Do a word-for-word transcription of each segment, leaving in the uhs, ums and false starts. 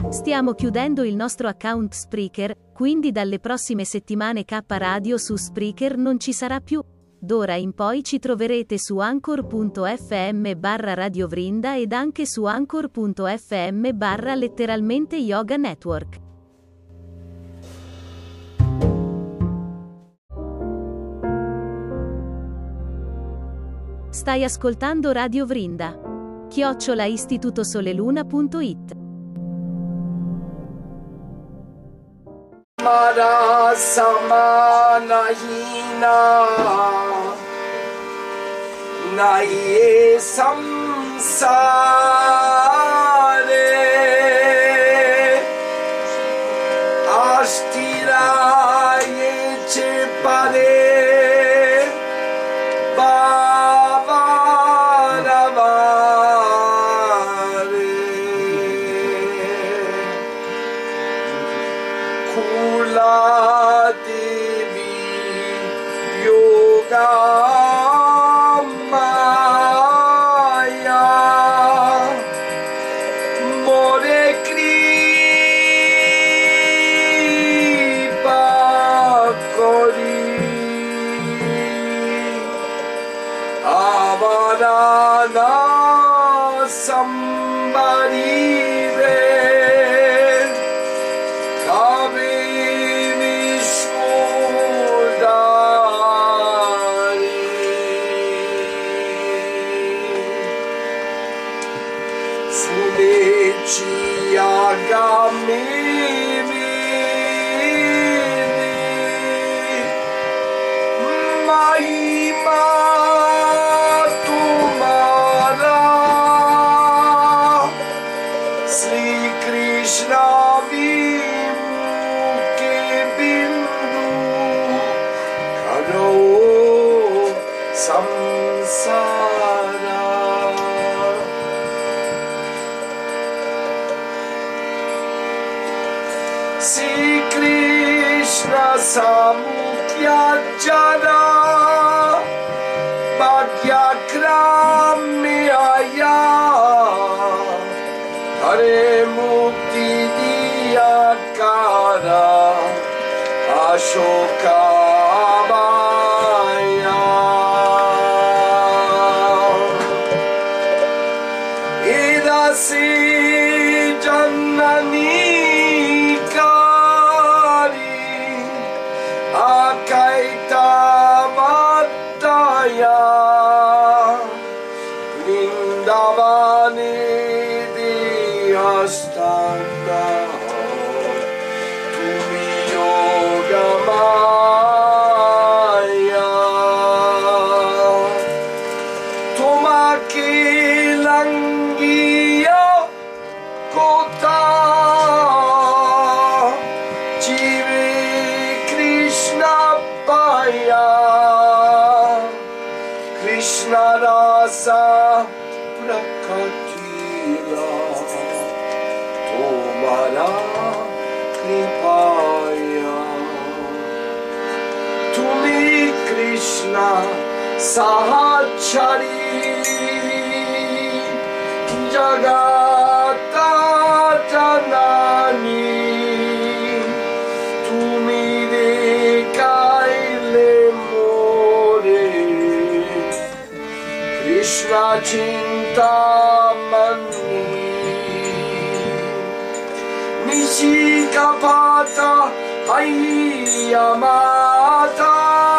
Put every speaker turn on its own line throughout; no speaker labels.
Stiamo chiudendo il nostro account Spreaker, quindi dalle prossime settimane K Radio su Spreaker non ci sarà più. D'ora in poi ci troverete su anchor punto effe emme barra Radio Vrinda ed anche su anchor punto effe emme barra letteralmente Yoga Network. Stai ascoltando Radio Vrinda. Chiocciola istitutosoleluna punto it.
Mara samana hina naye samsare ashtiraye chepare Kula Devi Yoga Maya More Kripa Kori Avarana Sambari Samukhyajana Bhagyakrami Aya Hare Mukti Diyakara Ashoka Maya Idasi Jannani Akaita Madaya Vrindavani Diyastanda Tumi Yoga Maya Tumaki Langiya Kota Krishna Rasa Prakatila Tomara Kripaya Tumi Krishna Sahachari Jagata Janani Tumi Dekai Krishna Chintamani Nishikapata Hayamata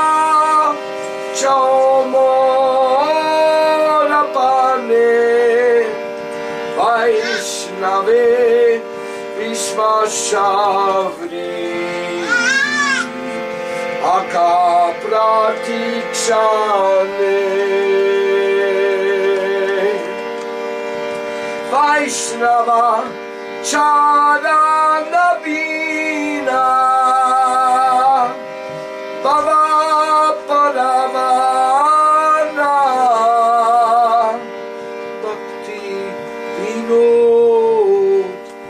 Chaumorapane Vaishnave Vishvashavri Akapratikshane Vaishnava Charanabhina Bhava Paravana Bhakti Vinod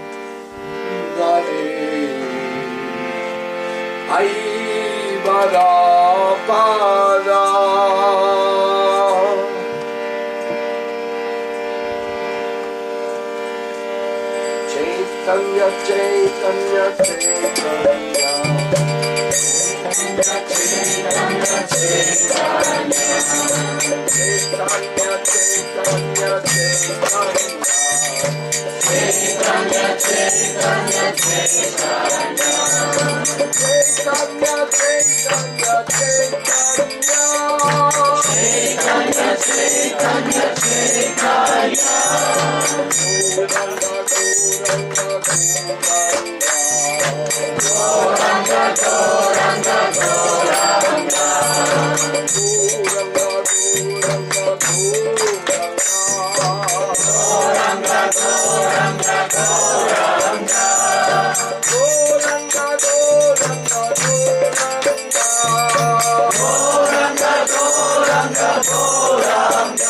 Dare Aivara Para Change Chaitanya, Chaitanya, Chaitanya. Chaitanya, Chaitanya, Chaitanya. Chaitanya, Chaitanya, Chaitanya. Chaitanya, Chaitanya, Chaitanya. Chaitanya, Chaitanya, Chaitanya. Chaitanya, Chaitanya, Chaitanya. Gauranga, Gauranga, Gauranga. Gauranga, Gauranga, Gauranga. Gauranga, Gauranga, Gauranga. Gauranga, Gauranga,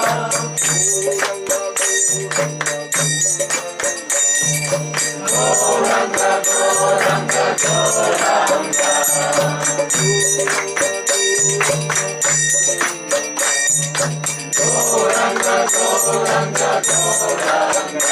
Gauranga. Gauranga, Gauranga, Gauranga. Gauranga, Gauranga, Gauranga.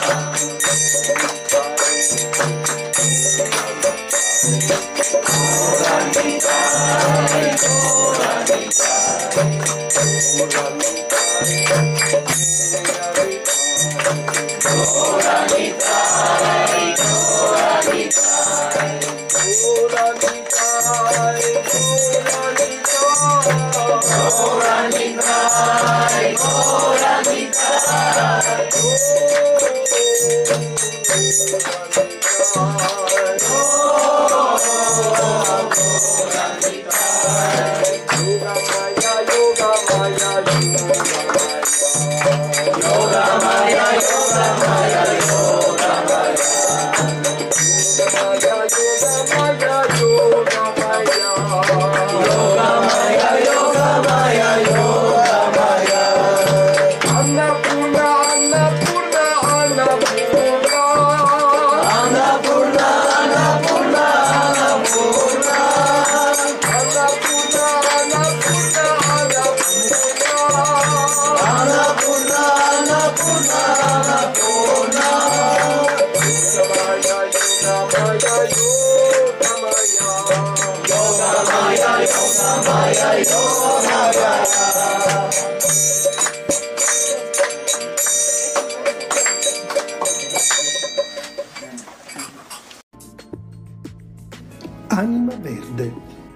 Anima Verde.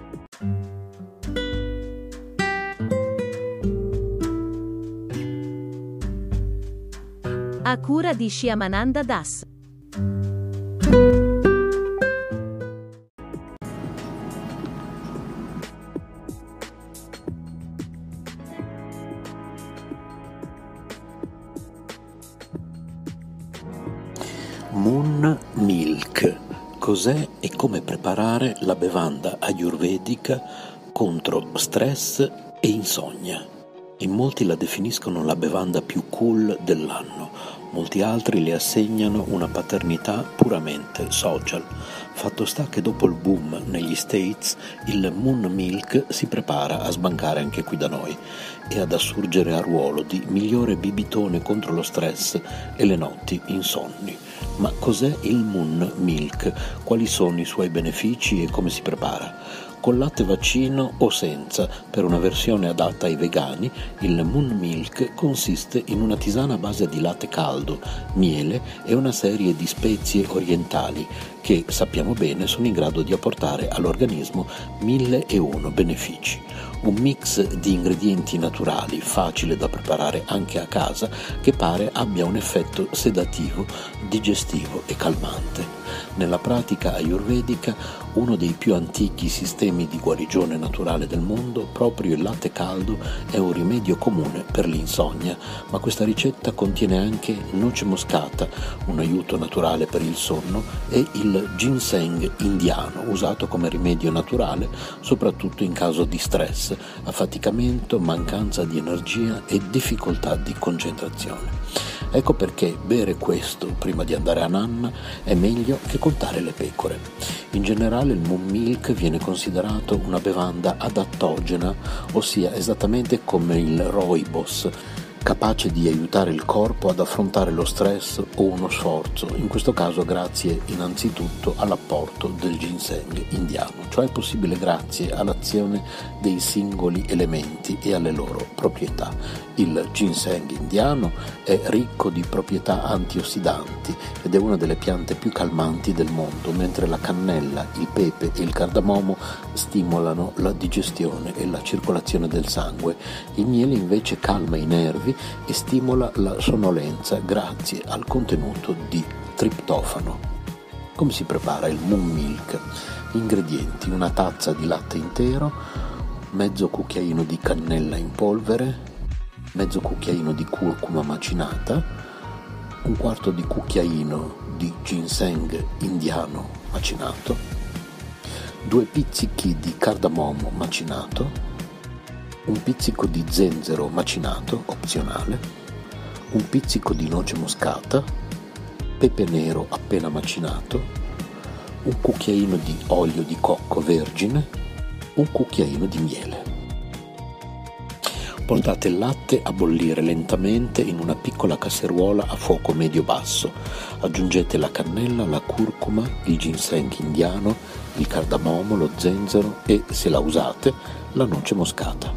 A cura di Shyamananda Das.
Moon Milk. Cos'è e come preparare la bevanda ayurvedica contro stress e insonnia? In molti la definiscono la bevanda più cool dell'anno, molti altri le assegnano una paternità puramente social. Fatto sta che dopo il boom negli States il Moon Milk si prepara a sbancare anche qui da noi e ad assurgere a ruolo di migliore bibitone contro lo stress e le notti insonni. Ma cos'è il Moon Milk? Quali sono i suoi benefici e come si prepara? Con latte vaccino o senza, per una versione adatta ai vegani, il Moon Milk consiste in una tisana a base di latte caldo, miele e una serie di spezie orientali che, sappiamo bene, sono in grado di apportare all'organismo mille e uno benefici. Un mix di ingredienti naturali, facile da preparare anche a casa, che pare abbia un effetto sedativo, digestivo e calmante. Nella pratica ayurvedica, uno dei più antichi sistemi di guarigione naturale del mondo, proprio il latte caldo è un rimedio comune per l'insonnia, ma questa ricetta contiene anche noce moscata, un aiuto naturale per il sonno, e il ginseng indiano, usato come rimedio naturale soprattutto in caso di stress, affaticamento, mancanza di energia e difficoltà di concentrazione. Ecco perché bere questo prima di andare a nanna è meglio che contare le pecore. In generale il Moon Milk viene considerato una bevanda adattogena, ossia esattamente come il rooibos, capace di aiutare il corpo ad affrontare lo stress o uno sforzo, in questo caso grazie innanzitutto all'apporto del ginseng indiano, cioè è possibile grazie all'azione dei singoli elementi e alle loro proprietà. Il ginseng indiano è ricco di proprietà antiossidanti ed è una delle piante più calmanti del mondo, mentre la cannella, il pepe e il cardamomo stimolano la digestione e la circolazione del sangue. Il miele invece calma i nervi e stimola la sonnolenza grazie al contenuto di triptofano. Come si prepara il moon milk? Ingredienti: una tazza di latte intero, mezzo cucchiaino di cannella in polvere, mezzo cucchiaino di curcuma macinata, un quarto di cucchiaino di ginseng indiano macinato, due pizzichi di cardamomo macinato, un pizzico di zenzero macinato, opzionale, un pizzico di noce moscata, pepe nero appena macinato, un cucchiaino di olio di cocco vergine, un cucchiaino di miele. Portate il latte a bollire lentamente in una piccola casseruola a fuoco medio-basso. Aggiungete la cannella, la curcuma, il ginseng indiano, il cardamomo, lo zenzero e, se la usate, la noce moscata.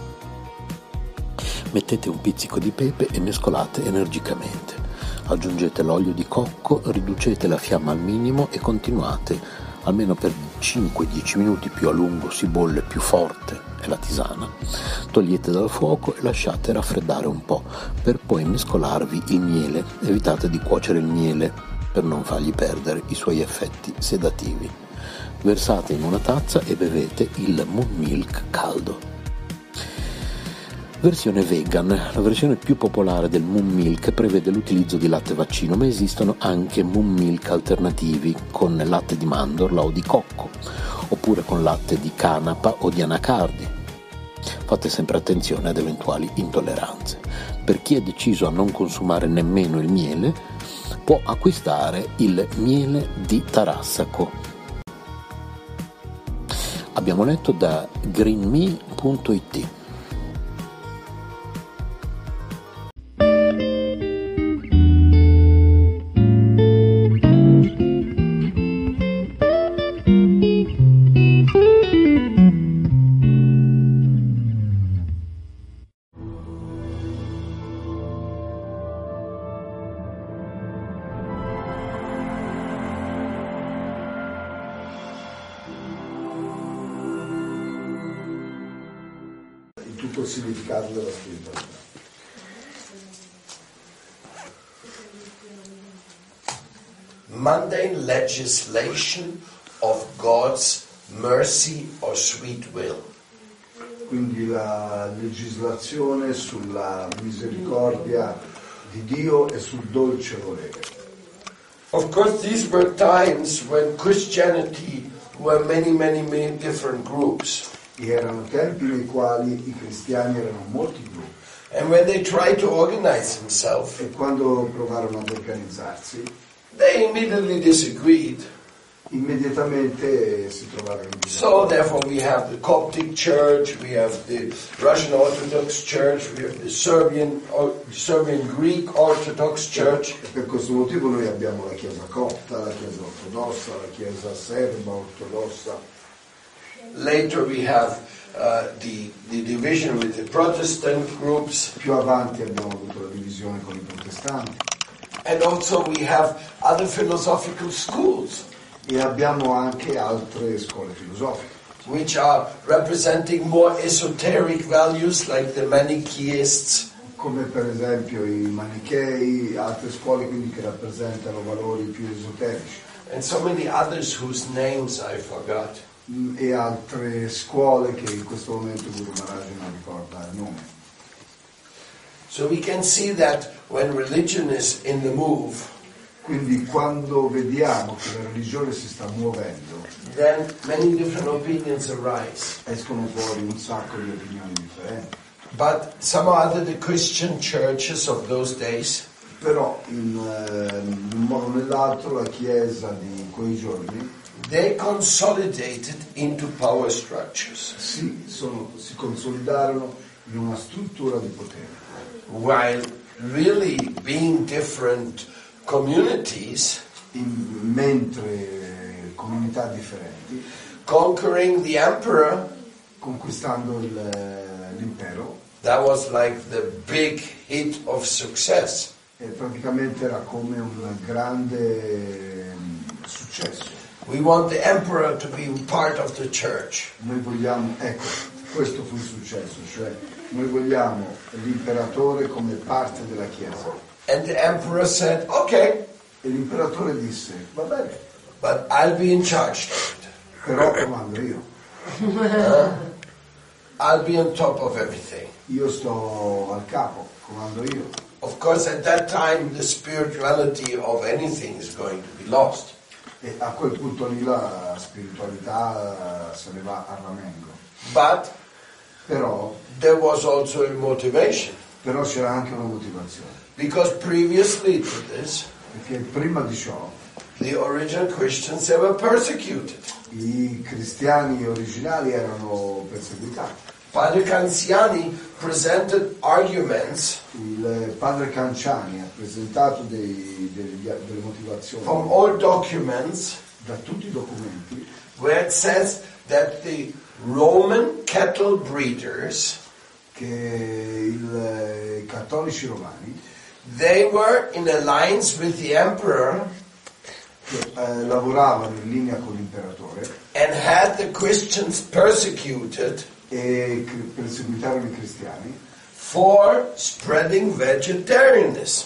Mettete un pizzico di pepe e mescolate energicamente. Aggiungete l'olio di cocco, riducete la fiamma al minimo e continuate almeno per cinque dieci minuti, più a lungo si bolle più forte è la tisana. Togliete dal fuoco e lasciate raffreddare un po' per poi mescolarvi il miele. Evitate di cuocere il miele per non fargli perdere i suoi effetti sedativi. Versate in una tazza e bevete il moon milk caldo. Versione vegan. La versione più popolare del moon milk prevede l'utilizzo di latte vaccino, ma esistono anche moon milk alternativi con latte di mandorla o di cocco, oppure con latte di canapa o di anacardi. Fate sempre attenzione ad eventuali intolleranze. Per chi è deciso a non consumare nemmeno il miele, può acquistare il miele di Tarassaco. Abbiamo letto da greenme punto it.
Tutto il significato della spiritualità.
Mundane legislation of God's mercy or sweet will.
Quindi la legislazione sulla misericordia di Dio e sul dolce volere.
Of course, these were times when Christianity were many, many, many different groups.
Erano tempi nei quali i cristiani erano molti gruppi.
And when they tried to organize themselves,
E quando provarono ad organizzarsi,
they immediately disagreed.
immediatamente si trovarono in
So
disaccordo.
therefore we have the Coptic Church, we have the Russian Orthodox Church, we have the Serbian, or Serbian Greek Orthodox Church.
E per questo motivo noi abbiamo la Chiesa copta, la Chiesa ortodossa, la Chiesa serba ortodossa.
Later we have uh, the, the division with the Protestant groups.
Più avanti abbiamo avuto la divisione con i protestanti.
And also we have other philosophical schools,
E abbiamo anche altre scuole filosofiche,
which are representing more esoteric values like the Manichaeists.
come per esempio i manichei, altre scuole quindi che rappresentano valori più esoterici,
And so many others whose names I forgot.
mm, e altre scuole che in questo momento Guru Maharaj non ricorda il nome.
So we can see that when religion is in the move,
Quindi quando vediamo che la religione si sta muovendo,
then many different opinions arise.
escono fuori un sacco di opinioni differenti.
But somehow or other the Christian churches of those days,
Però in, eh, in un modo o nell'altro la Chiesa di quei giorni
they consolidated into power structures,
si, sono, si consolidarono in una struttura di potere,
while really being different communities,
in, mentre comunità differenti,
conquering the emperor,
conquistando il, l'impero.
That was like the big hit of success.
E praticamente era come un grande successo.
We want the emperor to be part of the church.
Noi vogliamo, ecco, questo fu il successo, cioè noi vogliamo l'imperatore come parte della Chiesa.
And the emperor said, okay.
E l'imperatore disse, va bene.
But I'll be in charge of it.
Però comando io.
Uh, I'll be on top of everything.
Io sto al capo, comando io.
Of course, at that time, the spirituality of anything is going to be lost.
E a quel punto lì la spiritualità se ne va a ramengo.
But
Però,
there was also a motivation.
però c'era anche una motivazione.
Because previously to this,
Perché prima di ciò
the original Christians, they were persecuted.
i cristiani originali erano perseguitati.
Padre Canziani presented arguments
Il padre Canciani ha presentato dei, degli- delle motivazioni
from old documents
da tutti i documenti
where it says that the Roman cattle breeders,
che il- i cattolici romani
they were in alliance with the emperor
che eh, lavoravano in linea con l'imperatore
and had the Christians persecuted
e cr- perseguitarono i cristiani.
for spreading vegetarianism.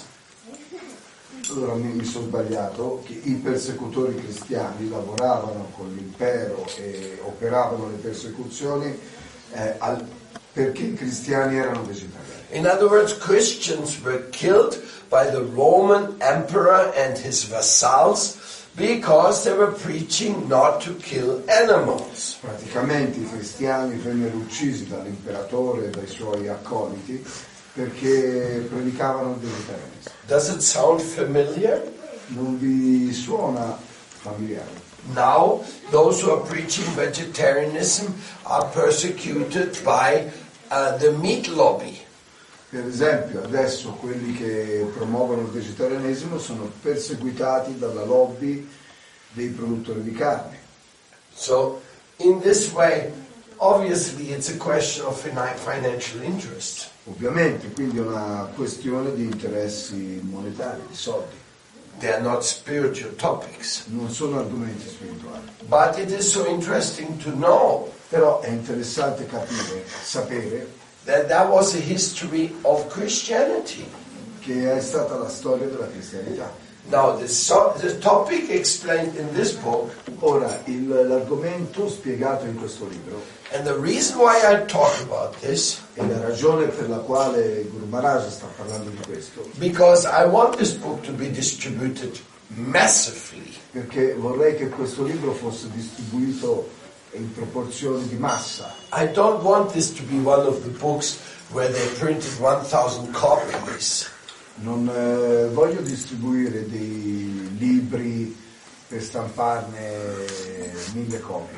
Allora mi, mi sono sbagliato, che i persecutori cristiani lavoravano con l'impero e operavano le persecuzioni eh, al- perché i cristiani erano vegetariani.
In other words, Christians were killed by the Roman emperor and his vassals because they were preaching not to kill animals.
Praticamente i cristiani vennero uccisi dall'imperatore e dai suoi accoliti perché predicavano il vegetarianesimo.
Does it sound familiar?
Non vi suona familiare?
Now, those who are preaching vegetarianism are persecuted by uh, the meat lobby.
Per esempio, adesso quelli che promuovono il vegetarianesimo sono perseguitati dalla lobby dei produttori di carne.
So, in this way, obviously it's a question of fini- financial interest.
Ovviamente, quindi è una questione di interessi monetari, di soldi.
They are not spiritual topics.
Non sono argomenti spirituali.
But it is so interesting to know
Però è interessante capire, sapere
that that was a history of Christianity.
che è stata la storia della cristianità.
Now, the, so- the topic explained in this book,
Ora, il- l'argomento spiegato in questo libro
and the reason why I talk about this,
e la ragione per la quale Guru Maharaj sta parlando di questo,
because I want this book to be distributed massively.
perché vorrei che questo libro fosse distribuito in proporzioni di massa.
I don't want this to be one of the books where they printed one thousand copies.
Non eh, voglio distribuire dei libri per stamparne mille copie.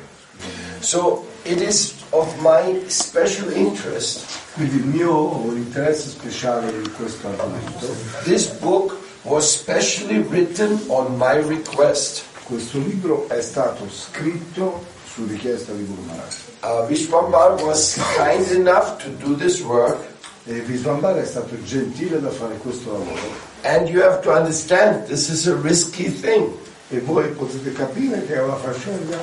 So it is of my special interest.
Quindi il mio interesse speciale in questo argomento,
This book was specially written on my request.
questo libro è stato scritto su richiesta di Guru Maharaj.
Uh, Vishwambar was kind enough to do this work,
E Visvambara è stato gentile da fare questo lavoro
and you have to understand this is a risky thing.
e voi potete capire che è una faccenda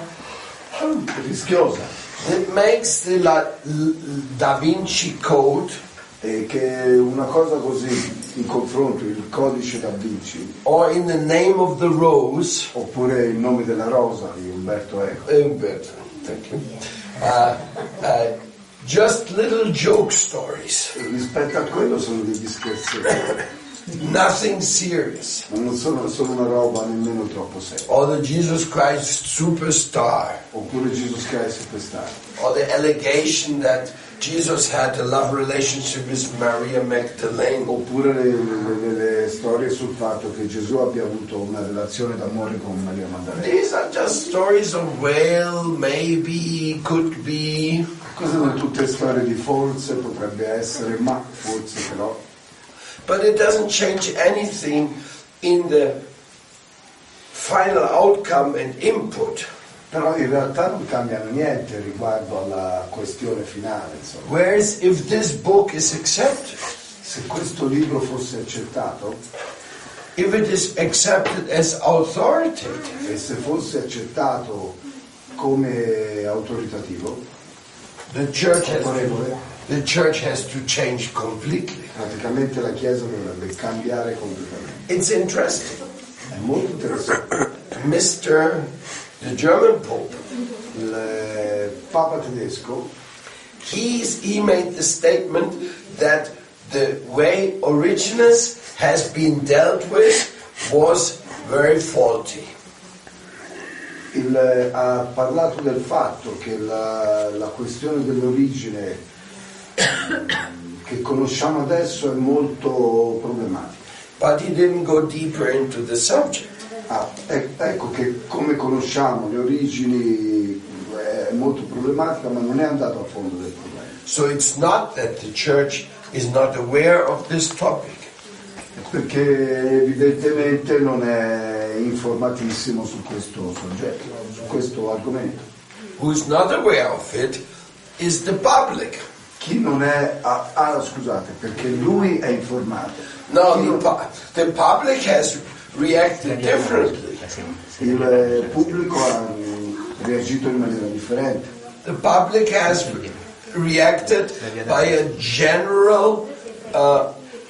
rischiosa
It makes the La- L- Da Vinci Code
e che una cosa così in confronto il codice da Vinci
or In the Name of the Rose,
oppure il nome della rosa di Umberto Eco,
Umberto, thank you. Uh, uh, just little joke stories,
e rispetto a quello sono degli scherzetti,
nothing serious.
ma non sono, sono una roba nemmeno troppo seria.
Or the Jesus Christ Superstar,
Oppure Jesus Christ Superstar,
or the allegation that Jesus had a love relationship with Maria Magdalene.
oppure le, le- le storie sul fatto che Gesù abbia avuto una relazione d'amore con Maria Maddalena.
These are just stories of well, maybe, could be.
Queste sono tutte storie di forse, potrebbe essere, ma forse però.
but it doesn't change anything in the final outcome and input.
Però in realtà non cambiano niente riguardo alla questione finale, insomma.
Whereas if this book is accepted,
Se questo libro fosse accettato,
if it is accepted as authoritative,
e se fosse accettato come autoritativo,
the church has
autorevole,
to, the church has to change completely.
praticamente la Chiesa dovrebbe cambiare completamente.
It's interesting.
È molto interessante.
Mister the German Pope,
Il eh, Papa tedesco
he's, he made the statement that the way Origenes has been dealt with was very faulty.
il, eh, ha parlato del fatto che la, la questione dell'origine che conosciamo adesso è molto problematica.
But he didn't go deeper into the subject.
Ah, e- ecco che come conosciamo le origini è molto problematica, ma non è andato a fondo del problema.
So it's not that the church is not aware of this topic.
Perché evidentemente non è informatissimo su questo soggetto, su questo argomento.
Who's not aware of it is the public.
Chi non è... Ah, ah, scusate, perché lui è informato.
No,
Chi
the,
non-
pu- the public has reacted differently.
il eh, pubblico ha mm, reagito in maniera differente.
The public has re- reacted by a general uh,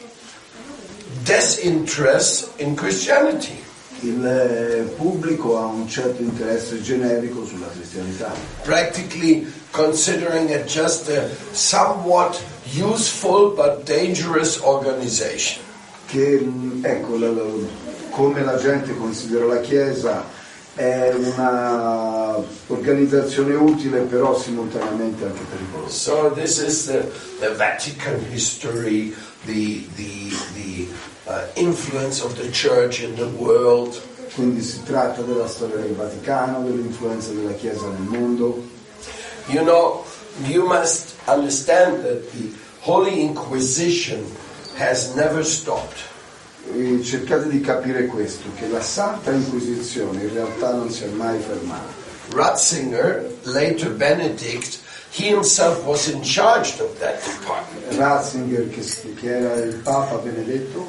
disinterest in Christianity.
Il eh, pubblico ha un certo interesse generico sulla cristianità,
Practically considering it just a somewhat useful but dangerous organization.
che mm, ecco, la- la- come la gente considera la Chiesa è una organizzazione utile, però simultaneamente anche pericolosa.
So this is the, the Vatican history, the, the, the uh, influence of the church in the world.
Quindi si tratta della storia del Vaticano, dell'influenza della Chiesa nel mondo.
You know, you must understand that the Holy Inquisition has never stopped.
E cercate di capire questo, che la Santa Inquisizione in realtà non si è mai fermata.
Ratzinger, later Benedict, he himself was in charge of that department.
Ratzinger, che, che era il Papa Benedetto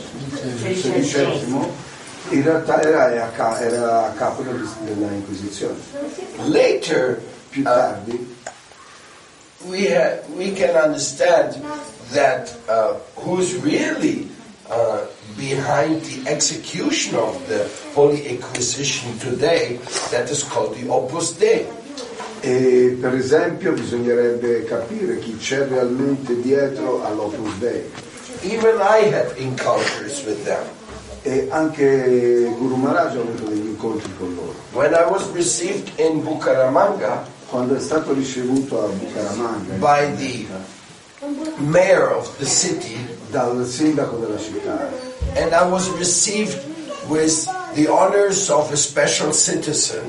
sedicesimo, in realtà era a, ca- era a capo del- della Inquisizione.
Later,
Più
uh,
tardi
we, ha- we can understand that uh, who's really uh, behind the execution of the Holy Inquisition today, that is called the Opus Dei.
e per esempio bisognerebbe capire chi c'è realmente dietro all'Opus Dei.
Even I had encounters with them.
E anche Guru Maharaj ha avuto degli incontri con loro.
When I was received in Bucaramanga
Quando è stato ricevuto a Bucaramanga
by the mayor of the city,
dal sindaco della città,
and I was received with the honors of a special citizen,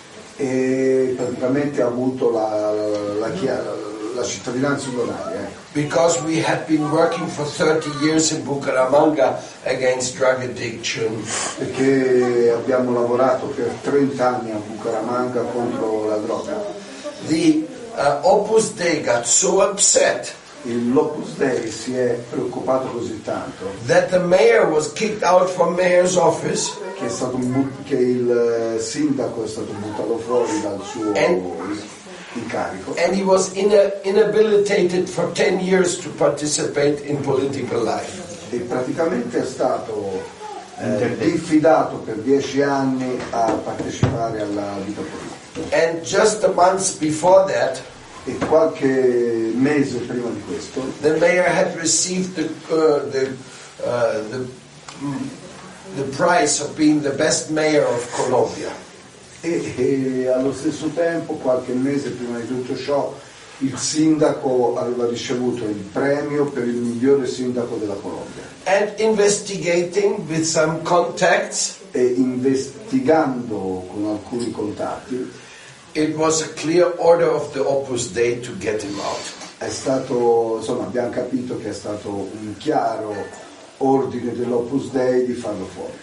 e praticamente ha avuto la, la, la, la cittadinanza onoraria, ecco.
because we had been working for thirty years in Bucaramanga against drug addiction.
Perché abbiamo lavorato per trenta anni a Bucaramanga contro la droga.
The uh, Opus Dei got so upset
Il L'Opus Dei si è preoccupato così tanto
that the mayor was kicked out from mayor's office,
che, è stato un bu- che il sindaco è stato buttato fuori dal suo
And-
incarico
and he was ina- inhabilitated for ten years to participate in political life.
e praticamente è stato eh, diffidato per dieci anni a partecipare alla vita politica.
And just a month before that,
E qualche mese prima di questo
the mayor had received the uh, the uh, the, mm, the prize of being the best mayor of Colombia.
e, e allo stesso tempo, qualche mese prima di tutto ciò, il sindaco aveva ricevuto il premio per il migliore sindaco della Colombia.
And investigating with some contacts,
E investigando con alcuni contatti
it was a clear order of the Opus Dei to get him out.
è stato, insomma, abbiamo capito che è stato un chiaro ordine dell'Opus Dei di farlo fuori.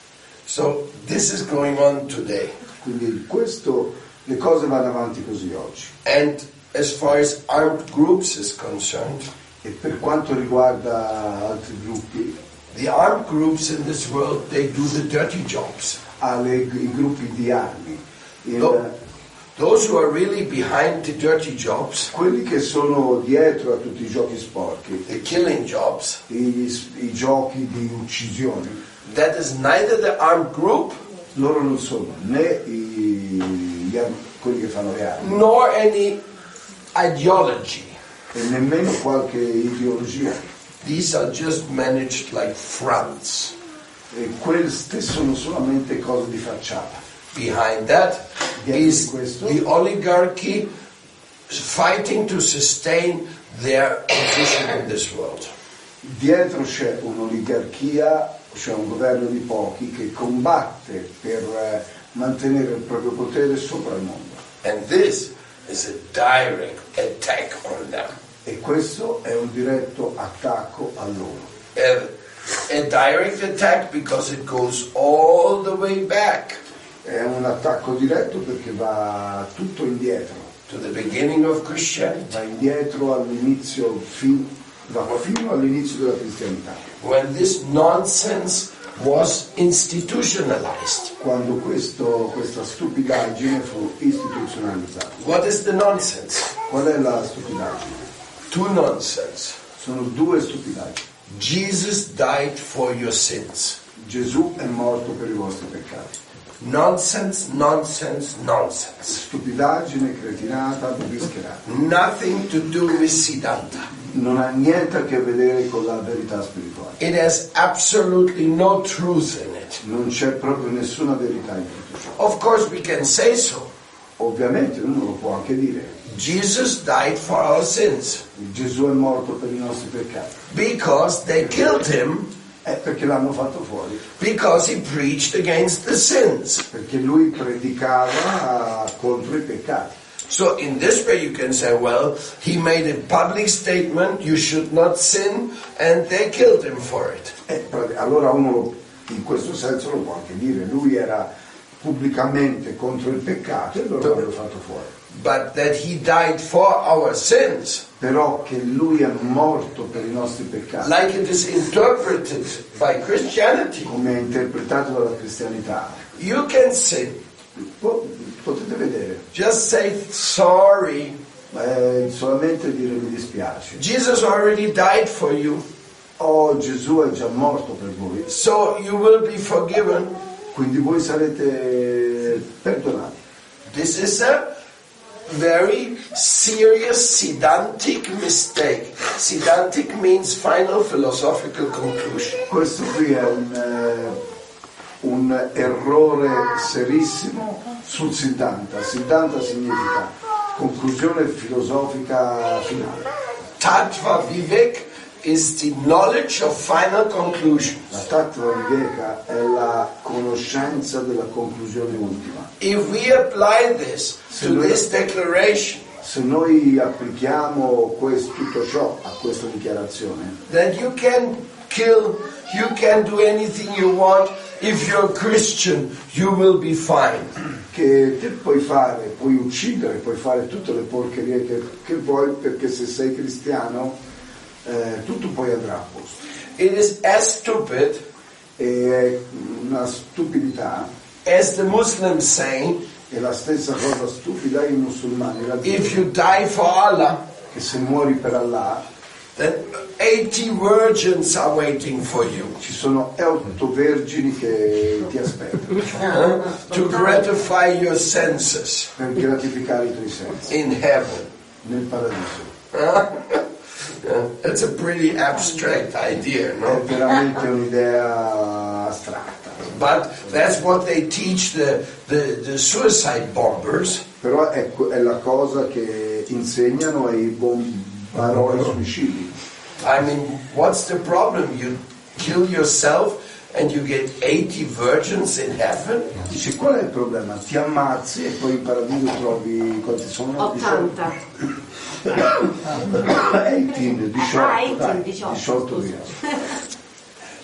So this is going on today.
Quindi questo, le cose vanno avanti così oggi.
And as far as armed groups is concerned,
E per quanto riguarda altri gruppi,
the armed groups in this world, they do the dirty jobs.
alle, i gruppi di armi, il-
No. Those who are really behind the dirty jobs,
quelli che sono dietro a tutti i giochi sporchi,
the killing jobs,
i, i giochi di uccisione,
that is neither the armed group
loro non sono né i, gli ar- quelli che fanno le armi
nor any ideology.
e nemmeno qualche ideologia.
These are just managed like fronts.
E queste sono solamente cose di facciata.
Behind that is
Questo.
the oligarchy fighting to sustain their position in this world.
Dietro c'è un'oligarchia, c'è un governo di pochi che combatte per eh, mantenere il proprio potere sopra il mondo.
And this is a direct attack on them.
E questo è un diretto attacco a loro.
A, a direct attack because it goes all the way back
È un attacco diretto perché va tutto indietro,
to the beginning of Christianity,
va indietro all'inizio, fin- va fino all'inizio della cristianità,
when this nonsense was institutionalized.
quando questo, questa stupidaggine fu istituzionalizzata.
What is the nonsense?
Qual è la stupidaggine?
Two nonsense.
Sono due stupidaggini.
Jesus died for your sins.
Gesù è morto per i vostri peccati.
Nonsense, nonsense, nonsense.
Stupidaggine, cretinata, bischerata.
Nothing to do with Siddhanta.
Non ha niente a che vedere con la verità spirituale.
It has absolutely no truth in it.
Non c'è proprio nessuna verità in tutto ciò.
Of course we can say so.
Ovviamente uno lo può anche dire.
Jesus died for our sins
Gesù è morto per i nostri peccati.
because they killed him
È perché l'hanno fatto fuori.
because he preached against the sins.
Perché lui predicava contro i peccati.
So in this way you can say, well, he made a public statement, you should not sin, and they killed him for it.
E allora uno lo- in questo senso lo può anche dire. Lui era pubblicamente contro il peccato e loro l'hanno fatto fuori.
But that he died for our sins,
Però che lui è morto per i nostri peccati,
like it is interpreted by Christianity,
come è interpretato dalla cristianità,
you can sin.
po- potete vedere,
Just say sorry.
è solamente dire mi dispiace.
Jesus already died for you,
Oh, Gesù è già morto per voi,
so you will be forgiven.
quindi voi sarete perdonati.
This is a very serious Siddhantic mistake. Siddhantic means final philosophical conclusion.
Questo qui è un, eh, un errore serissimo sul Siddhanta. Siddhanta significa conclusione filosofica finale.
Tattva Vivek is the knowledge of final conclusion.
La Tattva Viveka è la conoscenza della conclusione ultima.
If we apply this to this declaration,
Se noi applichiamo questo, tutto ciò a questa dichiarazione,
that you can kill, you can do anything you want, if you're a Christian, you will be fine.
che te puoi fare, puoi uccidere, puoi fare tutte le porcherie che, che vuoi, perché se sei cristiano eh, tutto poi andrà a posto.
It is as stupid
E è una stupidità,
as the Muslims say,
è la stessa cosa stupida i musulmani la
if
dicono,
you die for Allah,
che se muori per Allah
then eighty virgins are waiting for you
ci sono otto vergini che ti aspettano
to gratify your senses
per gratificare i tuoi sensi
in heaven.
nel paradiso.
That's a pretty abstract idea,
È
no?
veramente un'idea astratta,
But that's what they teach the, the, the suicide bombers.
però è, è la cosa che insegnano ai bombaroi suicidi.
I mean, what's the problem? You kill yourself and you get eighty virgins in heaven?
Dice, qual è il problema? Ti ammazzi e poi in paradiso trovi quanti sono?
ottanta.
diciotto,
Ah, eighteen,
diciotto, dai,
diciotto,
diciotto
scusa.
via.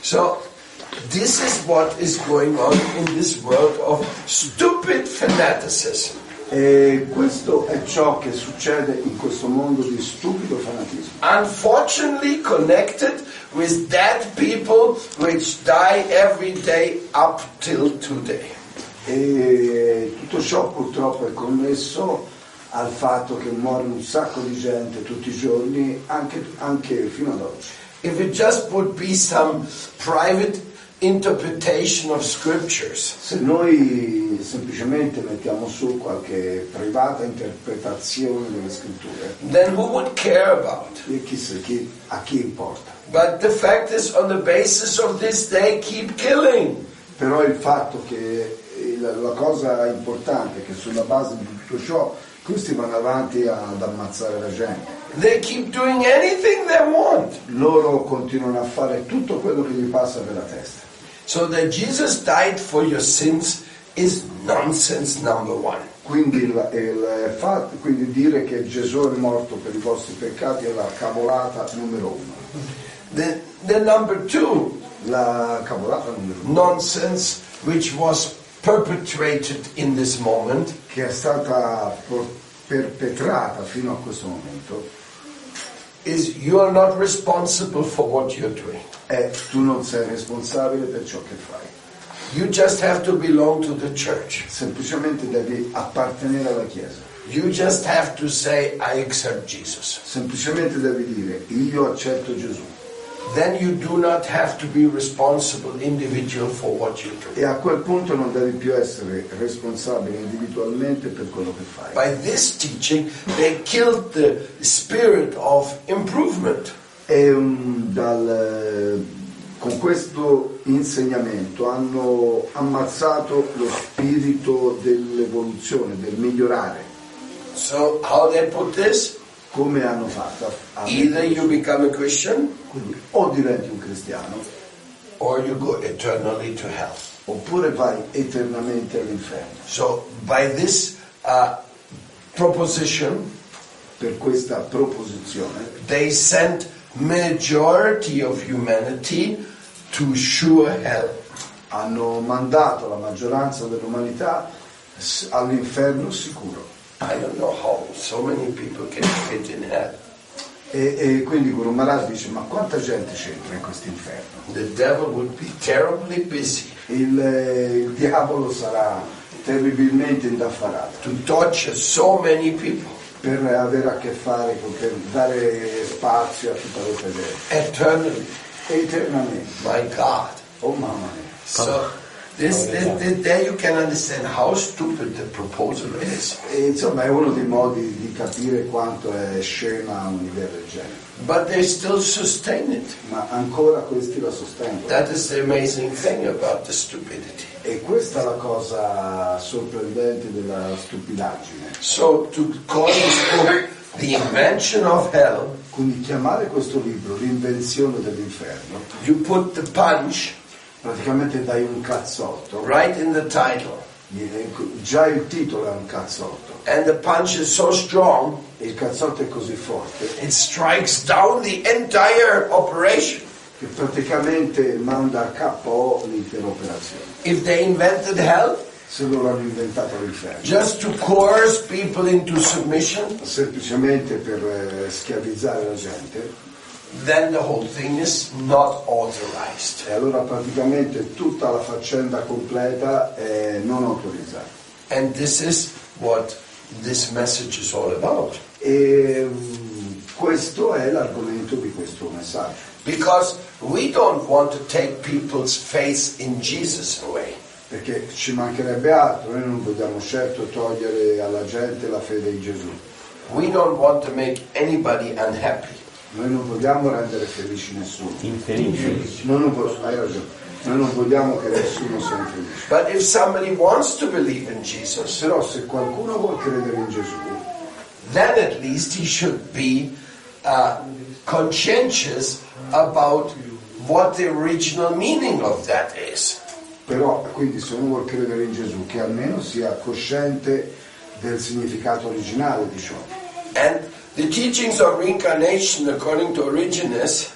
So this is what is going on in this world of stupid fanaticism.
E questo è ciò che succede in questo mondo di stupido fanatismo.
Unfortunately connected with dead people which die every day up till today.
E tutto ciò purtroppo è connesso al fatto che muore un sacco di gente tutti i giorni, anche, anche fino ad oggi.
If it just would be some private interpretation of scriptures,
Se noi semplicemente mettiamo su qualche privata interpretazione delle scritture,
then who would care about?
e chi, chi, a chi importa?
But the fact is, on the basis of this, they keep killing.
Però il fatto che il, la cosa importante è che sulla base di tutto ciò questi vanno avanti ad ammazzare la gente.
They keep doing anything they want.
Loro continuano a fare tutto quello che gli passa per la testa.
So that Jesus died for your sins is nonsense number one.
Quindi, il, il fatto, quindi dire che Gesù è morto per i vostri peccati è la cavolata numero uno.
The, the number two
La cavolata numero uno,
nonsense which was perpetrated in this moment
che è stata por- perpetrata fino a questo momento,
is you are not responsible for what you're doing.
è tu non sei responsabile per ciò che fai.
You just have to belong to the church.
Semplicemente devi appartenere alla Chiesa.
You just have to say, I accept Jesus.
Semplicemente devi dire io accetto Gesù.
Then you do not have to be responsible individual for what you do.
E a quel punto non devi più essere responsabile individualmente per quello che fai.
By this teaching, they killed the spirit of improvement.
E um, dal, con questo insegnamento hanno ammazzato lo spirito dell'evoluzione, del migliorare.
So how they put this?
Come hanno fatto?
Either you become a Christian
Quindi, o diventi un cristiano
or you go eternally to hell.
oppure vai eternamente all'inferno.
So by this uh, proposition,
Per questa proposizione
they sent majority of humanity to sure hell.
hanno mandato la maggioranza dell'umanità s- all'inferno sicuro.
I don't know how so many people can fit in hell.
E, e quindi Guru Maharaj dice: ma quanta gente c'entra in questo inferno?
The devil would be terribly busy
Il, eh, il diavolo sarà terribilmente indaffarato
to torture so many people
per avere a che fare con, per dare spazio a tutta la fede
eternally.
eternamente.
My God.
Oh mamma mia.
So this, this, this there you can understand how stupid the proposal is.
E, insomma, è uno dei modi di capire quanto è scema un'idea del genere.
But they still sustain it.
Ma ancora questi la sostengono.
That is the amazing thing about the stupidity.
E questa è la cosa sorprendente della stupidaggine.
So to call this book The Invention of Hell,
Quindi chiamare questo libro l'invenzione dell'inferno,
you put the punch
praticamente dai un cazzotto,
right in the title.
già il titolo è un cazzotto,
And the punch is so strong,
e il cazzotto è così forte
it strikes down the entire operation.
che praticamente manda a K O l'intera operazione.
If they invented hell
Se loro hanno inventato l'inferno
just to coerce people into submission,
semplicemente per eh, schiavizzare la gente,
then the whole thing is not authorized.
e allora praticamente tutta la faccenda completa è non autorizzata.
And this is what this message is all about.
E mm, questo è l'argomento di questo messaggio.
Because we don't want to take people's faith in Jesus away.
Perché ci mancherebbe altro, noi non vogliamo certo togliere alla gente la fede in Gesù.
We don't want to make anybody unhappy.
Noi non vogliamo rendere felici nessuno.
Infelici.
Noi non, vo- hai ragione. Noi non vogliamo che nessuno sia infelice.
But if somebody wants to believe in Jesus,
Però se qualcuno vuole credere in Gesù,
then at least he should be uh, conscientious about what the original meaning of that is.
però quindi se uno vuole credere in Gesù, che almeno sia cosciente del significato originale di ciò.
And the teachings of reincarnation, according to Origenes,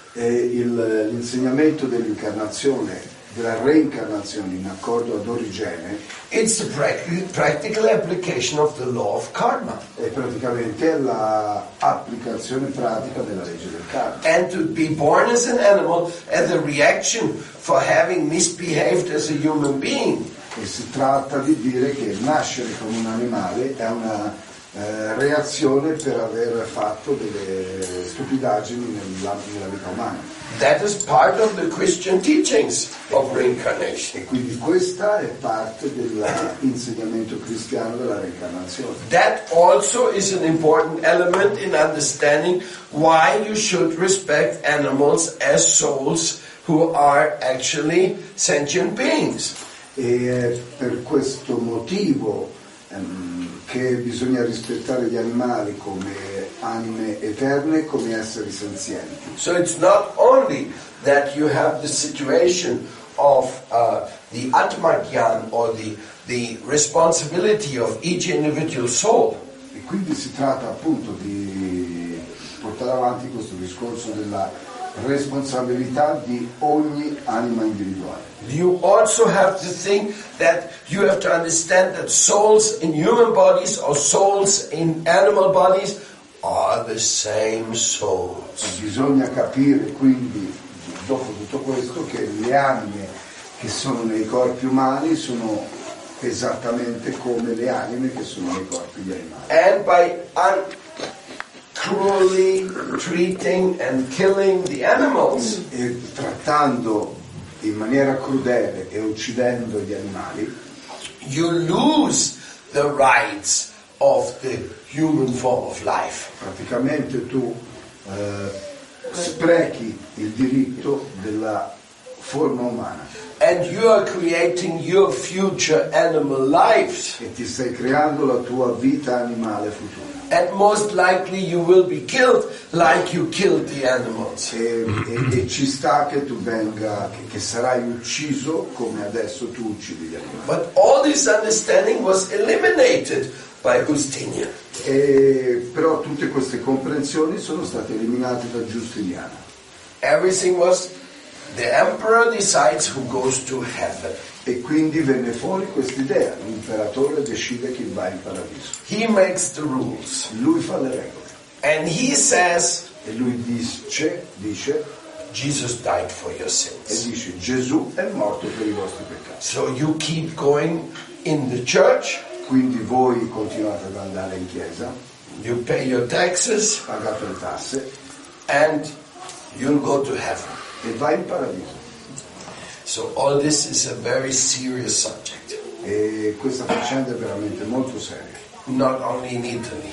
E il, l'insegnamento dell'incarnazione, della reincarnazione in accordo ad Origene,
it's the practical, practical application of the law of karma.
è praticamente l'applicazione pratica della legge del karma.
And to be born as an animal as a reaction for having misbehaved as a human being.
E si tratta di dire che nascere come un animale è una eh, reazione per aver fatto delle stupidaggini nella, nella vita umana.
That is part of the Christian teachings of reincarnation.
E quindi questa è parte dell'insegnamento cristiano della reincarnazione.
That also is an important element in understanding why you should respect animals as souls who are actually sentient beings.
E è per questo motivo ehm, che bisogna rispettare gli animali come anime eterne, come esseri senzienti.
So it's not only that you have the situation of uh, the Atma-gyan or the, the responsibility of each individual soul.
E quindi si tratta appunto di portare avanti questo discorso della responsabilità di ogni anima individuale.
You also have to think that you have to understand that souls in human bodies or souls in animal bodies are the same souls.
Bisogna capire quindi, dopo tutto questo, che le anime che sono nei corpi umani sono esattamente come le anime che sono nei corpi degli animali.
And by un- cruelly treating and killing the animals,
E trattando in maniera crudele e uccidendo gli animali,
you lose the rights of the human form of life.
praticamente tu eh, sprechi il diritto della forma umana
And you are creating your future animal lives.
e ti stai creando la tua vita animale futura.
And most likely you will be killed like you killed the animals.
E, e, e ci sta che tu venga, che, che sarai ucciso come adesso tu uccidi gli animali.
But all this understanding was eliminated by Justinian.
E, però tutte queste comprensioni sono state eliminate da Giustiniano.
Everything was the emperor decides who goes to heaven.
E quindi venne fuori quest'idea, l'imperatore decide chi va in paradiso.
He makes the rules.
Lui fa le regole.
And he says,
E lui dice, dice,
Jesus died for your
e
sins.
dice Gesù è morto per i vostri peccati.
So you keep going in the church,
Quindi voi continuate ad andare in chiesa,
you pay your taxes,
pagate le tasse
and you'll go to heaven.
e vai in paradiso.
So all this is a very serious subject,
E questa faccenda è veramente molto seria.
not only in Italy,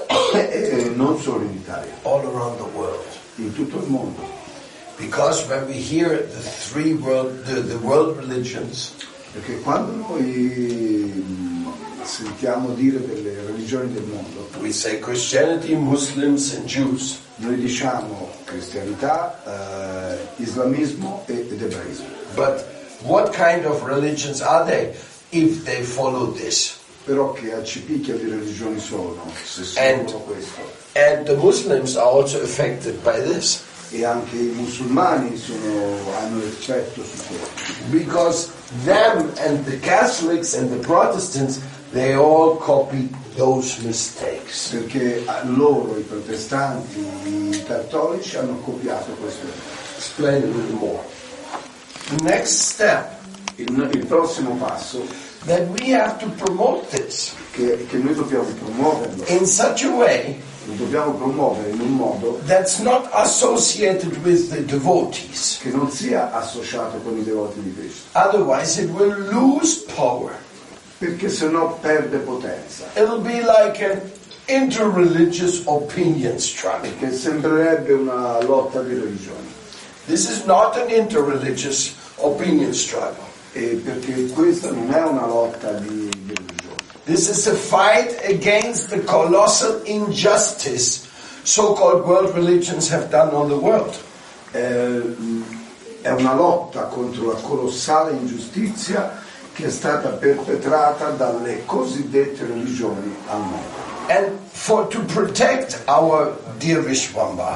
E non solo in Italia,
all around the world.
in tutto il mondo.
Because when we hear the three world, the, the world religions,
Perché quando noi mh, sentiamo dire delle religioni del mondo,
we say Christianity, Muslims, and Jews.
noi diciamo cristianità, eh, islamismo e- ed ebraismo.
But what kind of religions are they if they follow this?
Però che accipicchia di religioni sono, se
And-
seguono questo.
And the Muslims are also affected by this.
E anche i musulmani sono, hanno effetto su questo.
Because them and the Catholics and the Protestants, they all copy those mistakes.
Perché loro, i protestanti, i cattolici, hanno copiato questo.
Explain a little more. The next step,
Il, il prossimo passo,
that we have to promote this
che, che noi dobbiamo promuoverlo,
in such a way
lo dobbiamo promuovere in un modo
that's not associated with the devotees.
che non sia associato con i devoti di Cristo,
Otherwise it will lose power.
perché sennò perde potenza,
It'll be like an interreligious opinion struggle.
che sembrerebbe una lotta di religioni.
This is not an interreligious opinion struggle.
E perché questa non è una lotta di, di religioni.
This is a fight against the colossal injustice so-called world religions have done on the world.
Eh, è una lotta contro la colossale ingiustizia che è stata perpetrata dalle cosiddette religioni al mondo.
And for to protect our dear Vishwamba,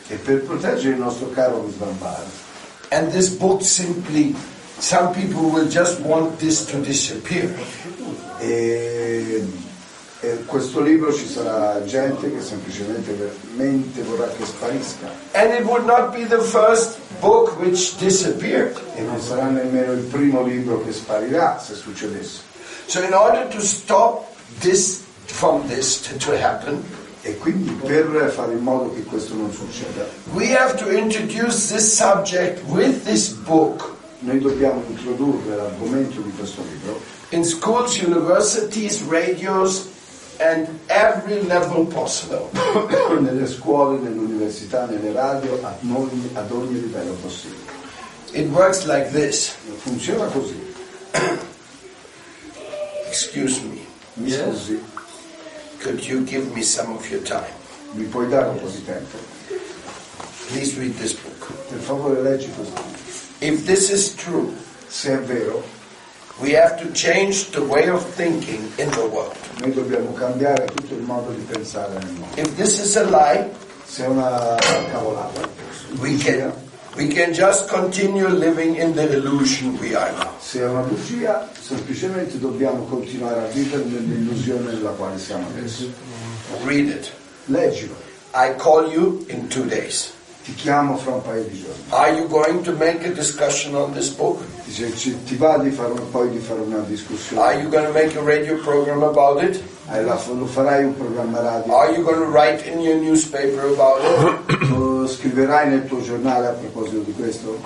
e per proteggere il nostro caro Visvambara.
And this book simply, some people will just want this to disappear.
E, e questo libro ci sarà gente che semplicemente veramente vorrà che sparisca.
And it would not be the first book which disappeared.
E non sarà nemmeno il primo libro che sparirà se succedesse.
So in order to stop this from this to, to happen,
e quindi per fare in modo che questo non succeda,
we have to introduce this subject with this book
noi dobbiamo introdurre l'argomento di questo libro
in schools, universities, radios, and every level possible.
nelle scuole, nelle università, nelle radio, ad ogni, ad ogni livello possibile.
It works like this.
Funziona così.
Excuse me.
Mi scusi,
Could you give me some of your time?
mi puoi dare un po' di tempo?
Please read this book.
Per favore leggi questo.
If this is true,
Se è vero,
we have to change the way of thinking in the world.
noi dobbiamo cambiare tutto il modo di pensare nel mondo.
If this is a lie,
Se è una cavolata,
we can we can just continue living in the illusion we are now.
se è una bugia, semplicemente dobbiamo continuare a vivere nell'illusione nella quale siamo adesso.
Read it.
Leggilo,
I call you in two days.
ti chiamo fra un paio di giorni.
Are you going to make a discussion on this book?
Dice, ci- ti va di fare un, poi di fare una
Are
discussione?
you going to make a radio program about it?
Eh, la- lo farai un programma radio?
Are you going to write in your newspaper about it?
Lo scriverai nel tuo giornale a proposito di questo?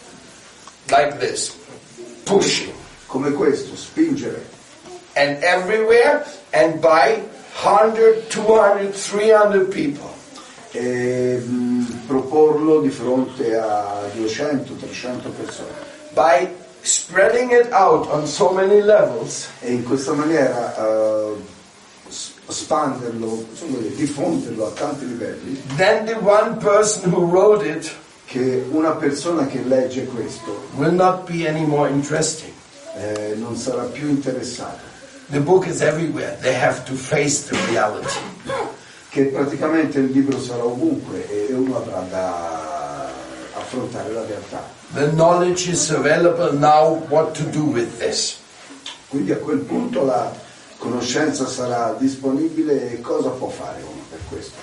Like this. Pushing.
Come questo, spingere.
And everywhere and by one hundred, two hundred, three hundred people.
E mh, proporlo di fronte a duecento trecento persone.
By spreading it out on so many levels,
E in questa maniera eh, s- spanderlo, insomma, diffonderlo a tanti livelli,
then the one person who wrote it
che una persona che legge questo
will not be any more interesting.
eh, non sarà più interessata,
The book is everywhere. They have to face the reality.
che praticamente il libro sarà ovunque e uno avrà da affrontare la realtà.
The knowledge is available now what to do with this.
Quindi a quel punto la conoscenza sarà disponibile e cosa può fare uno per questo?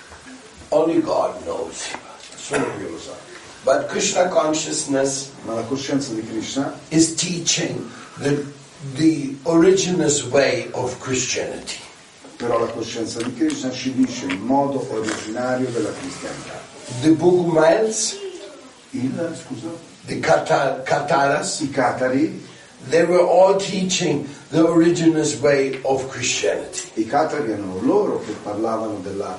Only God knows.
Solo Dio lo sa.
But Krishna consciousness
Ma la coscienza di Krishna
is teaching the, the originous way of Christianity.
però la coscienza di Krishna ci dice il modo originario della cristianità.
The Bogumiles,
Il, scusa?
the Kata- Kataras,
I Catari,
they were all teaching the originous way of Christianity.
i Catari erano loro che parlavano della,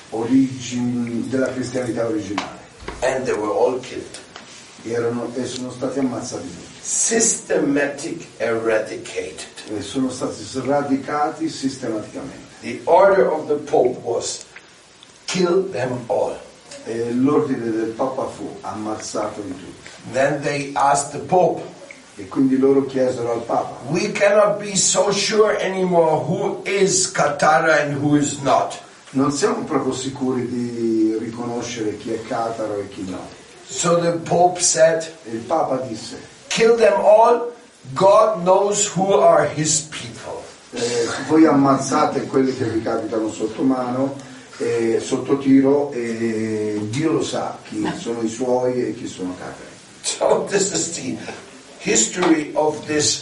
origine, della cristianità originale.
And they were all killed.
Erano, e sono stati ammazzati tutti.
Systematic, eradicated.
E sono stati sradicati sistematicamente.
The order of the Pope was kill them all.
E l'ordine del Papa fu ammazzato in tutti.
Then they asked the Pope,
E quindi loro chiesero al Papa,
we cannot be so sure anymore who is Katara and who is not.
non siamo proprio sicuri di riconoscere chi è Cataro e chi no.
So the Pope said,
E il Papa disse,
kill them all, God knows who are his people.
eh, voi ammazzate quelli che vi capitano sotto mano, eh, sotto tiro, e Dio lo sa chi sono i suoi e chi sono Catari.
So this is the history of this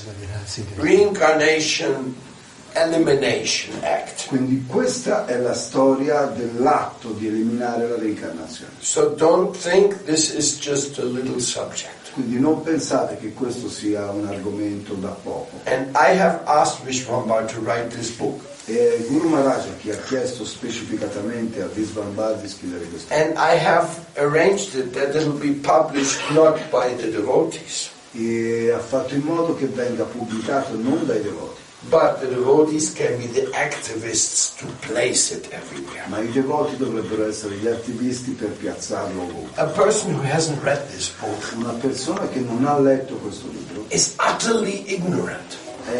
reincarnation elimination act.
Quindi questa è la storia dell'atto di eliminare la reincarnazione.
So don't think this is just a little subject.
Quindi non pensate che questo sia un argomento da poco.
And I have asked Vishwambar to write this book.
E Guru Maharaja che ha chiesto specificatamente a Visvambara di scrivere questo.
And I have arranged it that it will be published not by the devotees,
E ha fatto in modo che venga pubblicato non dai devoti,
but the devotees can be the activists to place it everywhere.
ma i devoti dovrebbero essere gli attivisti per piazzarlo ovunque.
A person who hasn't read this book
Una persona che non ha letto questo libro
is utterly ignorant.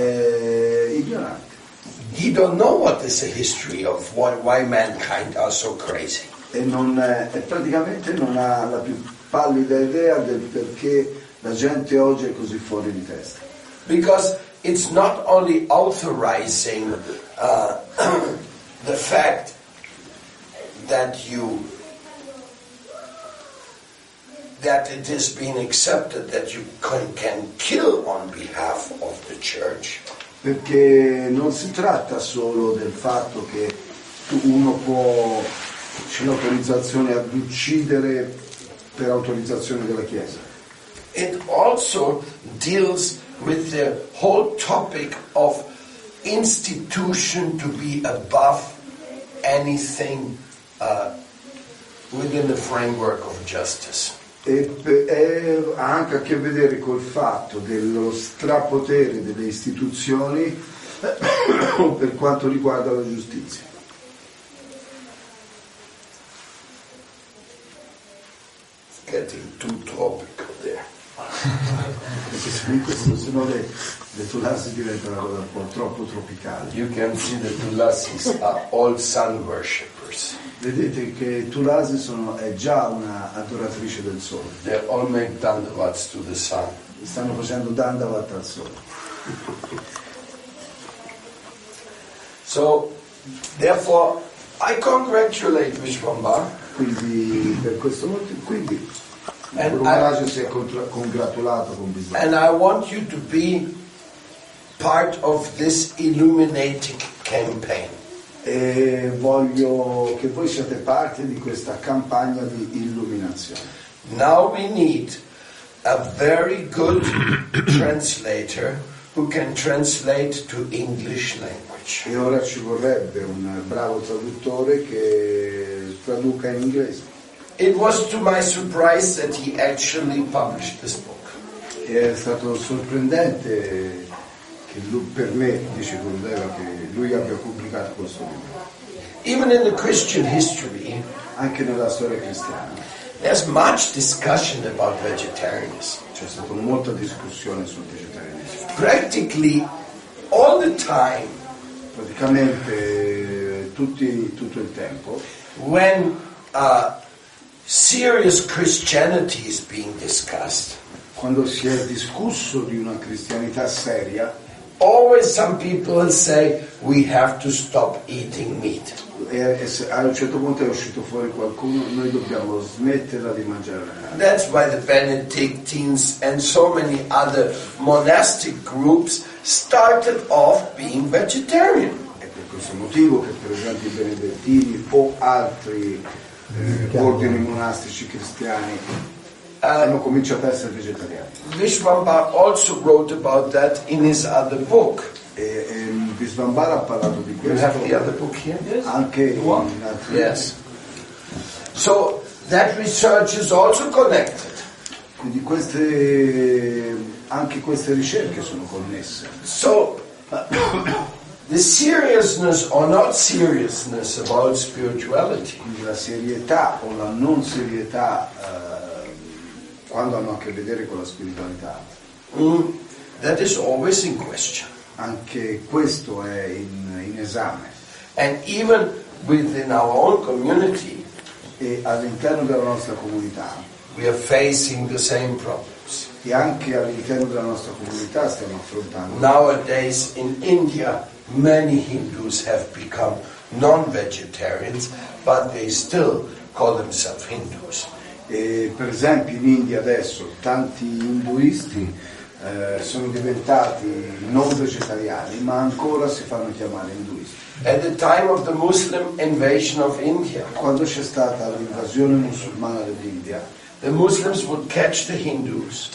è ignorante.
He don't know what is the history of why, why mankind are so crazy.
e, non, e praticamente non ha la più pallida idea del perché la gente oggi è così fuori di testa.
Because it's not only authorizing uh, the fact that you that it has been accepted that you can, can kill on behalf of the church.
Perché non si tratta solo del fatto che uno può, c'è l'autorizzazione ad uccidere per autorizzazione della Chiesa.
It also deals with the whole topic of institution to be above anything uh, within the framework of justice.
E e ha anche a che vedere col fatto dello strapotere delle istituzioni per quanto riguarda la giustizia.
It's getting too tropical there.
Perché se no le, le Tulassi diventano una cosa un po' troppo tropicale.
You can see the Tulassis are all sun worshippers.
Vedete che Tulasi sono, è già una adoratrice del sole.
They all make dandavats to the sun.
Stanno facendo dandavat al sole.
So, therefore, I congratulate Vishwambara.
Quindi per questo motivo, quindi
And
Maharaj si è contra- congratulato con Vishwambara.
And I want you to be part of this illuminating campaign.
E voglio che voi siate parte di questa campagna di illuminazione.
Now we need a very good translator who can translate to English language.
E ora ci vorrebbe un bravo traduttore che traduca in inglese.
It was to my surprise that he actually published this book.
E è stato sorprendente che lui, per me, dice Gurudeva, che lui abbia pubblicato questo libro.
Even in the Christian history,
Anche nella storia cristiana
there's much discussion about vegetarianism.
c'è stata molta discussione sul vegetarianesimo.
Practically all the time,
Praticamente tutti, tutto il tempo,
when uh, serious Christianity is being discussed,
quando si è discusso di una cristianità seria,
always some people say we have to stop eating meat.
e, e se, a un certo punto è uscito fuori qualcuno, noi dobbiamo smetterla di mangiare la carne.
That's why the Benedictines and so many other monastic groups started off being vegetarian.
È per questo motivo che per esempio i benedettini o altri eh, ordini monastici cristiani hanno cominciato a essere vegetariani.
Vishwambara also wrote about that in his other book.
E, e Vishwambara ha parlato di
You have the other
questo
book here?
anche in altri
Yes. So that research is also connected.
quindi queste, anche queste ricerche sono connesse.
So the seriousness or not seriousness about spirituality
Quindi la serietà o la non serietà eh, quando hanno a che vedere con la spiritualità,
mm, that is always in question.
anche questo è in, in esame.
And even within our own community,
E all'interno della nostra comunità
we are facing the same problems.
e anche all'interno della nostra comunità stiamo affrontando.
Nowadays in India, many Hindus have become non-vegetarians, but they still call themselves Hindus.
E per esempio in India adesso tanti induisti eh, sono diventati non vegetariani, ma ancora si fanno chiamare induisti.
At the time of the Muslim invasion of India,
Quando c'è stata l'invasione musulmana dell'India,
the Muslims would catch the Hindus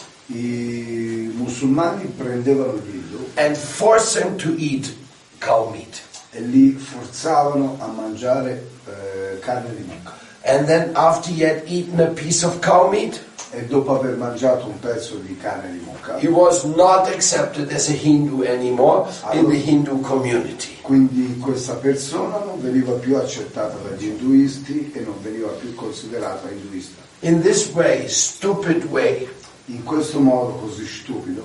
i musulmani prendevano gli Hindu
and force them to eat cow meat.
e li forzavano a mangiare eh, carne di mucca.
And then after he had eaten a piece of cow meat,
E dopo aver mangiato un pezzo di carne di mucca,
he was not accepted as a Hindu anymore in the Hindu community.
quindi questa persona non veniva più accettata dagli induisti e non veniva più considerata induista.
In this way, stupid way,
In questo modo così stupido,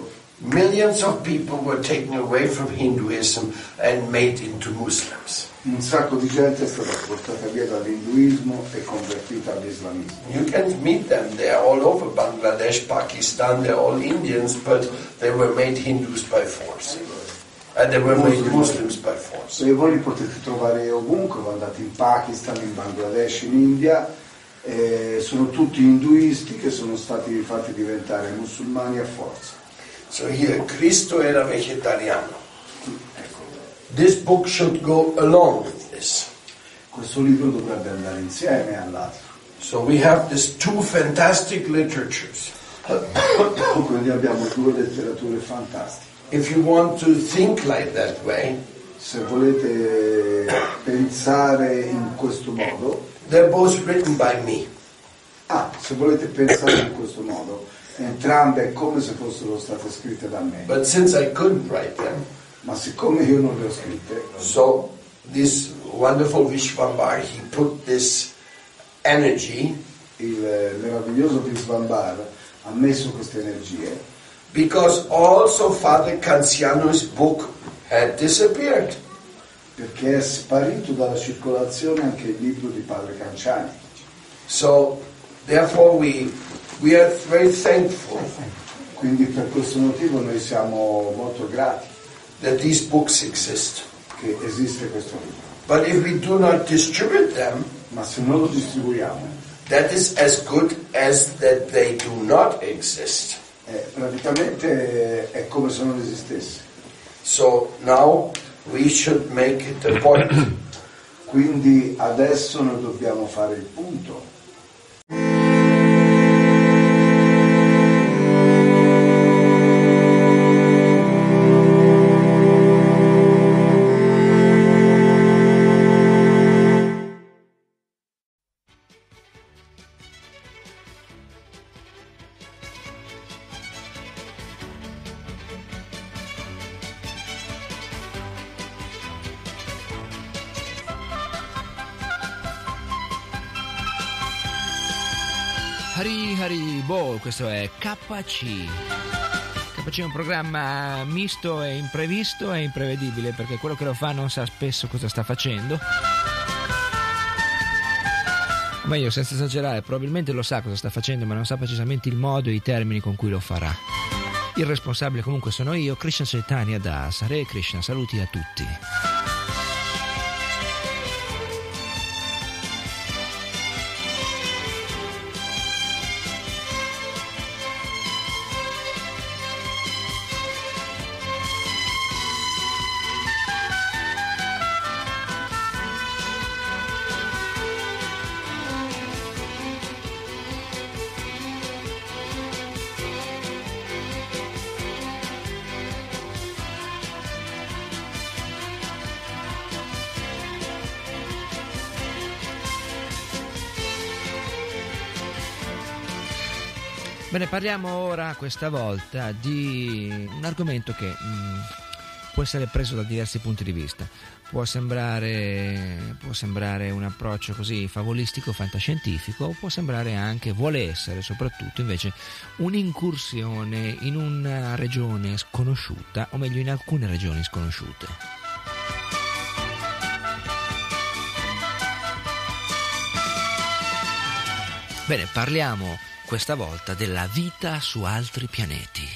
millions of people were taken away from Hinduism and made into Muslims.
Un sacco di gente è stata portata via dall'induismo e convertita all'islamismo.
You can meet them, they are all over Bangladesh, Pakistan, they're all Indians, but they were made Hindus by force. And they were made Muslims by force.
E voi li potete trovare ovunque, andate in Pakistan, in Bangladesh, in India, eh, sono tutti induisti che sono stati fatti diventare musulmani a forza.
So here, Cristo era vegetariano. This book should go along with this.
Questo libro dovrebbe andare insieme all'altro.
So we have these two fantastic literatures.
Quindi abbiamo due letterature fantastiche.
If you want to think like that way,
se volete pensare in questo modo,
they're both written by me.
Ah, se volete pensare in questo modo, entrambe è come se fossero state scritte da me.
But since I couldn't write them,
ma siccome io non le ho scritte,
so this wonderful Vishvambar, he put this energy,
il meraviglioso Vishvambar ha messo queste energie,
because also Father Canziano's book had disappeared.
Perché è sparito dalla circolazione anche il libro di Padre Canciani.
So therefore we we are very thankful.
Quindi per questo motivo noi siamo molto grati
that these books exist.
Che esiste questo libro.
But if we do not distribute them,
ma se non lo distribuiamo,
that is as good as that they do not exist.
Eh, praticamente è come se non esistesse.
So now we should make it a point.
Quindi adesso noi dobbiamo fare il punto.
Hari Hari Bo, questo è K C. K C è un programma misto e imprevisto e imprevedibile, perché quello che lo fa non sa spesso cosa sta facendo. O meglio, senza esagerare, probabilmente lo sa cosa sta facendo, ma non sa precisamente il modo e i termini con cui lo farà. Il responsabile comunque sono io, Krishna Chaitanya Das. Hare Krishna, saluti a tutti. Bene, parliamo ora questa volta di un argomento che mh, può essere preso da diversi punti di vista. Può sembrare, può sembrare un approccio così favolistico, fantascientifico, o può sembrare anche, vuole essere soprattutto invece un'incursione in una regione sconosciuta, o meglio in alcune regioni sconosciute. Bene, parliamo questa volta della vita su altri pianeti.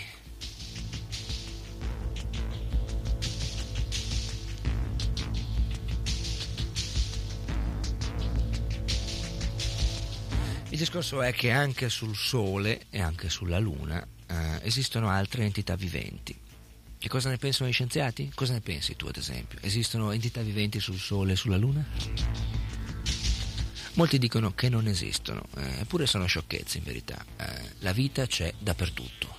Il discorso è che anche sul Sole e anche sulla Luna eh, esistono altre entità viventi. Che cosa ne pensano gli scienziati? Cosa ne pensi tu, ad esempio? Esistono entità viventi sul Sole e sulla Luna? Molti dicono che non esistono, eh, eppure sono sciocchezze in verità. Eh, la vita c'è dappertutto.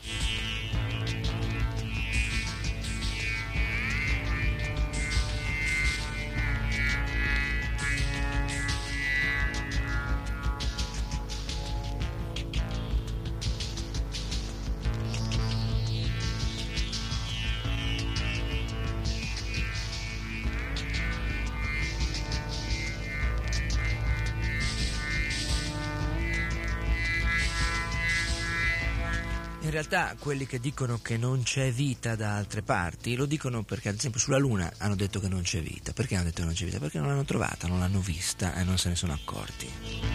In realtà quelli che dicono che non c'è vita da altre parti lo dicono perché ad esempio sulla Luna hanno detto che non c'è vita. Perché hanno detto che non c'è vita? Perché non l'hanno trovata, non l'hanno vista e non se ne sono accorti.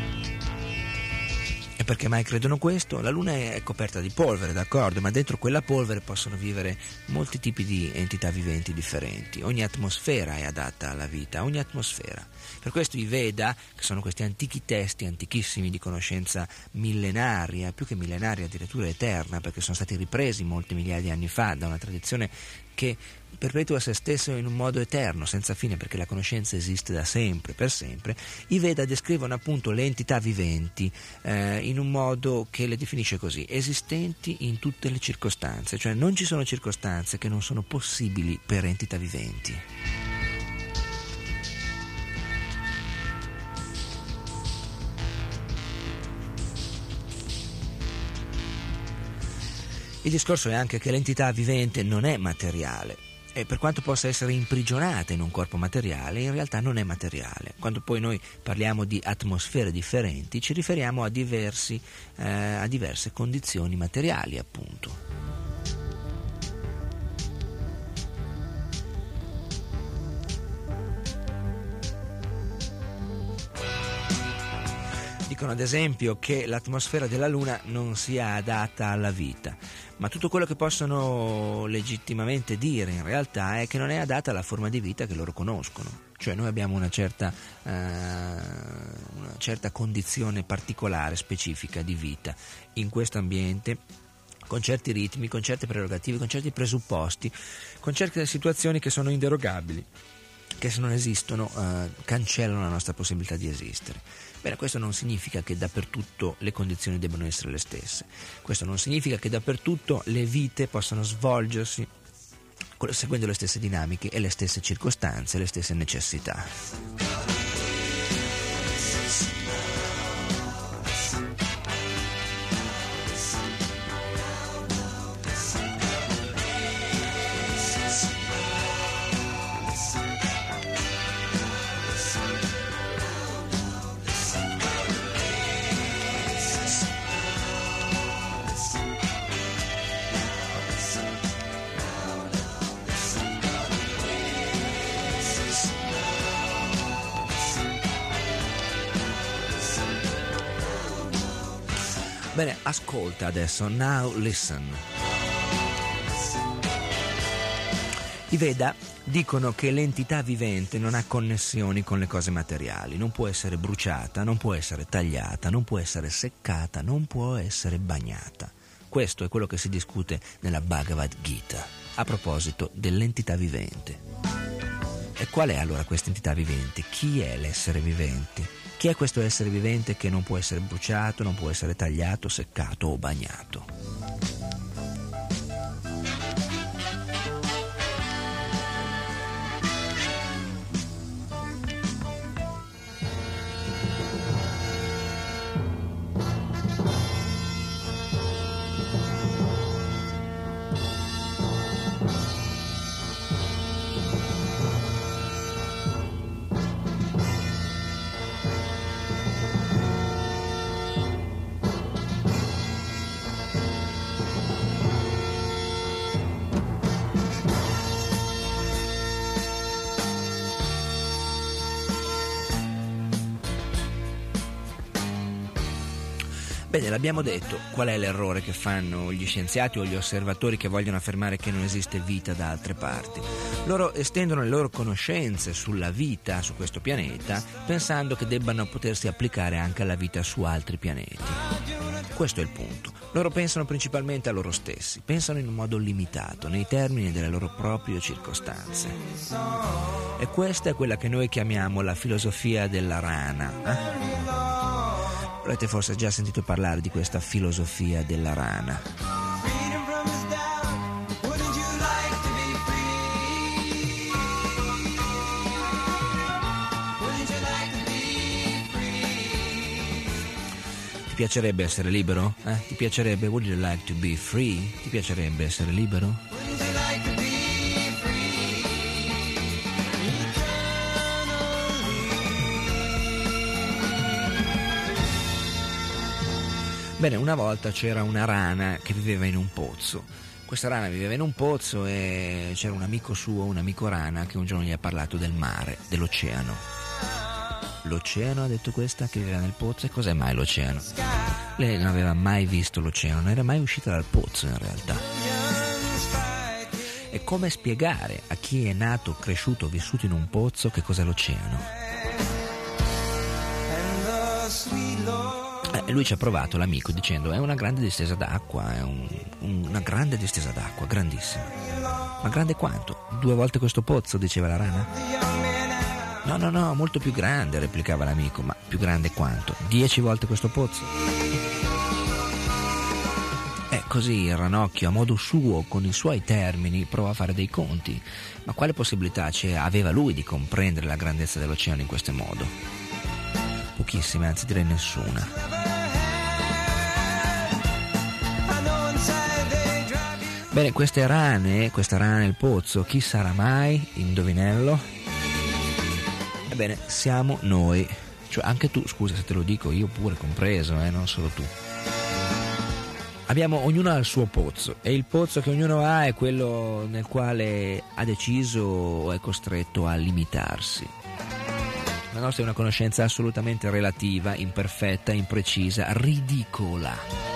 E perché mai credono questo? La Luna è coperta di polvere, d'accordo, ma dentro quella polvere possono vivere molti tipi di entità viventi differenti. Ogni atmosfera è adatta alla vita, ogni atmosfera. Per questo i Veda, che sono questi antichi testi, antichissimi di conoscenza millenaria, più che millenaria addirittura eterna, perché sono stati ripresi molti migliaia di anni fa da una tradizione che perpetua se stesso in un modo eterno, senza fine, perché la conoscenza esiste da sempre, per sempre. I Veda descrivono appunto le entità viventi eh, in un modo che le definisce così: esistenti in tutte le circostanze, cioè non ci sono circostanze che non sono possibili per entità viventi. Il discorso è anche che l'entità vivente non è materiale e per quanto possa essere imprigionata in un corpo materiale, in realtà non è materiale. Quando poi noi parliamo di atmosfere differenti, ci riferiamo a, diversi, eh, a diverse condizioni materiali, appunto. Dicono ad esempio che l'atmosfera della Luna non sia adatta alla vita, ma tutto quello che possono legittimamente dire in realtà è che non è adatta alla forma di vita che loro conoscono. Cioè noi abbiamo una certa, uh, una certa condizione particolare, specifica di vita in questo ambiente, con certi ritmi, con certe prerogative, con certi presupposti, con certe situazioni che sono inderogabili, che se non esistono uh, cancellano la nostra possibilità di esistere. Bene, questo non significa che dappertutto le condizioni debbano essere le stesse, questo non significa che dappertutto le vite possano svolgersi seguendo le stesse dinamiche e le stesse circostanze, le stesse necessità. Bene, ascolta adesso, now listen. I Veda dicono che l'entità vivente non ha connessioni con le cose materiali, non può essere bruciata, non può essere tagliata, non può essere seccata, non può essere bagnata. Questo è quello che si discute nella Bhagavad Gita a proposito dell'entità vivente. E qual è allora questa entità vivente? Chi è l'essere vivente? Chi è questo essere vivente che non può essere bruciato, non può essere tagliato, seccato o bagnato? Bene, l'abbiamo detto, qual è l'errore che fanno gli scienziati o gli osservatori che vogliono affermare che non esiste vita da altre parti? Loro estendono le loro conoscenze sulla vita su questo pianeta pensando che debbano potersi applicare anche alla vita su altri pianeti. Questo è il punto. Loro pensano principalmente a loro stessi, pensano in un modo limitato, nei termini delle loro proprie circostanze. E questa è quella che noi chiamiamo la filosofia della rana. Eh? Avrete forse già sentito parlare di questa filosofia della rana. Ti piacerebbe essere libero? Eh? Ti piacerebbe? Would you like to be free? Ti piacerebbe essere libero? Bene, una volta c'era una rana che viveva in un pozzo. Questa rana viveva in un pozzo e c'era un amico suo, un amico rana, che un giorno gli ha parlato del mare, dell'oceano. L'oceano, ha detto questa, che viveva nel pozzo. E cos'è mai l'oceano? Lei non aveva mai visto l'oceano, non era mai uscita dal pozzo in realtà. E come spiegare a chi è nato, cresciuto, vissuto in un pozzo che cos'è l'oceano? E lui ci ha provato, l'amico, dicendo: è una grande distesa d'acqua, è un, un, una grande distesa d'acqua, grandissima. Ma grande quanto? Due volte questo pozzo, diceva la rana. No, no, no, molto più grande, replicava l'amico. Ma più grande quanto? Dieci volte questo pozzo. E così il ranocchio, a modo suo, con i suoi termini, prova a fare dei conti. Ma quale possibilità c'è, aveva lui di comprendere la grandezza dell'oceano in questo modo? Pochissime, anzi direi nessuna. Bene, queste rane, questa rana nel pozzo, chi sarà mai? Indovinello? Ebbene, siamo noi. Cioè, anche tu, scusa se te lo dico, io pure compreso, eh, non solo tu. Abbiamo, ognuno ha il suo pozzo, e il pozzo che ognuno ha è quello nel quale ha deciso o è costretto a limitarsi. La nostra è una conoscenza assolutamente relativa, imperfetta, imprecisa, ridicola.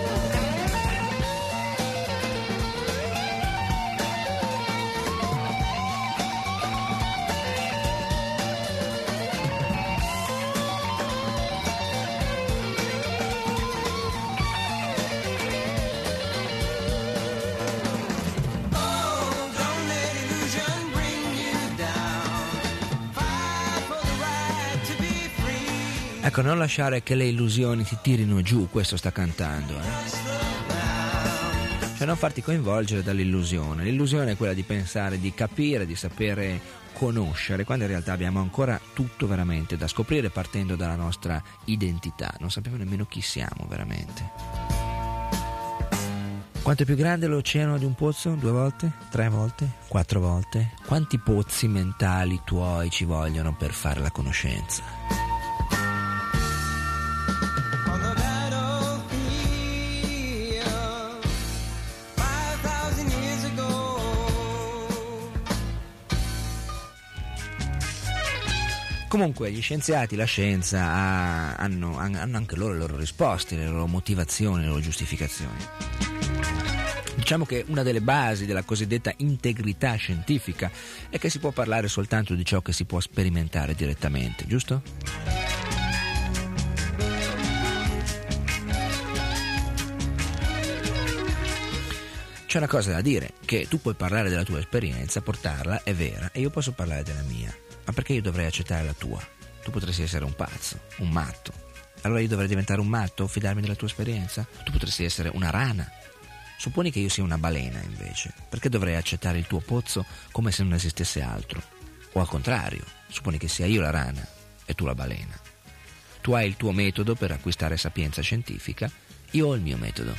Ecco, non lasciare che le illusioni ti tirino giù, questo sta cantando, eh? Cioè non farti coinvolgere dall'illusione. L'illusione è quella di pensare, di capire, di sapere conoscere, quando in realtà abbiamo ancora tutto veramente da scoprire, partendo dalla nostra identità. Non sappiamo nemmeno chi siamo veramente. Quanto è più grande l'oceano di un pozzo? Due volte? Tre volte? Quattro volte? Quanti pozzi mentali tuoi ci vogliono per fare la conoscenza? Comunque gli scienziati, la scienza ha, hanno, hanno anche loro le loro risposte, le loro motivazioni, le loro giustificazioni. Diciamo che una delle basi della cosiddetta integrità scientifica è che si può parlare soltanto di ciò che si può sperimentare direttamente, giusto? C'è una cosa da dire, che tu puoi parlare della tua esperienza, portarla, è vera, e io posso parlare della mia. Ma perché io dovrei accettare la tua? Tu potresti essere un pazzo, un matto. Allora io dovrei diventare un matto, fidarmi della tua esperienza? Tu potresti essere una rana. Supponi che io sia una balena, invece. Perché dovrei accettare il tuo pozzo come se non esistesse altro? O al contrario, supponi che sia io la rana e tu la balena. Tu hai il tuo metodo per acquistare sapienza scientifica, io ho il mio metodo.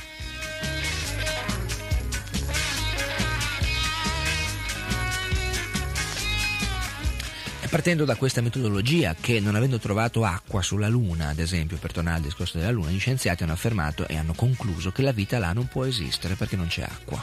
Partendo da questa metodologia, che non avendo trovato acqua sulla Luna, ad esempio, per tornare al discorso della Luna, gli scienziati hanno affermato e hanno concluso che la vita là non può esistere perché non c'è acqua.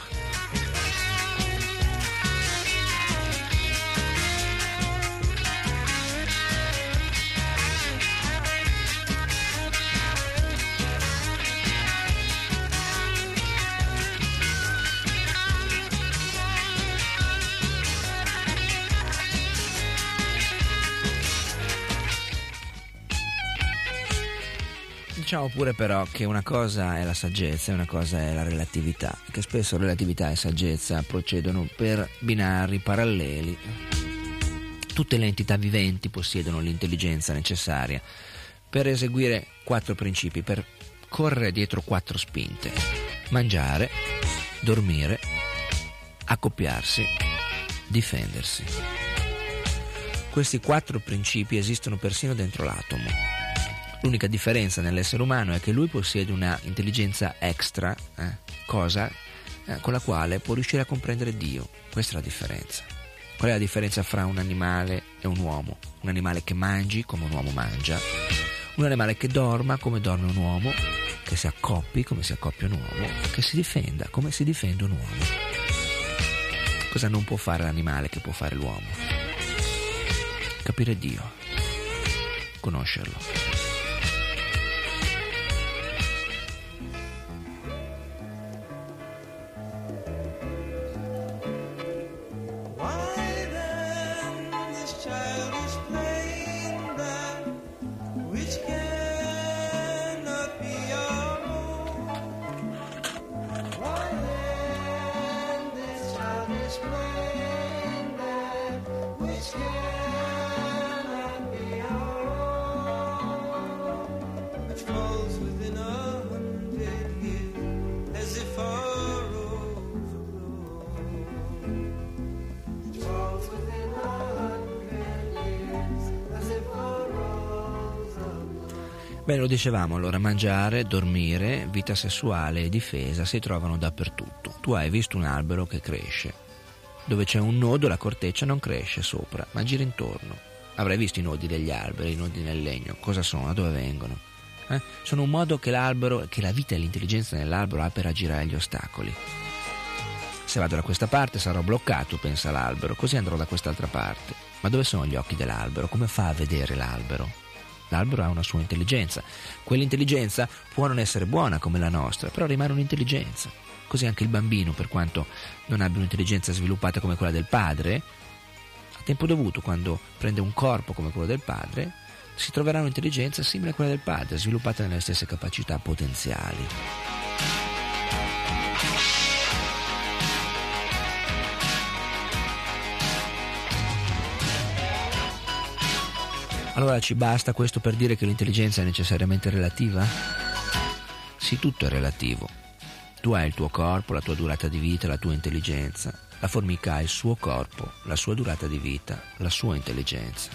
Diciamo pure però che una cosa è la saggezza e una cosa è la relatività, che spesso relatività e saggezza procedono per binari paralleli. Tutte le entità viventi possiedono l'intelligenza necessaria per eseguire quattro principi, per correre dietro quattro spinte: mangiare, dormire, accoppiarsi, difendersi. Questi quattro principi esistono persino dentro l'atomo. L'unica differenza nell'essere umano è che lui possiede una intelligenza extra, eh, cosa eh, con la quale può riuscire a comprendere Dio. Questa è la differenza. Qual è la differenza fra un animale e un uomo? Un animale che mangi come un uomo mangia, un animale che dorma come dorme un uomo, che si accoppi come si accoppia un uomo, che si difenda come si difende un uomo. Cosa non può fare l'animale che può fare l'uomo? Capire Dio, conoscerlo. Beh, lo dicevamo, allora mangiare, dormire, vita sessuale e difesa si trovano dappertutto. Tu hai visto un albero che cresce. Dove c'è un nodo la corteccia non cresce sopra, ma gira intorno. Avrai visto i nodi degli alberi, i nodi nel legno. Cosa sono? Da dove vengono? Eh? Sono un modo che l'albero, che la vita e l'intelligenza dell'albero ha per aggirare gli ostacoli. Se vado da questa parte sarò bloccato, pensa l'albero, così andrò da quest'altra parte. Ma dove sono gli occhi dell'albero? Come fa a vedere l'albero? L'albero ha una sua intelligenza. Quell'intelligenza può non essere buona come la nostra, però rimane un'intelligenza. Così anche il bambino, per quanto non abbia un'intelligenza sviluppata come quella del padre, a tempo dovuto, quando prende un corpo come quello del padre, si troverà un'intelligenza simile a quella del padre, sviluppata nelle stesse capacità potenziali. Allora ci basta questo per dire che l'intelligenza è necessariamente relativa? Sì, tutto è relativo. Tu hai il tuo corpo, la tua durata di vita, la tua intelligenza. La formica ha il suo corpo, la sua durata di vita, la sua intelligenza.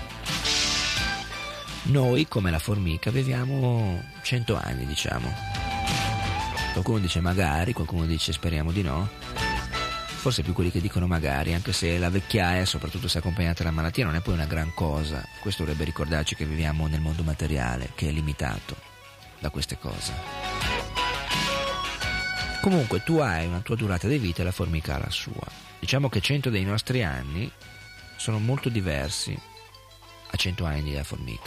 Noi, come la formica, viviamo cento anni, diciamo. Qualcuno dice magari, qualcuno dice speriamo di no. Forse più quelli che dicono magari, anche se la vecchiaia, soprattutto se accompagnata dalla malattia, non è poi una gran cosa. Questo dovrebbe ricordarci che viviamo nel mondo materiale, che è limitato da queste cose. Comunque tu hai una tua durata di vita e la formica ha la sua. Diciamo che cento dei nostri anni sono molto diversi a cento anni della formica.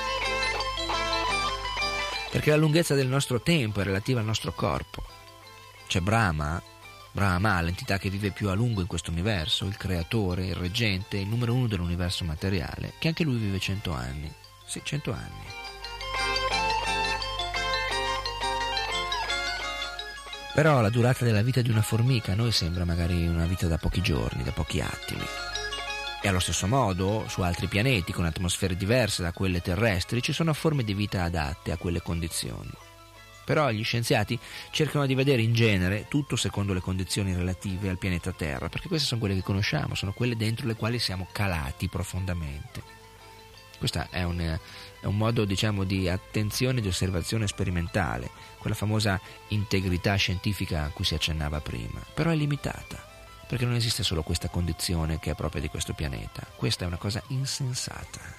Perché la lunghezza del nostro tempo è relativa al nostro corpo. C'è Brahma, Brahma, l'entità che vive più a lungo in questo universo, il creatore, il reggente, il numero uno dell'universo materiale, che anche lui vive cento anni. Sì, cento anni. Però la durata della vita di una formica a noi sembra magari una vita da pochi giorni, da pochi attimi. E allo stesso modo, su altri pianeti con atmosfere diverse da quelle terrestri, ci sono forme di vita adatte a quelle condizioni. Però gli scienziati cercano di vedere in genere tutto secondo le condizioni relative al pianeta Terra, perché queste sono quelle che conosciamo, sono quelle dentro le quali siamo calati profondamente. Questo è un, è un modo, diciamo, di attenzione e di osservazione sperimentale, quella famosa integrità scientifica a cui si accennava prima, però è limitata, perché non esiste solo questa condizione che è propria di questo pianeta. Questa è una cosa insensata.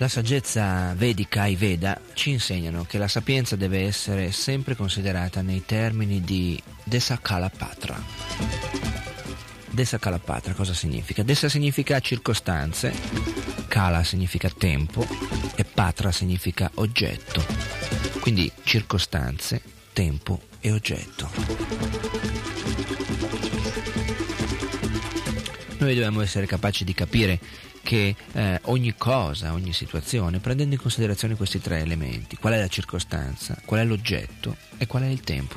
La saggezza vedica, i Veda, ci insegnano che la sapienza deve essere sempre considerata nei termini di Desa Kala Patra. Desa Kala Patra cosa significa? Desa significa circostanze, Kala significa tempo e Patra significa oggetto. Quindi circostanze, tempo e oggetto. Noi dobbiamo essere capaci di capire che eh, ogni cosa, ogni situazione, prendendo in considerazione questi tre elementi, qual è la circostanza, qual è l'oggetto e qual è il tempo.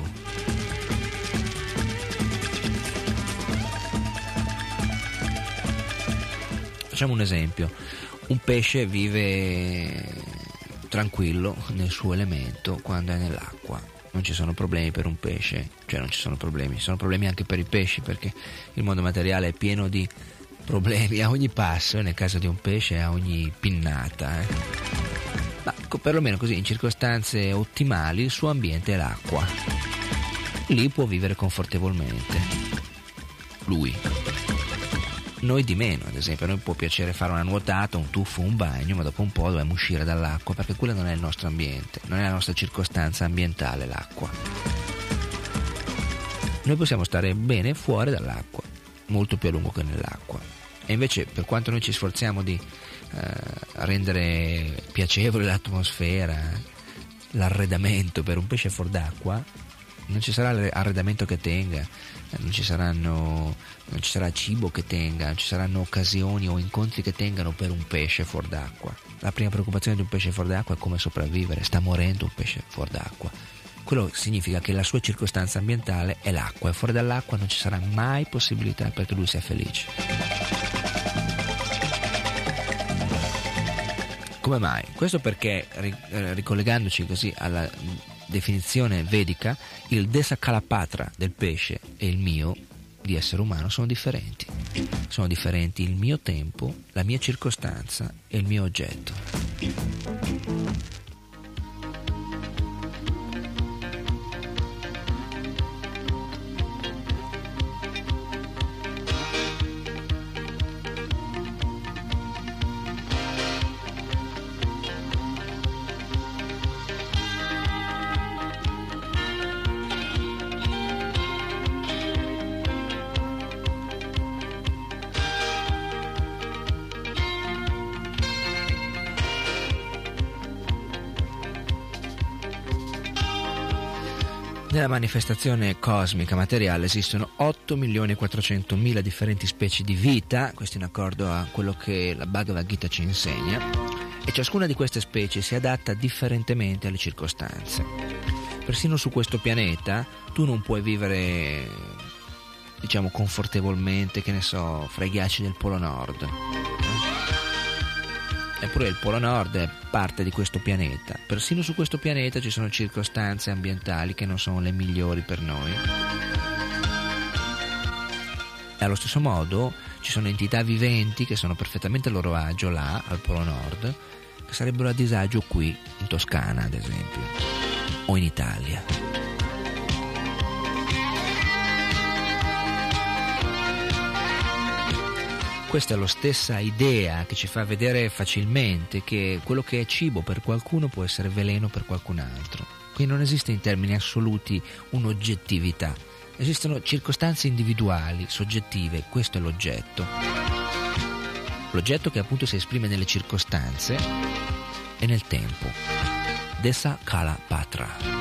Facciamo un esempio: un pesce vive tranquillo nel suo elemento quando è nell'acqua. Non ci sono problemi per un pesce, cioè non ci sono problemi, ci sono problemi anche per i pesci, perché il mondo materiale è pieno di problemi a ogni passo, e nel caso di un pesce a ogni pinnata. Eh. Ma perlomeno così, in circostanze ottimali, il suo ambiente è l'acqua. Lì può vivere confortevolmente. Lui. Noi di meno, ad esempio, a noi può piacere fare una nuotata, un tuffo, un bagno, ma dopo un po' dobbiamo uscire dall'acqua, perché quello non è il nostro ambiente, non è la nostra circostanza ambientale, l'acqua. Noi possiamo stare bene fuori dall'acqua, molto più a lungo che nell'acqua. E invece, per quanto noi ci sforziamo di eh, rendere piacevole l'atmosfera, l'arredamento per un pesce fuor d'acqua, non ci sarà l'arredamento che tenga, non ci saranno, non ci sarà cibo che tenga, non ci saranno occasioni o incontri che tengano per un pesce fuor d'acqua. La prima preoccupazione di un pesce fuor d'acqua è come sopravvivere. Sta morendo un pesce fuor d'acqua. Quello significa che la sua circostanza ambientale è l'acqua, e fuori dall'acqua non ci sarà mai possibilità perché lui sia felice. Come mai? Questo perché, ricollegandoci così alla definizione vedica, il Desa Kala Patra del pesce e il mio di essere umano sono differenti. Sono differenti il mio tempo, la mia circostanza e il mio oggetto. Nella manifestazione cosmica materiale esistono otto milioni e quattrocentomila differenti specie di vita, questo in accordo a quello che la Bhagavad Gita ci insegna, e ciascuna di queste specie si adatta differentemente alle circostanze. Persino su questo pianeta tu non puoi vivere, diciamo, confortevolmente, che ne so, fra i ghiacci del Polo Nord. Eppure il Polo Nord è parte di questo pianeta. Persino su questo pianeta ci sono circostanze ambientali che non sono le migliori per noi. E allo stesso modo ci sono entità viventi che sono perfettamente a loro agio là, al Polo Nord, che sarebbero a disagio qui, in Toscana ad esempio, o in Italia. Questa è la stessa idea che ci fa vedere facilmente che quello che è cibo per qualcuno può essere veleno per qualcun altro. Qui non esiste in termini assoluti un'oggettività, esistono circostanze individuali, soggettive, questo è l'oggetto. L'oggetto che appunto si esprime nelle circostanze e nel tempo. Desa Kala Patra.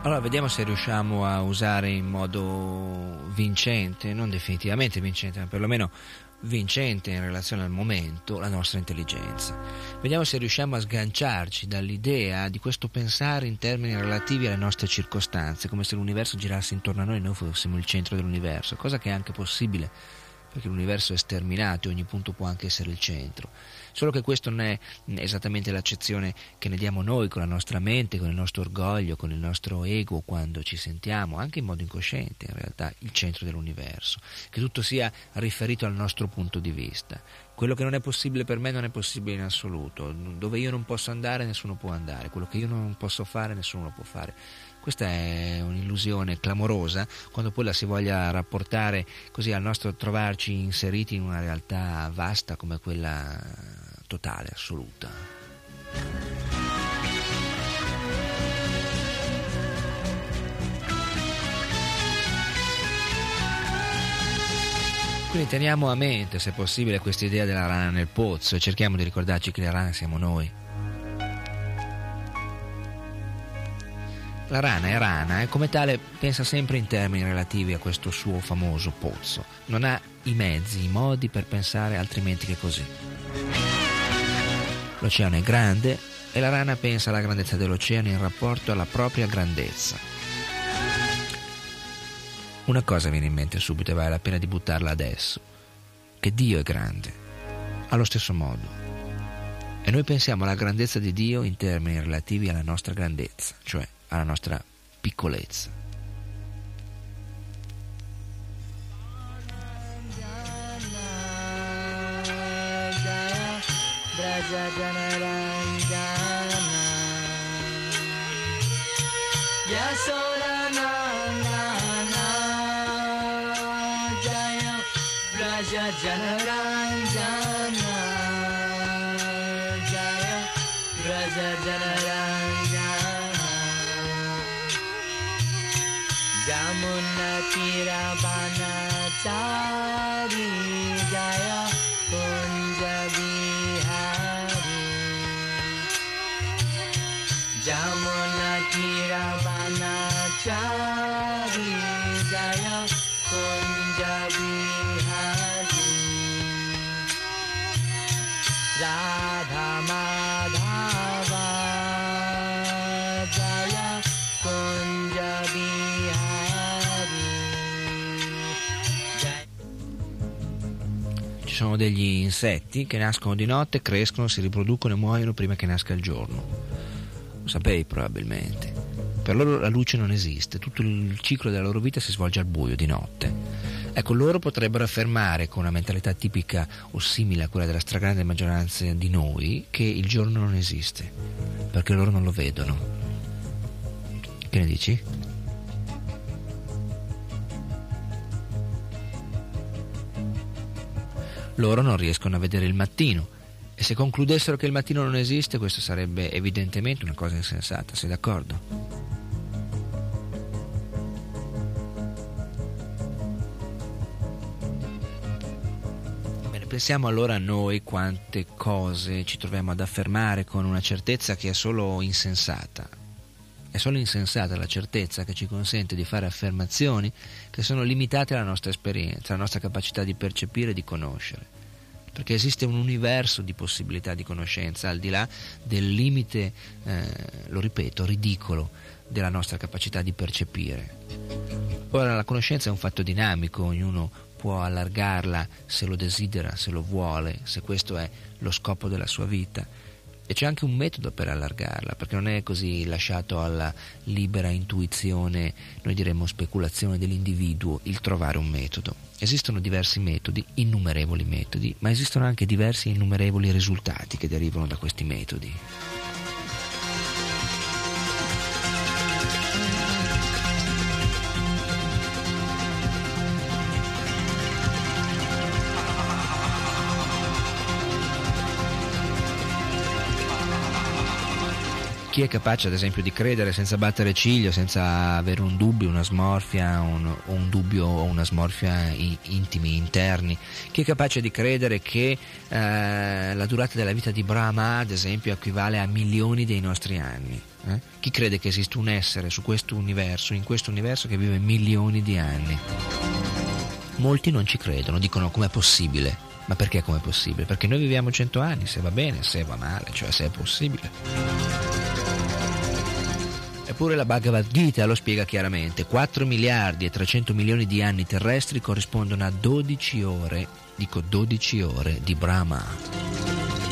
Allora vediamo se riusciamo a usare in modo vincente, non definitivamente vincente, ma perlomeno vincente in relazione al momento, la nostra intelligenza. Vediamo se riusciamo a sganciarci dall'idea di questo pensare in termini relativi alle nostre circostanze, come se l'universo girasse intorno a noi e noi fossimo il centro dell'universo, cosa che è anche possibile, perché l'universo è sterminato e ogni punto può anche essere il centro. Solo che questo non è esattamente l'accezione che ne diamo noi con la nostra mente, con il nostro orgoglio, con il nostro ego, quando ci sentiamo, anche in modo incosciente in realtà, il centro dell'universo, che tutto sia riferito al nostro punto di vista. Quello che non è possibile per me non è possibile in assoluto, dove io non posso andare nessuno può andare, quello che io non posso fare nessuno lo può fare. Questa è un'illusione clamorosa quando poi la si voglia rapportare così al nostro trovarci inseriti in una realtà vasta come quella totale, assoluta. Quindi teniamo a mente, se possibile, questa idea della rana nel pozzo e cerchiamo di ricordarci che le rane siamo noi. La rana è rana e come tale pensa sempre in termini relativi a questo suo famoso pozzo. Non ha i mezzi, i modi per pensare altrimenti che così. L'oceano è grande e la rana pensa alla grandezza dell'oceano in rapporto alla propria grandezza. Una cosa viene in mente subito e vale la pena di buttarla adesso, che Dio è grande, allo stesso modo. E noi pensiamo alla grandezza di Dio in termini relativi alla nostra grandezza, cioè alla nostra piccolezza. Ci sono degli insetti che nascono di notte, crescono, si riproducono e muoiono prima che nasca il giorno. Lo sapevi probabilmente. Per loro la luce non esiste, tutto il ciclo della loro vita si svolge al buio di notte. Ecco, loro potrebbero affermare con una mentalità tipica o simile a quella della stragrande maggioranza di noi che il giorno non esiste, perché loro non lo vedono. Che ne dici? Loro non riescono a vedere il mattino e se concludessero che il mattino non esiste, questo sarebbe evidentemente una cosa insensata, sei d'accordo? Pensiamo allora a noi quante cose ci troviamo ad affermare con una certezza che è solo insensata. È solo insensata la certezza che ci consente di fare affermazioni che sono limitate alla nostra esperienza, alla nostra capacità di percepire e di conoscere. Perché esiste un universo di possibilità di conoscenza al di là del limite, eh, lo ripeto, ridicolo della nostra capacità di percepire. Ora la conoscenza è un fatto dinamico, ognuno può allargarla se lo desidera, se lo vuole, se questo è lo scopo della sua vita. E c'è anche un metodo per allargarla, perché non è così lasciato alla libera intuizione, noi diremmo speculazione dell'individuo, il trovare un metodo. Esistono diversi metodi, innumerevoli metodi, ma esistono anche diversi e innumerevoli risultati che derivano da questi metodi. Chi è capace ad esempio di credere senza battere ciglio, senza avere un dubbio, una smorfia, un, un dubbio o una smorfia intimi, interni? Chi è capace di credere che eh, la durata della vita di Brahma ad esempio equivale a milioni dei nostri anni? Eh? Chi crede che esiste un essere su questo universo, in questo universo che vive milioni di anni? Molti non ci credono, dicono com'è possibile. Ma perché com'è possibile? Perché noi viviamo cento anni, se va bene, se va male, cioè se è possibile. Eppure la Bhagavad Gita lo spiega chiaramente: quattro miliardi e trecento milioni di anni terrestri corrispondono a dodici ore, dico dodici ore di Brahma.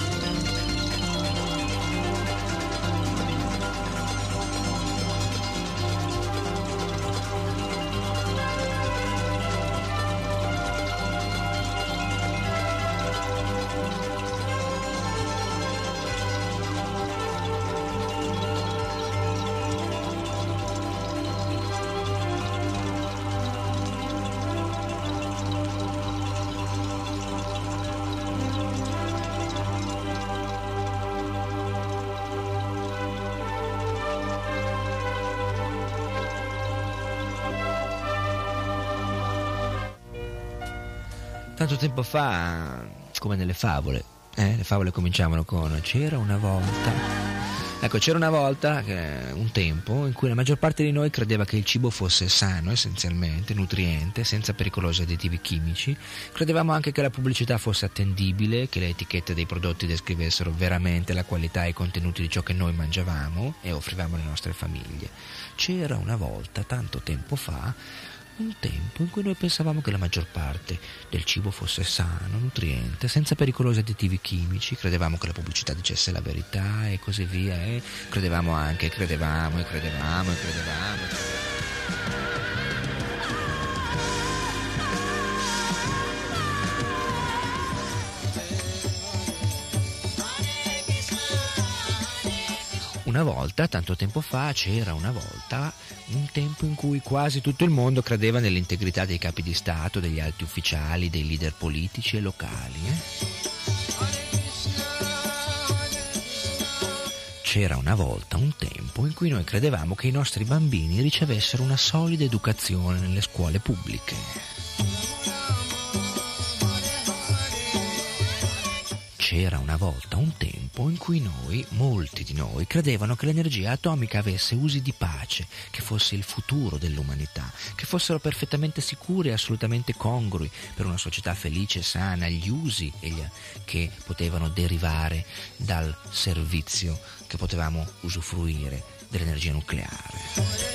Tanto tempo fa, come nelle favole, eh? Le favole cominciavano con c'era una volta. Ecco, c'era una volta, un tempo, in cui la maggior parte di noi credeva che il cibo fosse sano, essenzialmente, nutriente, senza pericolosi additivi chimici. Credevamo anche che la pubblicità fosse attendibile, che le etichette dei prodotti descrivessero veramente la qualità e i contenuti di ciò che noi mangiavamo e offrivamo alle nostre famiglie. C'era una volta, tanto tempo fa, un tempo in cui noi pensavamo che la maggior parte del cibo fosse sano, nutriente, senza pericolosi additivi chimici, credevamo che la pubblicità dicesse la verità e così via, e credevamo anche, credevamo e credevamo e credevamo. E credevamo. Una volta, tanto tempo fa, c'era una volta un tempo in cui quasi tutto il mondo credeva nell'integrità dei capi di Stato, degli alti ufficiali, dei leader politici e locali. Eh? C'era una volta un tempo in cui noi credevamo che i nostri bambini ricevessero una solida educazione nelle scuole pubbliche. C'era una volta un tempo in cui noi, molti di noi, credevano che l'energia atomica avesse usi di pace, che fosse il futuro dell'umanità, che fossero perfettamente sicuri e assolutamente congrui per una società felice e sana gli usi che potevano derivare dal servizio che potevamo usufruire dell'energia nucleare.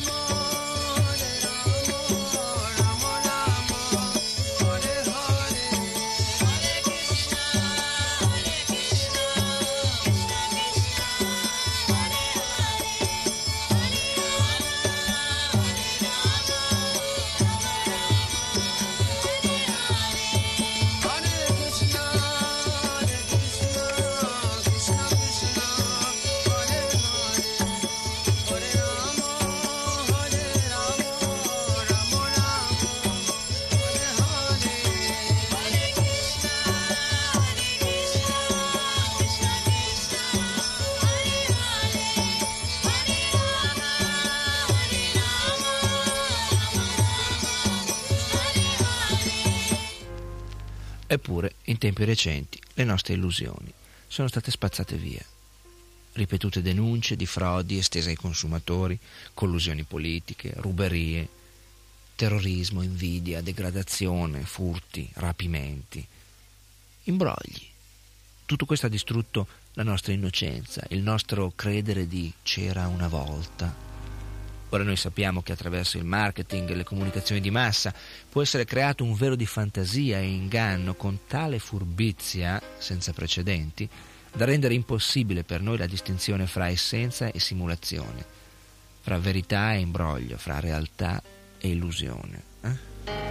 Eppure, in tempi recenti, le nostre illusioni sono state spazzate via. Ripetute denunce di frodi estese ai consumatori, collusioni politiche, ruberie, terrorismo, invidia, degradazione, furti, rapimenti, imbrogli. Tutto questo ha distrutto la nostra innocenza, il nostro credere di c'era una volta. Ora noi sappiamo che attraverso il marketing e le comunicazioni di massa può essere creato un velo di fantasia e inganno con tale furbizia senza precedenti da rendere impossibile per noi la distinzione fra essenza e simulazione, fra verità e imbroglio, fra realtà e illusione. Eh?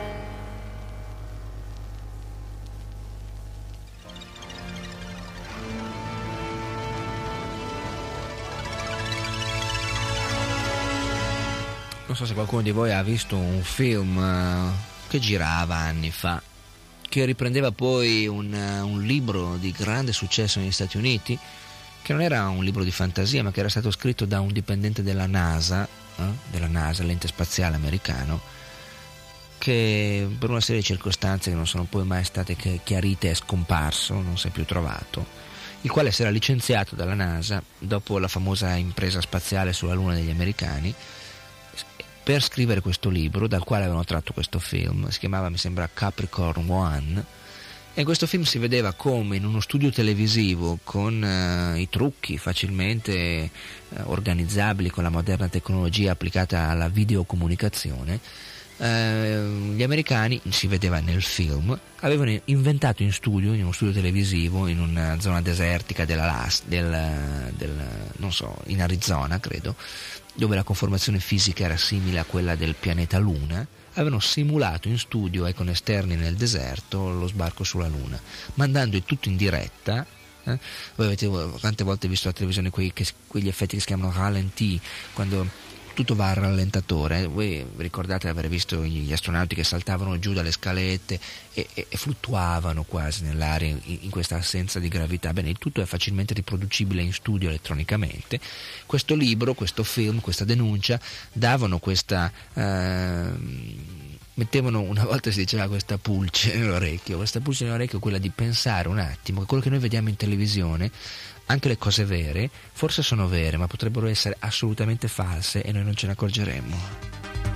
Non so se qualcuno di voi ha visto un film uh, che girava anni fa, che riprendeva poi un, uh, un libro di grande successo negli Stati Uniti, che non era un libro di fantasia, ma che era stato scritto da un dipendente della NASA, eh, della NASA, l'ente spaziale americano, che per una serie di circostanze che non sono poi mai state chiarite è scomparso, non si è più trovato, il quale si era licenziato dalla NASA dopo la famosa impresa spaziale sulla Luna degli americani per scrivere questo libro, dal quale avevano tratto questo film. Si chiamava, mi sembra, Capricorn One, e in questo film si vedeva come in uno studio televisivo con uh, i trucchi facilmente uh, organizzabili con la moderna tecnologia applicata alla videocomunicazione, Uh, gli americani, si vedeva nel film, avevano inventato in studio, in uno studio televisivo in una zona desertica della, del, del, non so, in Arizona credo, dove la conformazione fisica era simile a quella del pianeta Luna, avevano simulato in studio e con esterni nel deserto lo sbarco sulla Luna, mandando il tutto in diretta. Eh? Voi avete tante volte visto la televisione quei, che, quegli effetti che si chiamano ralenti, quando tutto va al rallentatore. Voi ricordate di aver visto gli astronauti che saltavano giù dalle scalette e, e, e fluttuavano quasi nell'aria in, in questa assenza di gravità. Bene, il tutto è facilmente riproducibile in studio elettronicamente. Questo libro, questo film, questa denuncia davano questa eh, mettevano, una volta si diceva, questa pulce nell'orecchio, questa pulce nell'orecchio, quella di pensare un attimo che quello che noi vediamo in televisione, anche le cose vere, forse sono vere, ma potrebbero essere assolutamente false e noi non ce ne accorgeremmo.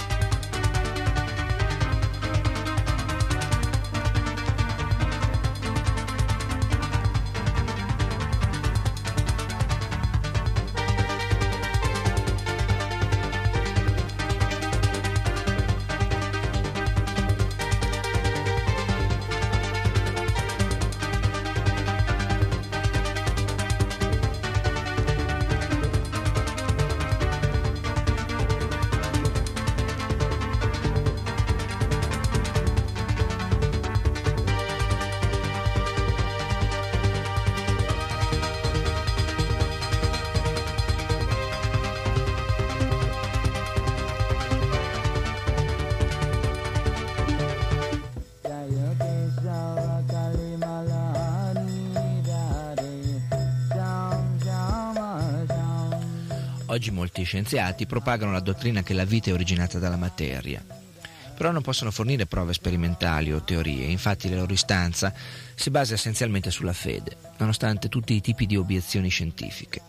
Oggi molti scienziati propagano la dottrina che la vita è originata dalla materia, però non possono fornire prove sperimentali o teorie. Infatti la loro istanza si basa essenzialmente sulla fede, nonostante tutti i tipi di obiezioni scientifiche.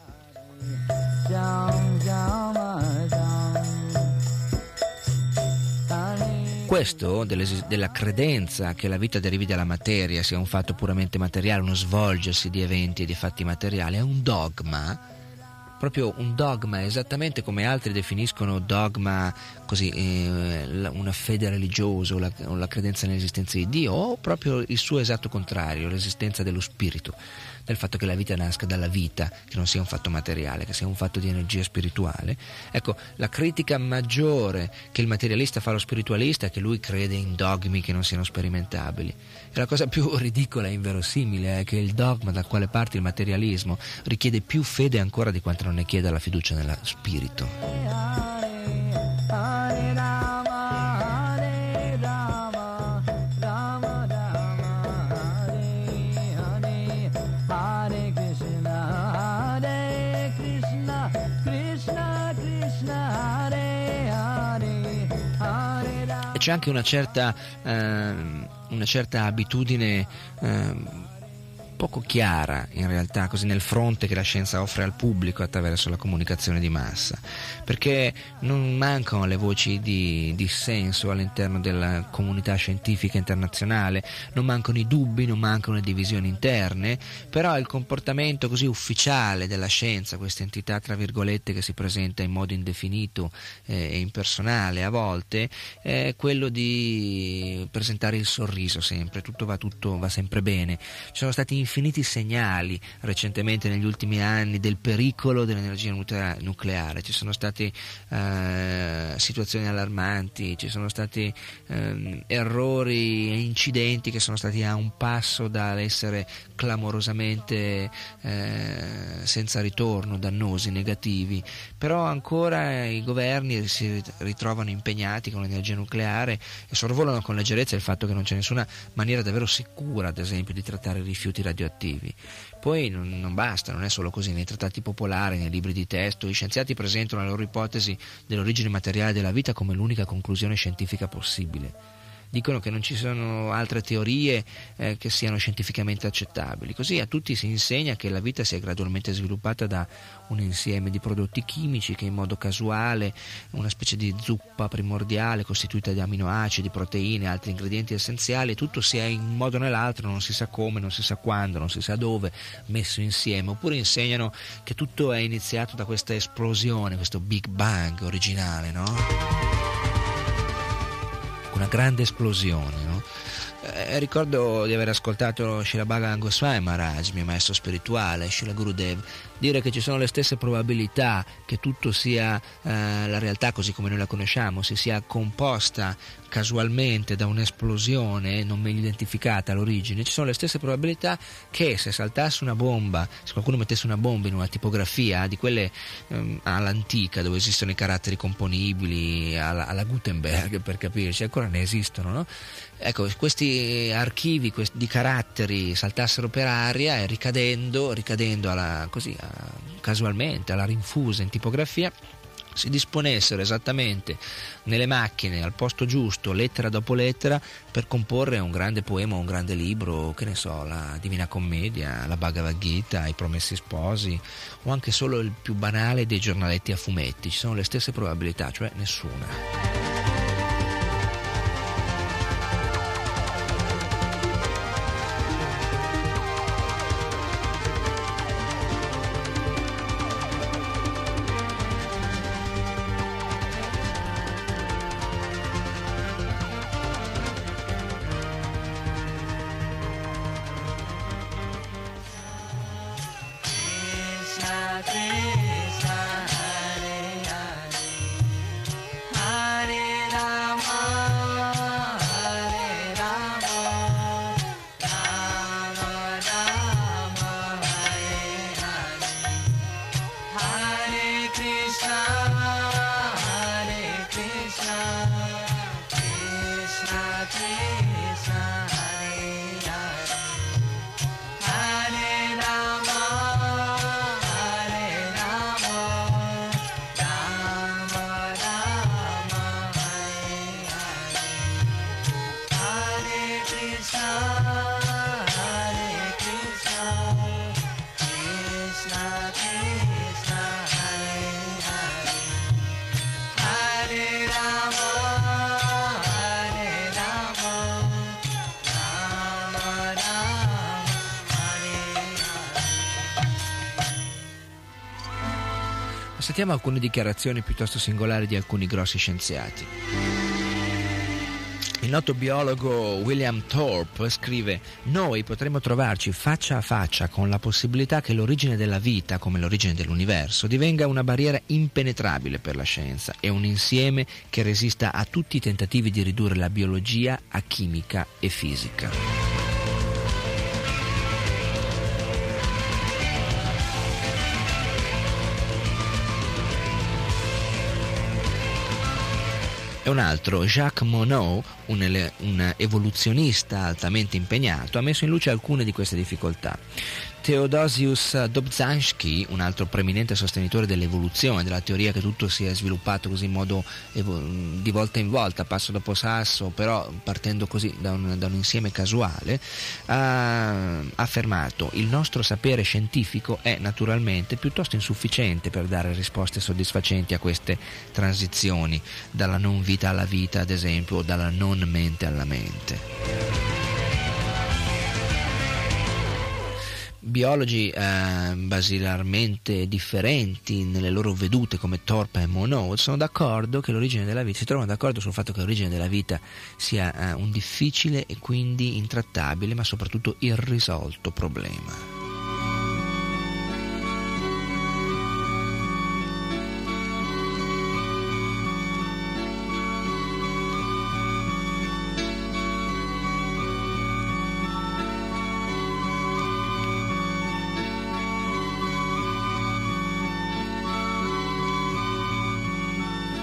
Questo della credenza che la vita derivi dalla materia, sia un fatto puramente materiale, uno svolgersi di eventi e di fatti materiali, è un dogma, proprio un dogma, esattamente come altri definiscono dogma così eh, una fede religiosa o la, o la credenza nell'esistenza di Dio, o proprio il suo esatto contrario, l'esistenza dello spirito, del fatto che la vita nasca dalla vita, che non sia un fatto materiale, che sia un fatto di energia spirituale. Ecco, la critica maggiore che il materialista fa allo spiritualista è che lui crede in dogmi che non siano sperimentabili. E la cosa più ridicola e inverosimile è che il dogma dal quale parte il materialismo richiede più fede ancora di quanto non ne chieda la fiducia nello spirito. E c'è anche una certa, eh, una certa abitudine eh, poco chiara in realtà, così nel fronte che la scienza offre al pubblico attraverso la comunicazione di massa, perché non mancano le voci di dissenso all'interno della comunità scientifica internazionale, non mancano i dubbi, non mancano le divisioni interne, però il comportamento così ufficiale della scienza, questa entità tra virgolette che si presenta in modo indefinito e impersonale a volte, è quello di presentare il sorriso sempre, tutto va, tutto va sempre bene. Ci sono stati infiniti segnali recentemente negli ultimi anni del pericolo dell'energia nucleare, ci sono state eh, situazioni allarmanti, ci sono stati eh, errori e incidenti che sono stati a un passo dall'essere clamorosamente eh, senza ritorno, dannosi, negativi, però ancora i governi si ritrovano impegnati con l'energia nucleare e sorvolano con leggerezza il fatto che non c'è nessuna maniera davvero sicura, ad esempio, di trattare i rifiuti radioattivi radioattivi. Poi non, non basta, non è solo così, nei trattati popolari, nei libri di testo, gli scienziati presentano la loro ipotesi dell'origine materiale della vita come l'unica conclusione scientifica possibile. Dicono che non ci sono altre teorie eh, che siano scientificamente accettabili. Così a tutti si insegna che la vita si è gradualmente sviluppata da un insieme di prodotti chimici che in modo casuale, una specie di zuppa primordiale costituita di aminoacidi, proteine, altri ingredienti essenziali, tutto si è in un modo o nell'altro, non si sa come, non si sa quando, non si sa dove, messo insieme. Oppure insegnano che tutto è iniziato da questa esplosione, questo Big Bang originale, no? Una grande esplosione, no? Eh, ricordo di aver ascoltato Srila Bhagavan Goswami Maharaj, mio maestro spirituale, Srila Gurudev, dire che ci sono le stesse probabilità che tutto sia eh, la realtà così come noi la conosciamo, si sia composta casualmente da un'esplosione non meglio identificata all'origine. Ci sono le stesse probabilità che se saltasse una bomba, se qualcuno mettesse una bomba in una tipografia di quelle ehm, all'antica, dove esistono i caratteri componibili, alla, alla Gutenberg per capirci, ancora ne esistono, no? Ecco, questi archivi questi, di caratteri saltassero per aria e ricadendo, ricadendo alla, così, a, casualmente, alla rinfusa in tipografia, si disponessero esattamente nelle macchine al posto giusto, lettera dopo lettera, per comporre un grande poema, un grande libro, che ne so, la Divina Commedia, la Bhagavad Gita, i Promessi Sposi, o anche solo il più banale dei giornaletti a fumetti. Ci sono le stesse probabilità, cioè nessuna. Sentiamo alcune dichiarazioni piuttosto singolari di alcuni grossi scienziati. Il noto biologo William Thorpe scrive: noi potremmo trovarci faccia a faccia con la possibilità che l'origine della vita, come l'origine dell'universo, divenga una barriera impenetrabile per la scienza e un insieme che resista a tutti i tentativi di ridurre la biologia a chimica e fisica. E un altro, Jacques Monod, un, ele- un evoluzionista altamente impegnato, ha messo in luce alcune di queste difficoltà. Theodosius Dobzhansky, un altro preeminente sostenitore dell'evoluzione, della teoria che tutto si è sviluppato così in modo evo- di volta in volta, passo dopo sasso, però partendo così da un, da un insieme casuale, ha affermato: il nostro sapere scientifico è naturalmente piuttosto insufficiente per dare risposte soddisfacenti a queste transizioni, dalla non vita alla vita, ad esempio, o dalla non mente alla mente. Biologi eh, basilarmente differenti nelle loro vedute, come Thorpe e Monod, sono d'accordo che l'origine della vita, si trovano d'accordo sul fatto che l'origine della vita sia eh, un difficile e quindi intrattabile, ma soprattutto irrisolto problema.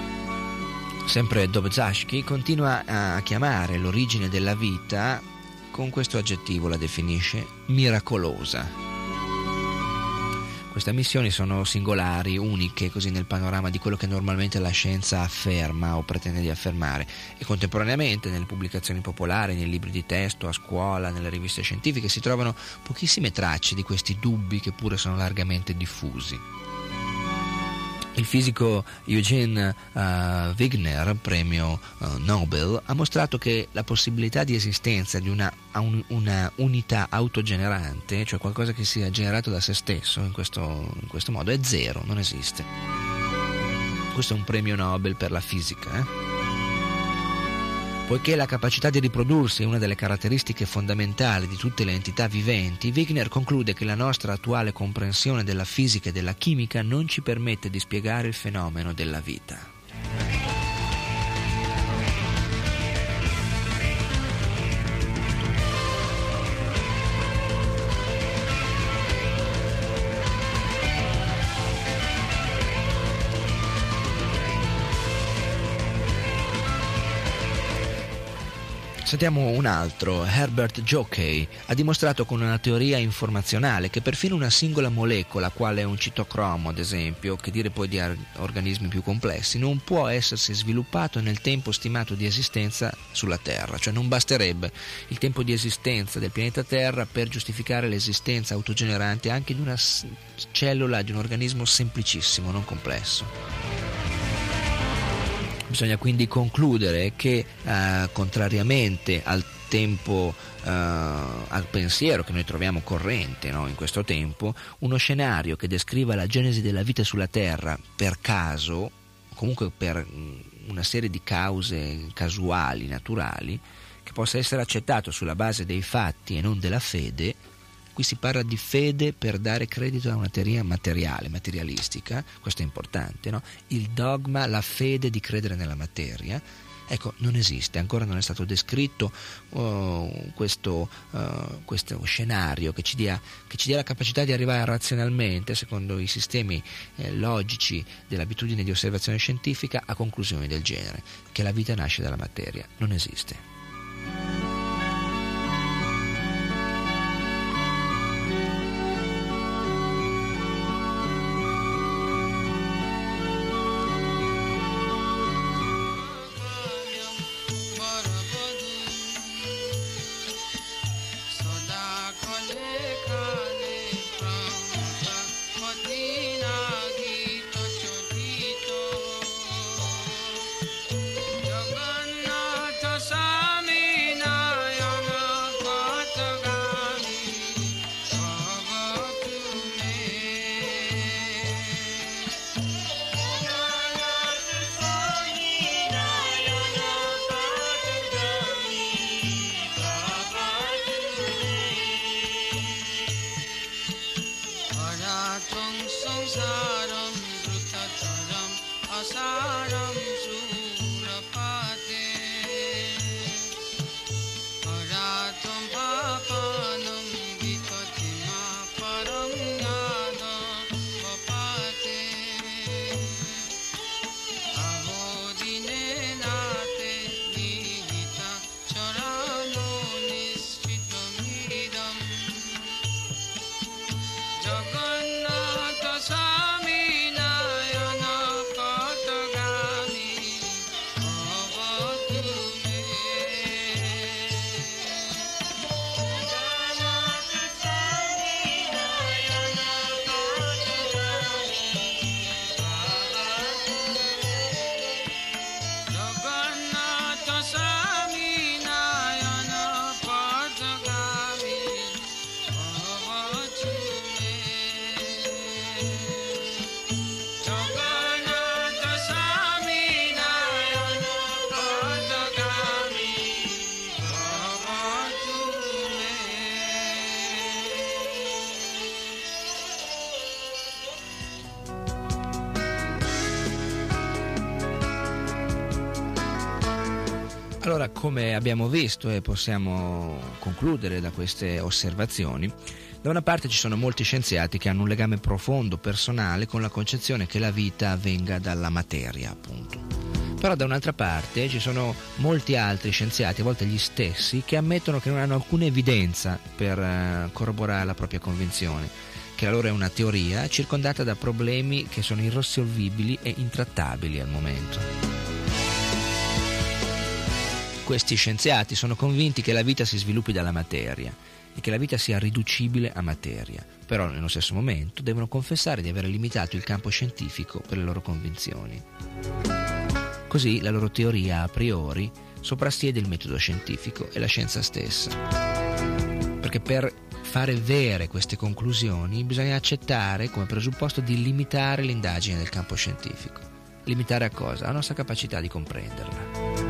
Sempre Dobzhansky continua a chiamare l'origine della vita con questo aggettivo la definisce miracolosa. Queste missioni sono singolari, uniche, così nel panorama di quello che normalmente la scienza afferma o pretende di affermare, e contemporaneamente nelle pubblicazioni popolari, nei libri di testo, a scuola, nelle riviste scientifiche si trovano pochissime tracce di questi dubbi che pure sono largamente diffusi. Il fisico Eugene uh, Wigner, premio uh, Nobel, ha mostrato che la possibilità di esistenza di una, un, una unità autogenerante, cioè qualcosa che sia generato da se stesso in questo, in questo modo, è zero, non esiste. Questo è un premio Nobel per la fisica, eh? Poiché la capacità di riprodursi è una delle caratteristiche fondamentali di tutte le entità viventi, Wigner conclude che la nostra attuale comprensione della fisica e della chimica non ci permette di spiegare il fenomeno della vita. Sentiamo un altro. Herbert Jockey ha dimostrato con una teoria informazionale che perfino una singola molecola, quale un citocromo ad esempio, che dire poi di organismi più complessi, non può essersi sviluppato nel tempo stimato di esistenza sulla Terra, cioè non basterebbe il tempo di esistenza del pianeta Terra per giustificare l'esistenza autogenerante anche di una cellula, di un organismo semplicissimo, non complesso. Bisogna quindi concludere che, eh, contrariamente al tempo, eh, al pensiero che noi troviamo corrente, no, in questo tempo, uno scenario che descriva la genesi della vita sulla Terra per caso, comunque per una serie di cause casuali, naturali, che possa essere accettato sulla base dei fatti e non della fede. Qui si parla di fede per dare credito a una teoria materiale, materialistica, questo è importante, no? Il dogma, la fede di credere nella materia, ecco, non esiste, ancora non è stato descritto oh, questo, uh, questo scenario che ci, dia, che ci dia la capacità di arrivare razionalmente, secondo i sistemi eh, logici dell'abitudine di osservazione scientifica, a conclusioni del genere, che la vita nasce dalla materia. Non esiste. Allora, come abbiamo visto e possiamo concludere da queste osservazioni, da una parte ci sono molti scienziati che hanno un legame profondo, personale, con la concezione che la vita venga dalla materia, appunto. Però da un'altra parte ci sono molti altri scienziati, a volte gli stessi, che ammettono che non hanno alcuna evidenza per uh, corroborare la propria convinzione, che la loro è una teoria circondata da problemi che sono irrisolvibili e intrattabili al momento. Questi scienziati sono convinti che la vita si sviluppi dalla materia e che la vita sia riducibile a materia, però nello stesso momento devono confessare di aver limitato il campo scientifico per le loro convinzioni. Così la loro teoria a priori soprassiede il metodo scientifico e la scienza stessa. Perché per fare vere queste conclusioni bisogna accettare come presupposto di limitare l'indagine del campo scientifico. Limitare a cosa? La nostra capacità di comprenderla.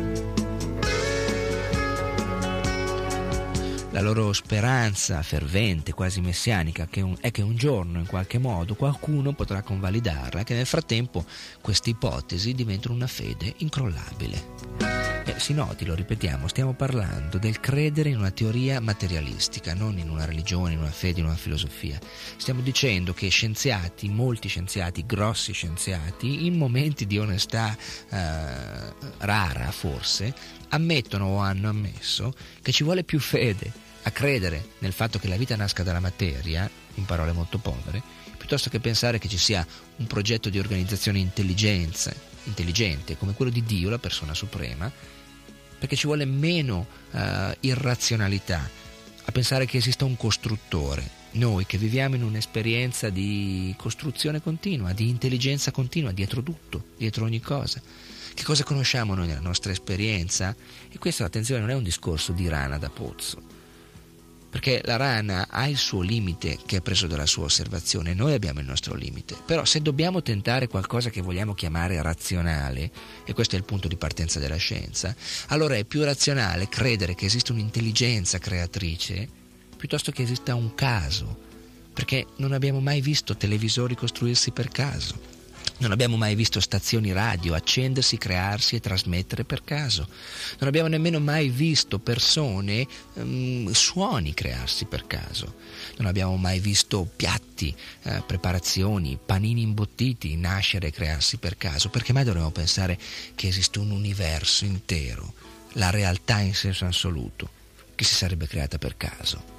La loro speranza fervente, quasi messianica, che un, è che un giorno, in qualche modo, qualcuno potrà convalidarla, che nel frattempo queste ipotesi diventano una fede incrollabile. E si noti, lo ripetiamo, stiamo parlando del credere in una teoria materialistica, non in una religione, in una fede, in una filosofia. Stiamo dicendo che scienziati, molti scienziati, grossi scienziati, in momenti di onestà eh, rara forse, ammettono o hanno ammesso che ci vuole più fede a credere nel fatto che la vita nasca dalla materia, in parole molto povere, piuttosto che pensare che ci sia un progetto di organizzazione intelligenza, intelligente come quello di Dio, la persona suprema, perché ci vuole meno uh, irrazionalità a pensare che esista un costruttore. Noi che viviamo in un'esperienza di costruzione continua, di intelligenza continua, dietro tutto, dietro ogni cosa. Che cosa conosciamo noi nella nostra esperienza? E questo, attenzione, non è un discorso di rana da pozzo, perché la rana ha il suo limite che è preso dalla sua osservazione, noi abbiamo il nostro limite. Però se dobbiamo tentare qualcosa che vogliamo chiamare razionale, e questo è il punto di partenza della scienza, allora è più razionale credere che esista un'intelligenza creatrice piuttosto che esista un caso, perché non abbiamo mai visto televisori costruirsi per caso. Non abbiamo mai visto stazioni radio accendersi, crearsi e trasmettere per caso. Non abbiamo nemmeno mai visto persone, um, suoni crearsi per caso. Non abbiamo mai visto piatti, eh, preparazioni, panini imbottiti nascere e crearsi per caso. Perché mai dovremmo pensare che esiste un universo intero, la realtà in senso assoluto, che si sarebbe creata per caso?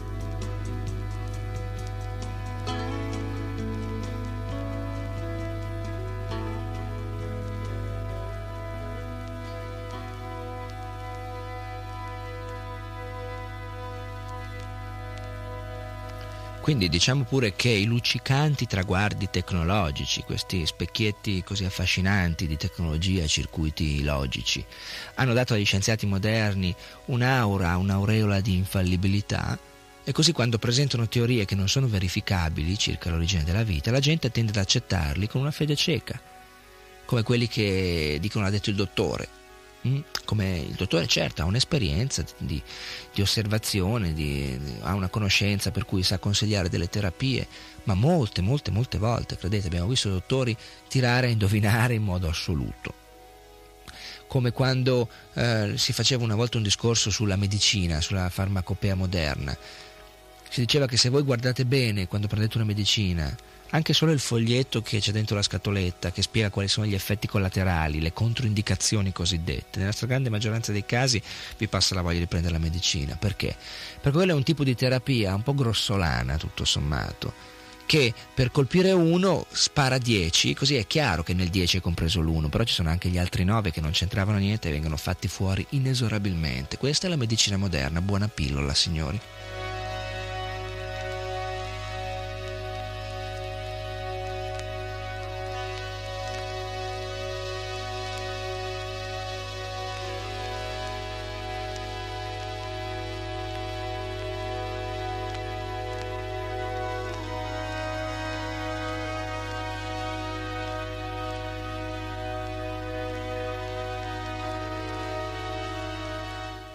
Quindi diciamo pure che i luccicanti traguardi tecnologici, questi specchietti così affascinanti di tecnologia e circuiti logici, hanno dato agli scienziati moderni un'aura, un'aureola di infallibilità, e così quando presentano teorie che non sono verificabili circa l'origine della vita, la gente tende ad accettarli con una fede cieca, come quelli che dicono l'ha detto il dottore. Come il dottore, certo, ha un'esperienza di, di osservazione, di, ha una conoscenza per cui sa consigliare delle terapie, ma molte, molte, molte volte, credete, abbiamo visto dottori tirare a indovinare in modo assoluto. Come quando eh, si faceva una volta un discorso sulla medicina, sulla farmacopea moderna. Si diceva che se voi guardate bene quando prendete una medicina, anche solo il foglietto che c'è dentro la scatoletta, che spiega quali sono gli effetti collaterali, le controindicazioni cosiddette, nella stragrande maggioranza dei casi vi passa la voglia di prendere la medicina. Perché? Perché quello è un tipo di terapia un po' grossolana, tutto sommato, che per colpire uno spara dieci, così è chiaro che nel dieci è compreso l'uno, però ci sono anche gli altri nove che non c'entravano niente e vengono fatti fuori inesorabilmente. Questa è la medicina moderna, buona pillola, signori.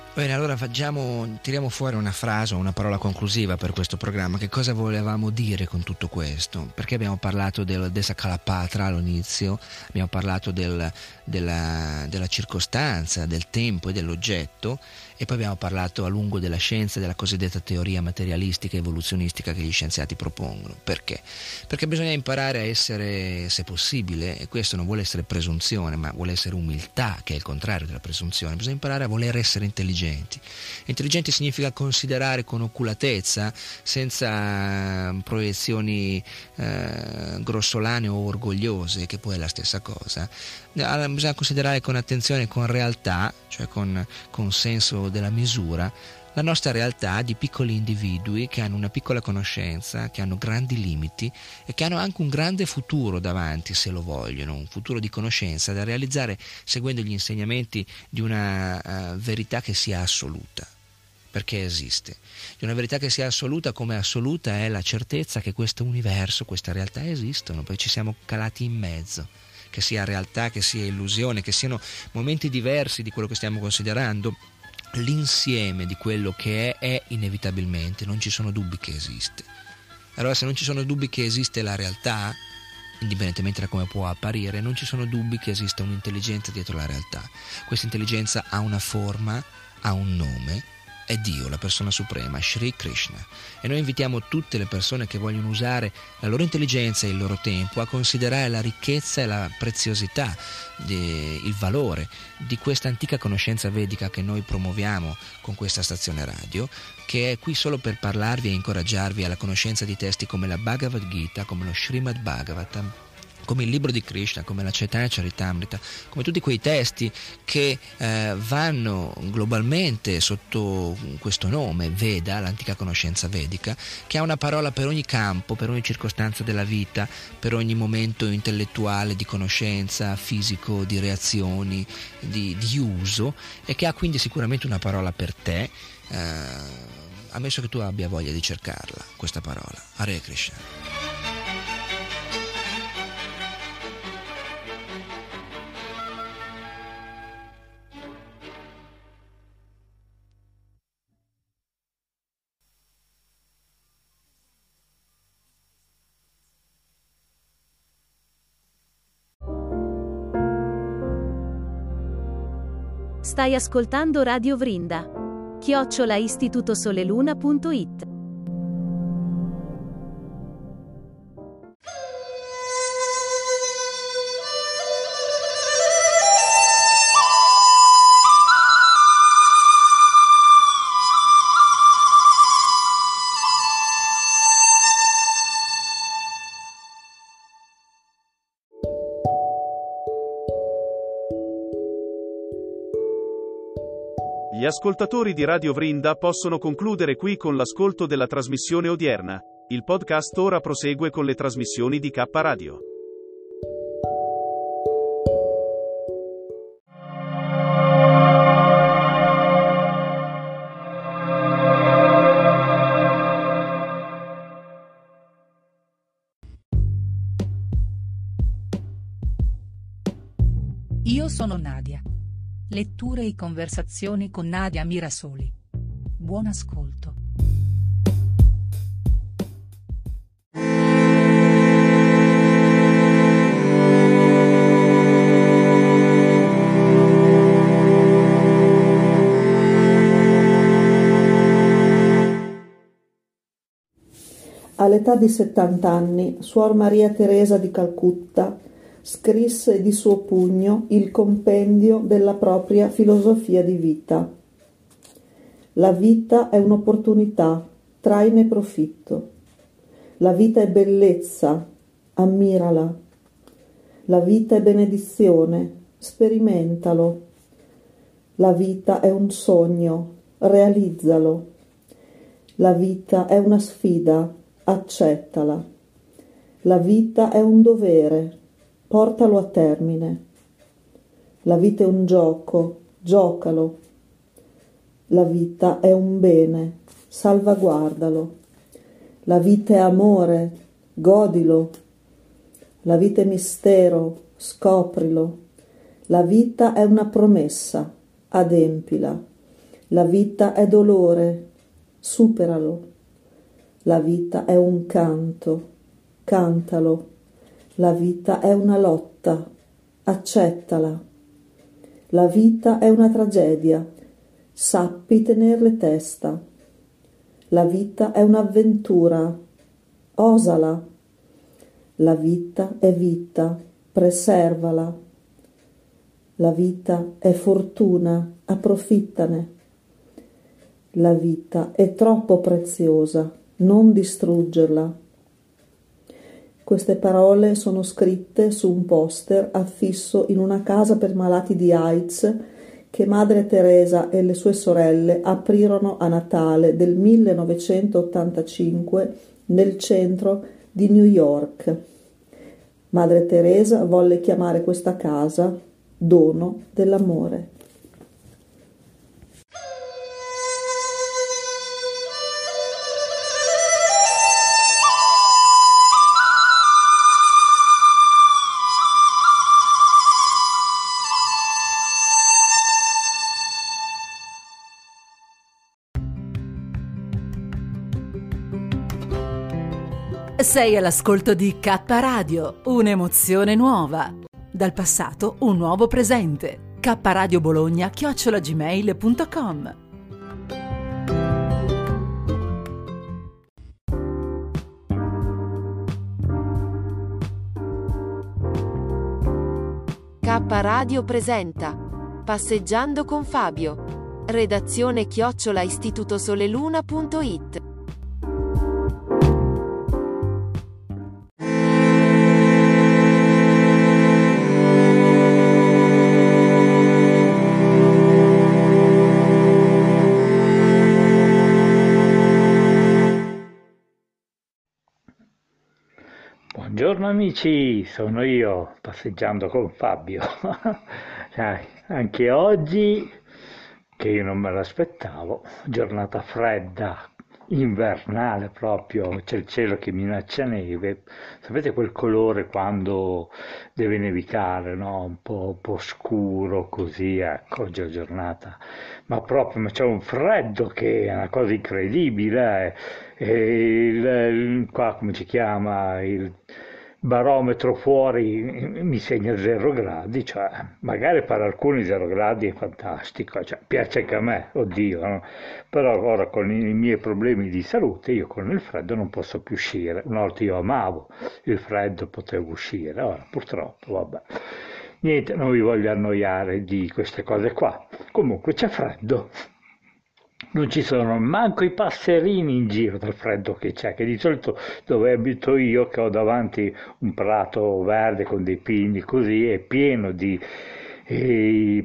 Bene, allora facciamo, tiriamo fuori una frase o una parola conclusiva per questo programma. Che cosa volevamo dire con tutto questo? Perché abbiamo parlato del Desakalapatra all'inizio, abbiamo parlato del, della, della circostanza, del tempo e dell'oggetto, e poi abbiamo parlato a lungo della scienza e della cosiddetta teoria materialistica e evoluzionistica che gli scienziati propongono. Perché? Perché bisogna imparare a essere, se possibile, e questo non vuole essere presunzione, ma vuole essere umiltà, che è il contrario della presunzione, bisogna imparare a voler essere intelligenti. Intelligenti significa considerare con oculatezza, senza proiezioni eh, grossolane o orgogliose, che poi è la stessa cosa. Bisogna considerare con attenzione, con realtà, cioè con, con senso della misura, la nostra realtà di piccoli individui che hanno una piccola conoscenza, che hanno grandi limiti e che hanno anche un grande futuro davanti, se lo vogliono, un futuro di conoscenza da realizzare seguendo gli insegnamenti di una uh, verità che sia assoluta, perché esiste. Di una verità che sia assoluta, come assoluta è la certezza che questo universo, questa realtà esistono, poi ci siamo calati in mezzo. Che sia realtà, che sia illusione, che siano momenti diversi di quello che stiamo considerando, l'insieme di quello che è è inevitabilmente, non ci sono dubbi che esiste. Allora, se non ci sono dubbi che esiste la realtà, indipendentemente da come può apparire, non ci sono dubbi che esista un'intelligenza dietro la realtà. Questa intelligenza ha una forma, ha un nome, è Dio, la persona suprema, Shri Krishna. E noi invitiamo tutte le persone che vogliono usare la loro intelligenza e il loro tempo a considerare la ricchezza e la preziosità, di, il valore di questa antica conoscenza vedica che noi promuoviamo con questa stazione radio, che è qui solo per parlarvi e incoraggiarvi alla conoscenza di testi come la Bhagavad Gita, come lo Srimad Bhagavatam, come il libro di Krishna, come la Chaitanya Charitamrita, come tutti quei testi che eh, vanno globalmente sotto questo nome, Veda, l'antica conoscenza vedica, che ha una parola per ogni campo, per ogni circostanza della vita, per ogni momento intellettuale, di conoscenza, fisico, di reazioni, di, di uso, e che ha quindi sicuramente una parola per te, eh, ammesso che tu abbia voglia di cercarla, questa parola. Hare Krishna.
Stai ascoltando Radio Vrinda. chiocciola istitutosoleluna punto it.
Gli ascoltatori di Radio Vrinda possono concludere qui con l'ascolto della trasmissione odierna. Il podcast ora prosegue con le trasmissioni di K Radio.
Io sono Nadia. Letture e conversazioni con Nadia Mirasoli. Buon ascolto.
All'età di settanta anni, Suor Maria Teresa di Calcutta scrisse di suo pugno il compendio della propria filosofia di vita. La vita è un'opportunità, traine profitto. La vita è bellezza, ammirala. La vita è benedizione, sperimentalo. La vita è un sogno, realizzalo. La vita è una sfida, accettala. La vita è un dovere, portalo a termine. La vita è un gioco, giocalo. La vita è un bene, salvaguardalo. La vita è amore, godilo. La vita è mistero, scoprilo. La vita è una promessa, adempila. La vita è dolore, superalo. La vita è un canto, cantalo. La vita è una lotta, accettala. La vita è una tragedia, sappi tenerle testa. La vita è un'avventura, osala. La vita è vita, preservala. La vita è fortuna, approfittane. La vita è troppo preziosa, non distruggerla. Queste parole sono scritte su un poster affisso in una casa per malati di AIDS che Madre Teresa e le sue sorelle aprirono a Natale del millenovecentottantacinque nel centro di New York. Madre Teresa volle chiamare questa casa dono dell'amore.
Sei all'ascolto di K Radio, un'emozione nuova. Dal passato un nuovo presente. K Radio Bologna chiocciola gmail punto com.
K Radio presenta Passeggiando con Fabio. Redazione chiocciola istitutosoleluna punto it.
Buongiorno amici, sono io, passeggiando con Fabio. Dai, anche oggi, che io non me l'aspettavo, giornata fredda, invernale proprio, c'è il cielo che minaccia neve. Sapete quel colore quando deve nevicare, no? Un po', un po' scuro così, ecco, oggi è giornata. Ma proprio, ma c'è un freddo che è una cosa incredibile. Eh. E il, il, qua come si chiama? Il barometro fuori mi segna zero gradi, cioè magari per alcuni zero gradi è fantastico, cioè, piace anche a me, oddio, no? Però ora con i miei problemi di salute io con il freddo non posso più uscire. Una volta io amavo il freddo, potevo uscire, ora purtroppo vabbè. Niente, non vi voglio annoiare di queste cose qua. Comunque c'è freddo. Non ci sono manco i passerini in giro dal freddo che c'è, che di solito dove abito io, che ho davanti un prato verde con dei pini così, è pieno di eh,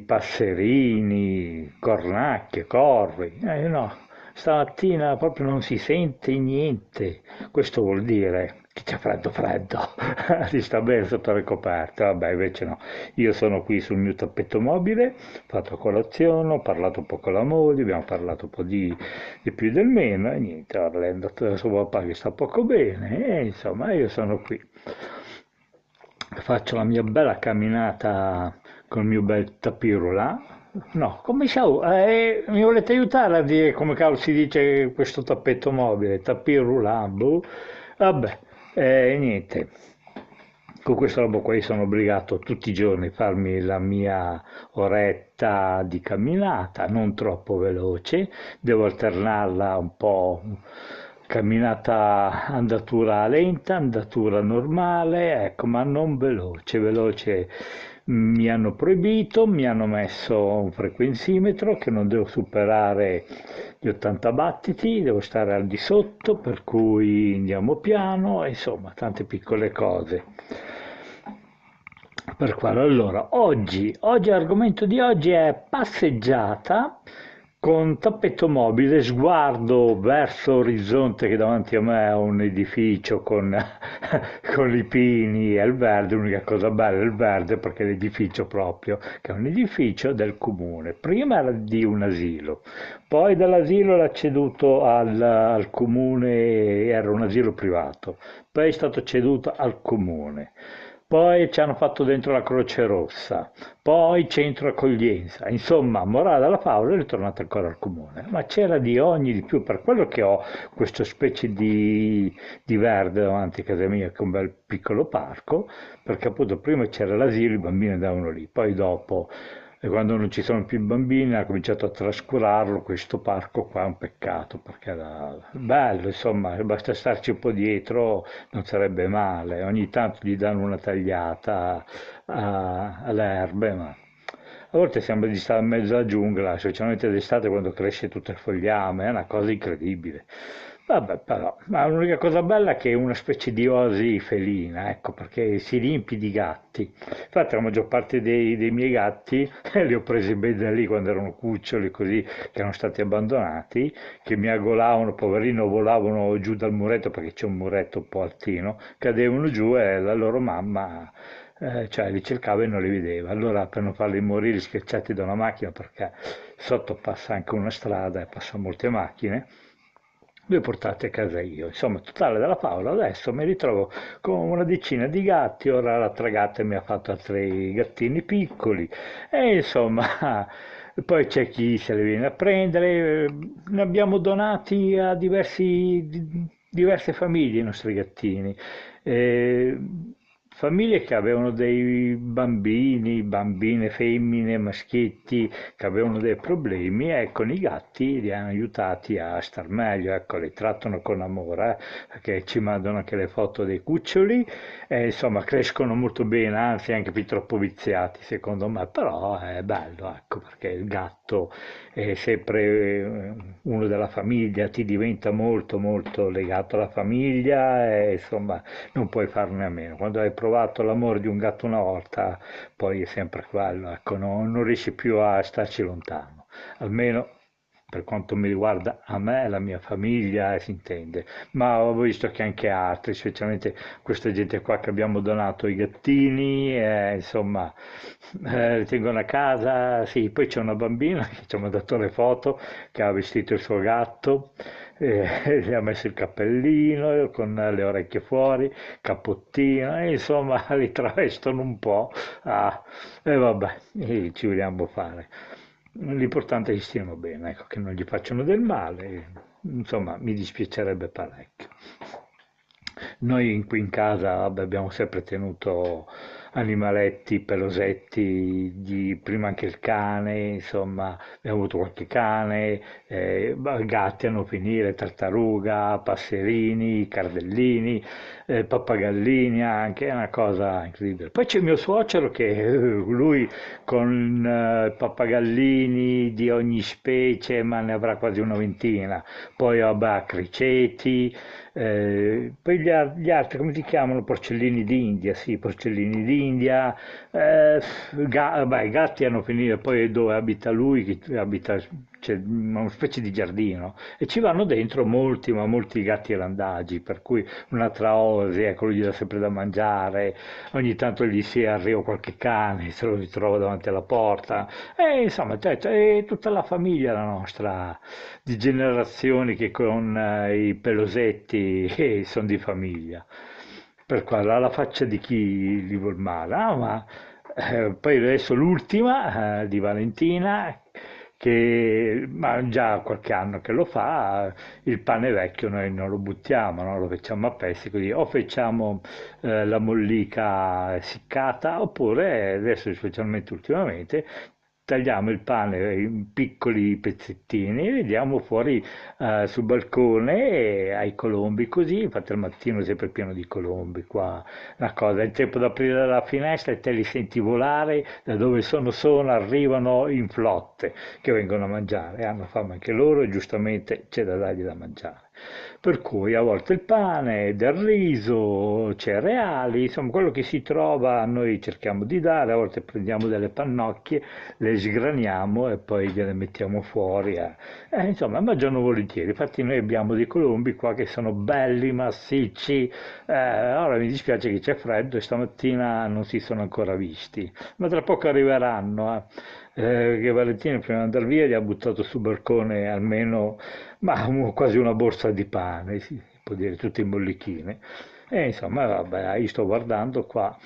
passerini, cornacchie, corvi. Eh, no, stamattina proprio non si sente niente. Questo vuol dire che c'è freddo freddo, si sta bene sotto le coperte. Vabbè, invece no, io sono qui sul mio tappeto mobile, ho fatto colazione, ho parlato un po' con la moglie, abbiamo parlato un po' di, di più del meno e niente, ora lei è andata da suo papà che sta poco bene e insomma io sono qui, faccio la mia bella camminata con il mio bel tapis roulant. No, come si eh, mi volete aiutare a dire come cavolo si dice questo tappetto mobile, tapis roulant, boh. Vabbè. E niente, con questa roba qua io sono obbligato tutti i giorni a farmi la mia oretta di camminata, non troppo veloce, devo alternarla un po', camminata andatura lenta, andatura normale, ecco, ma non veloce, veloce mi hanno proibito, mi hanno messo un frequenzimetro che non devo superare gli ottanta battiti, devo stare al di sotto, per cui andiamo piano, insomma, tante piccole cose. Per quello, allora, oggi, oggi l'argomento di oggi è passeggiata con tappeto mobile, sguardo verso l'orizzonte che davanti a me è un edificio con, con i pini e il verde. L'unica cosa bella è il verde perché è l'edificio proprio, che è un edificio del comune. Prima era di un asilo, poi dall'asilo l'ha ceduto al, al comune, era un asilo privato, poi è stato ceduto al comune. poi ci hanno fatto dentro la Croce Rossa, poi centro accoglienza, insomma, morale della favola è ritornata ancora al comune, ma c'era di ogni di più, per quello che ho questa specie di, di verde davanti a casa mia, che è un bel piccolo parco, perché appunto prima c'era l'asilo, i bambini andavano lì, poi dopo, e quando non ci sono più i bambini, ha cominciato a trascurarlo, questo parco qua è un peccato, perché era bello, insomma, basta starci un po' dietro, non sarebbe male, ogni tanto gli danno una tagliata a- alle erbe, ma a volte sembra di stare in mezzo alla giungla, specialmente d'estate quando cresce tutto il fogliame, è una cosa incredibile. Vabbè, però, ma l'unica cosa bella è che è una specie di oasi felina, ecco, perché si riempie di gatti. Infatti la maggior parte dei, dei miei gatti li ho presi ben da lì quando erano cuccioli, così, che erano stati abbandonati, che mi agolavano, poverino, volavano giù dal muretto, perché c'è un muretto un po' altino, cadevano giù e la loro mamma eh, cioè li cercava e non li vedeva. Allora per non farli morire schiacciati da una macchina, perché sotto passa anche una strada e passano molte macchine, li ho portati a casa io. Insomma, totale della favola, adesso mi ritrovo con una decina di gatti, ora l'altra gatta mi ha fatto altri gattini piccoli e insomma, poi c'è chi se li viene a prendere, ne abbiamo donati a diversi, di- diverse famiglie i nostri gattini. Eh, Famiglie che avevano dei bambini, bambine, femmine, maschietti che avevano dei problemi e con i gatti li hanno aiutati a star meglio, ecco, li trattano con amore, eh, perché ci mandano anche le foto dei cuccioli e insomma crescono molto bene, anzi anche più troppo viziati secondo me, però è bello, ecco, perché il gatto è sempre eh, uno della famiglia, ti diventa molto molto legato alla famiglia e insomma non puoi farne a meno. Quando hai provato l'amore di un gatto una volta, poi è sempre quello, ecco, no- non riesci più a starci lontano, almeno per quanto mi riguarda a me e la mia famiglia, eh, si intende, ma ho visto che anche altri, specialmente questa gente qua che abbiamo donato i gattini, eh, insomma, eh, li tengono a casa, sì, poi c'è una bambina che ci ha mandato le foto, che ha vestito il suo gatto, eh, gli ha messo il cappellino con le orecchie fuori, cappottino, e insomma li travestono un po', ah, e vabbè, eh, ci vogliamo fare. L'importante è che stiano bene, ecco, che non gli facciano del male, insomma, mi dispiacerebbe parecchio. Noi in- qui in casa vabbè, abbiamo sempre tenuto animaletti, pelosetti, di, prima anche il cane, insomma, abbiamo avuto qualche cane, eh, ma gatti a non finire, tartaruga, passerini, cardellini, eh, pappagallini anche, è una cosa incredibile. Poi c'è il mio suocero che eh, lui con eh, pappagallini di ogni specie, ma ne avrà quasi una ventina, poi vabbè, criceti, eh, poi gli, ar- gli altri, come si chiamano? Porcellini d'India, sì, porcellini d'India, eh, ga- vabbè, i gatti hanno finito, poi dove abita lui, che abita, c'è una specie di giardino, e ci vanno dentro molti, ma molti gatti randagi, per cui un'altra osi, ecco, lui gli dà sempre da mangiare, ogni tanto gli si arriva qualche cane, se lo ritrova davanti alla porta, e insomma, cioè, c'è tutta la famiglia la nostra, di generazioni che con eh, i pelosetti sono di famiglia. Per quello, alla faccia di chi li vuol male. Ah, ma eh, poi adesso l'ultima eh, di Valentina, che ma già qualche anno che lo fa, il pane vecchio noi non lo buttiamo, no? Lo facciamo a pezzi, così o facciamo eh, la mollica essiccata, oppure adesso, specialmente ultimamente, tagliamo il pane in piccoli pezzettini e diamo fuori eh, sul balcone e ai colombi, così infatti al mattino è sempre pieno di colombi qua, una cosa, è il tempo di aprire la finestra e te li senti volare da dove sono sono, arrivano in flotte che vengono a mangiare, hanno fame anche loro e giustamente c'è da dargli da mangiare. Per cui a volte il pane, del riso, cereali, insomma quello che si trova noi cerchiamo di dare, a volte prendiamo delle pannocchie, le sgraniamo e poi gliele mettiamo fuori. Eh. Eh, insomma, mangiano volentieri. Infatti noi abbiamo dei colombi qua che sono belli, massicci. Eh, ora mi dispiace che c'è freddo e stamattina non si sono ancora visti, ma tra poco arriveranno. Eh. Eh, che Valentino prima di andare via gli ha buttato sul balcone almeno ma, un- quasi una borsa di pane, si può dire, tutte in bollicine. E insomma, vabbè, io sto guardando qua.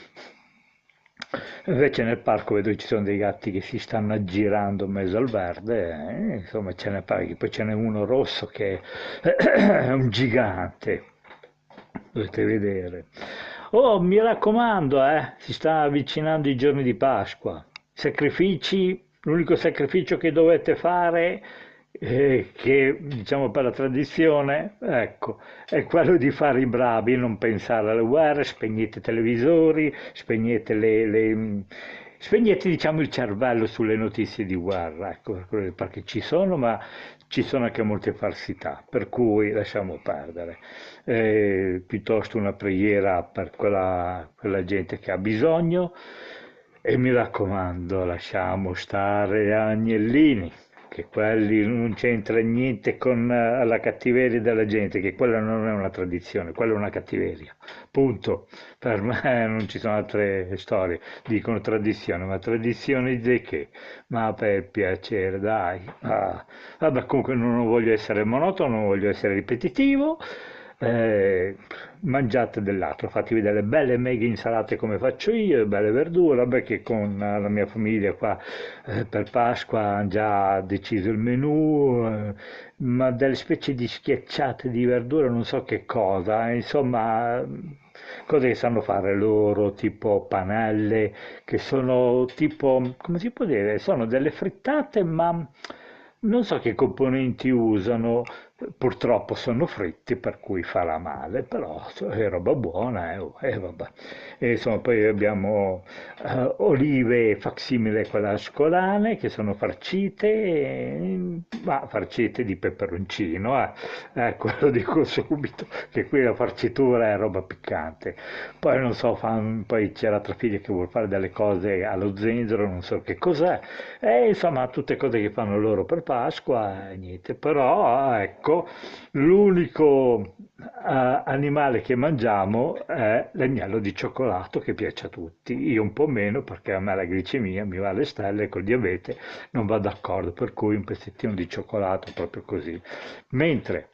Invece nel parco vedo che ci sono dei gatti che si stanno aggirando in mezzo al verde, eh, insomma ce n'è parecchi, poi ce n'è uno rosso che è un gigante, dovete vedere. Oh, mi raccomando, eh, si sta avvicinando i giorni di Pasqua, sacrifici, l'unico sacrificio che dovete fare, eh, che diciamo per la tradizione, ecco, è quello di fare i bravi, non pensare alle guerre, spegnete i televisori, spegnete le, le- spegnete diciamo il cervello sulle notizie di guerra, ecco, perché ci sono, ma ci sono anche molte falsità, per cui lasciamo perdere. Eh, piuttosto una preghiera per quella, quella gente che ha bisogno e mi raccomando, lasciamo stare gli agnellini, che quelli non c'entra niente con eh, la cattiveria della gente, che quella non è una tradizione, quella è una cattiveria. Punto. Per me non ci sono altre storie. Dicono tradizione, ma tradizione di che? Ma per piacere, dai. Ah. Vabbè, comunque non voglio essere monotono, non voglio essere ripetitivo. Eh, mangiate dell'altro, fatevi delle belle mega insalate come faccio io, belle verdure, vabbè che con eh, la mia famiglia qua eh, per Pasqua hanno già deciso il menù, eh, ma delle specie di schiacciate di verdure, non so che cosa, eh, insomma, cose che sanno fare loro, tipo panelle, che sono tipo, come si può dire, sono delle frittate, ma non so che componenti usano, purtroppo sono fritti, per cui farà male, però è roba buona, eh, oh, eh, vabbè. E insomma, poi abbiamo eh, olive facsimile quelle ascolane che sono farcite, eh, ma farcite di peperoncino, eh. Ecco, lo dico subito, che qui la farcitura è roba piccante. Poi non so, fan- poi c'è l'altra figlia che vuole fare delle cose allo zenzero, non so che cos'è, e insomma tutte cose che fanno loro per Pasqua, e niente, però ecco, l'unico eh, animale che mangiamo è l'agnello di cioccolato che piace a tutti, io un po' meno perché a me la glicemia mi va alle stelle e col diabete non va d'accordo, per cui un pezzettino di cioccolato proprio così. Mentre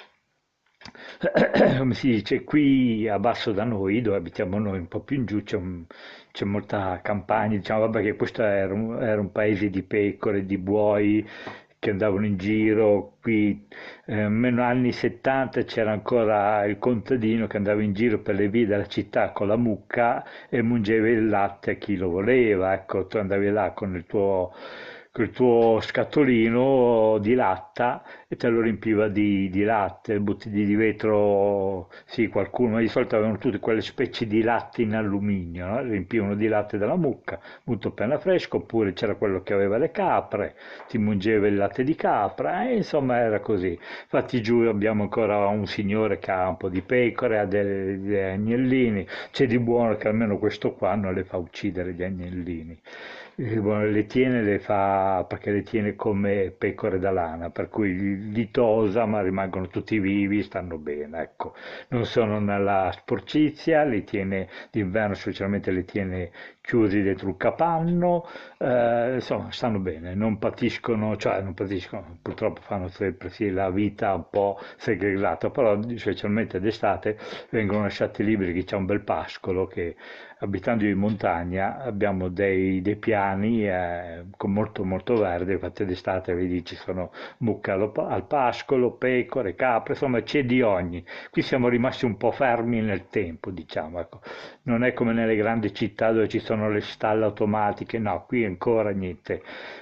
come si dice, qui a basso da noi, dove abitiamo noi, un po' più in giù, c'è un- c'è molta campagna, diciamo, vabbè che questo era un, era un paese di pecore, di buoi che andavano in giro, qui eh, meno anni settanta c'era ancora il contadino che andava in giro per le vie della città con la mucca e mungeva il latte a chi lo voleva, ecco, tu andavi là con il tuo, col tuo scatolino di latta e te lo riempiva di, di latte, bottiglie di vetro, sì, qualcuno, ma di solito avevano tutte quelle specie di latte in alluminio, no? Riempivano di latte dalla mucca, molto appena fresco, oppure c'era quello che aveva le capre, ti mungeva il latte di capra, e insomma era così. Infatti giù abbiamo ancora un signore che ha un po' di pecore, ha dei, dei agnellini, c'è di buono che almeno questo qua non le fa uccidere gli agnellini. Eh, buono, le tiene, le fa perché le tiene come pecore da lana, per cui li, li tosa, ma rimangono tutti vivi, stanno bene, ecco. Non sono nella sporcizia, li tiene d'inverno, specialmente le tiene chiusi dentro un capanno, eh, insomma, stanno bene, non patiscono, cioè non patiscono, purtroppo fanno sempre sì, la vita un po' segregata, però specialmente d'estate vengono lasciati liberi, che c'è un bel pascolo che abitando in montagna abbiamo dei, dei piani eh, con molto molto verde, infatti d'estate vedi ci sono mucche allo pa- al pascolo, pecore, capre, insomma c'è di ogni. Qui siamo rimasti un po' fermi nel tempo, diciamo, ecco. Non è come nelle grandi città dove ci sono le stalle automatiche, no, qui ancora niente.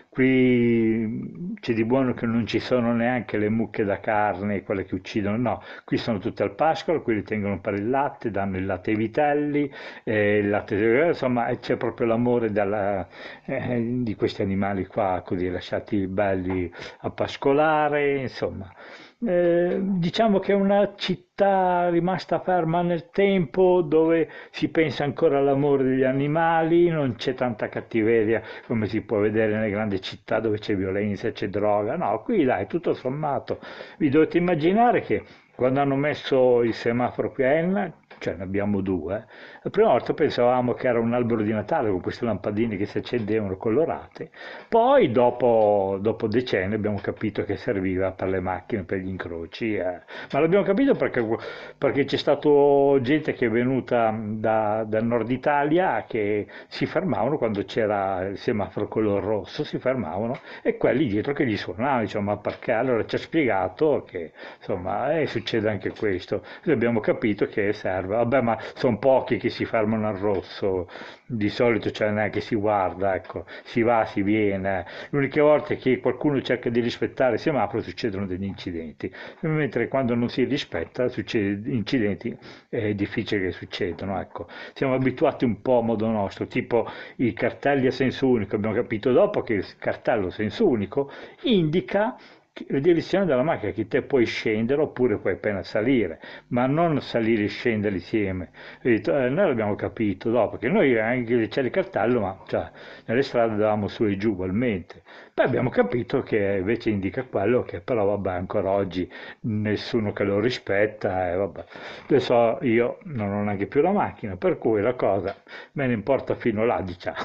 Qui c'è di buono che non ci sono neanche le mucche da carne, quelle che uccidono, no, qui sono tutte al pascolo, qui li tengono per il latte, danno il latte ai vitelli, eh, il latte, insomma e c'è proprio l'amore della- eh, di questi animali qua, così lasciati belli a pascolare, insomma. Eh, diciamo che è una città rimasta ferma nel tempo dove si pensa ancora all'amore degli animali, non c'è tanta cattiveria come si può vedere nelle grandi città dove c'è violenza, c'è droga. No, qui dai, tutto sommato. Vi dovete immaginare che quando hanno messo il semaforo qui a Enna, cioè ne abbiamo due. La prima volta pensavamo che era un albero di Natale con queste lampadine che si accendevano colorate, poi dopo, dopo decenni abbiamo capito che serviva per le macchine, per gli incroci, eh. Ma l'abbiamo capito perché, perché c'è stata gente che è venuta da, dal nord Italia che si fermavano quando c'era il semaforo color rosso, si fermavano e quelli dietro che gli suonavano, diciamo, ma perché? Allora ci ha spiegato che insomma eh, succede anche questo. Noi abbiamo capito che serve, vabbè, ma sono pochi che si fermano al rosso, di solito cioè neanche si guarda, ecco, si va, si viene. L'unica volta che qualcuno cerca di rispettare il semaforo succedono degli incidenti, mentre quando non si rispetta succede incidenti, è difficile che succedano, ecco. Siamo abituati un po' a modo nostro, tipo i cartelli a senso unico, abbiamo capito dopo che il cartello a senso unico indica la direzione della macchina, che te puoi scendere oppure puoi appena salire, ma non salire e scendere insieme. E detto, eh, noi l'abbiamo capito dopo, che noi anche c'è il cartello, ma cioè, nelle strade andavamo su e giù ugualmente. Poi abbiamo capito che invece indica quello, che però vabbè, ancora oggi nessuno che lo rispetta, e vabbè. Adesso io non ho neanche più la macchina, per cui la cosa me ne importa fino là, diciamo.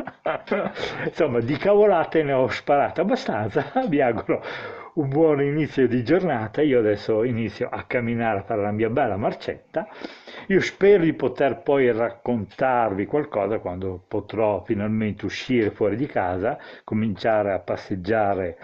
Insomma, di cavolate ne ho sparate abbastanza, vi auguro un buon inizio di giornata. Io adesso inizio a camminare, a fare la mia bella marcetta. Io spero di poter poi raccontarvi qualcosa quando potrò finalmente uscire fuori di casa, cominciare a passeggiare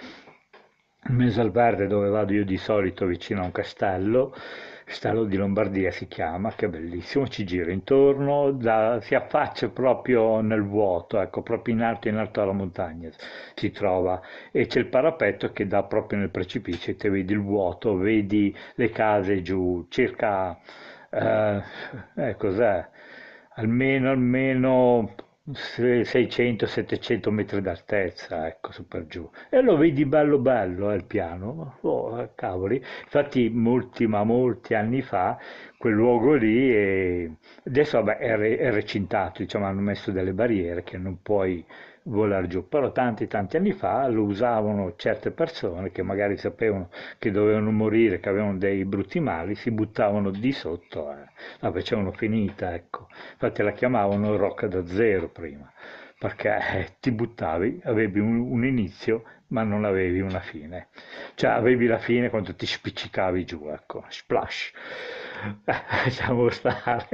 in mezzo al verde dove vado io di solito, vicino a un castello. Castello di Lombardia si chiama, che è bellissimo, ci gira intorno, da, si affaccia proprio nel vuoto, ecco, proprio in alto in alto alla montagna si trova, e c'è il parapetto che dà proprio nel precipizio, e te vedi il vuoto, vedi le case giù, circa, eh, eh, cos'è, almeno, almeno seicento settecento metri d'altezza, ecco, su per giù, e lo vedi bello bello, è il piano, oh, cavoli. Infatti molti ma molti anni fa quel luogo lì è... adesso vabbè è, re, è recintato, diciamo, hanno messo delle barriere che non puoi volare giù, però tanti tanti anni fa lo usavano certe persone che magari sapevano che dovevano morire, che avevano dei brutti mali, si buttavano di sotto, eh. La facevano finita, ecco. Infatti la chiamavano rocca da zero prima, perché eh, ti buttavi, avevi un, un inizio ma non avevi una fine, cioè avevi la fine quando ti spiccicavi giù, ecco, splash. Eh, lasciamo stare.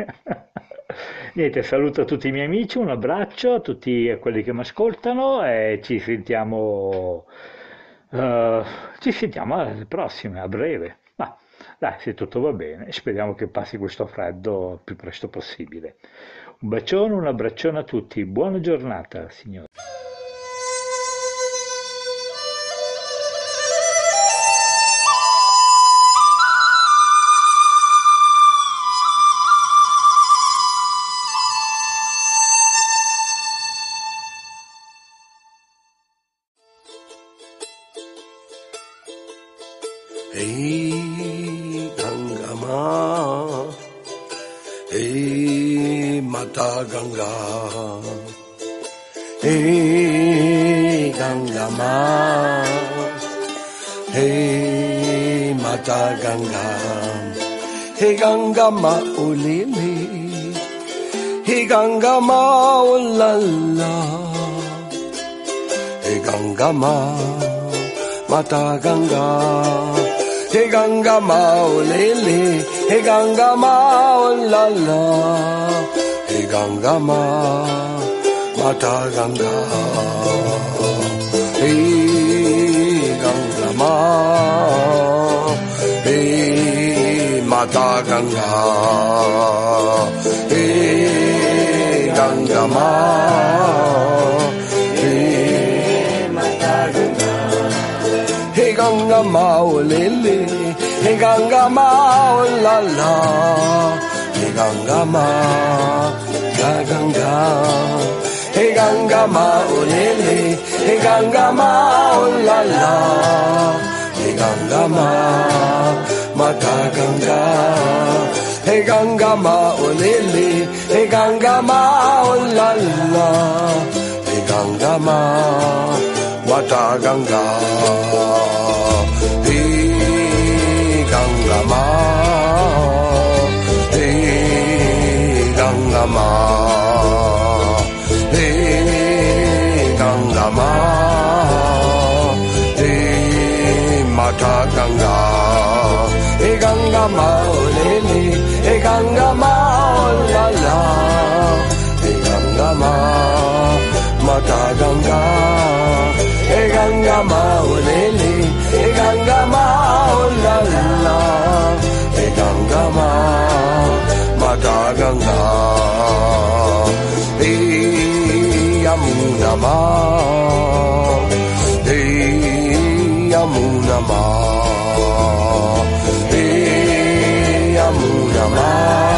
Niente, saluto a tutti i miei amici, un abbraccio a tutti quelli che mi ascoltano e ci sentiamo, uh, ci sentiamo alle prossime, a breve. Ma dai, se tutto va bene, speriamo che passi questo freddo il più presto possibile. Un bacione, un abbraccione a tutti, buona giornata, signori.
Hey Gangama, hey Mata Ganga, hey Gangama, hey Mata Ganga, hey Gangama ulili, hey Gangama ulala, hey Gangama Mata Ganga. Hey Ganga Maulele, hey Ganga Maulala, hey Ganga Ma, Mata Ganga, hey Ganga Ma, hey Mata Ganga, hey Ganga Ma, hey Mata Ganga. Hey Ganga Maulele, hey Ganga Maulala, hey Ganga Ma, Ganga, hey Ganga Maulele, hey Ganga Maulala, hey Ganga Ma, Mata Ganga, hey Ganga Maulele, hey Ganga Maulala, hey Ganga Ma. Mata Ganga, hey Ganga Ma, hey Mata Ganga, e Ganga Maulele, e Ganga Maulala, e Ganga Ma, Mata Ganga, e Ganga Maulele, e Ganga Maulala, e Ganga Ma, Mata Ganga, e Yamuna Ma, e Yamuna Ma, e Yamuna Ma,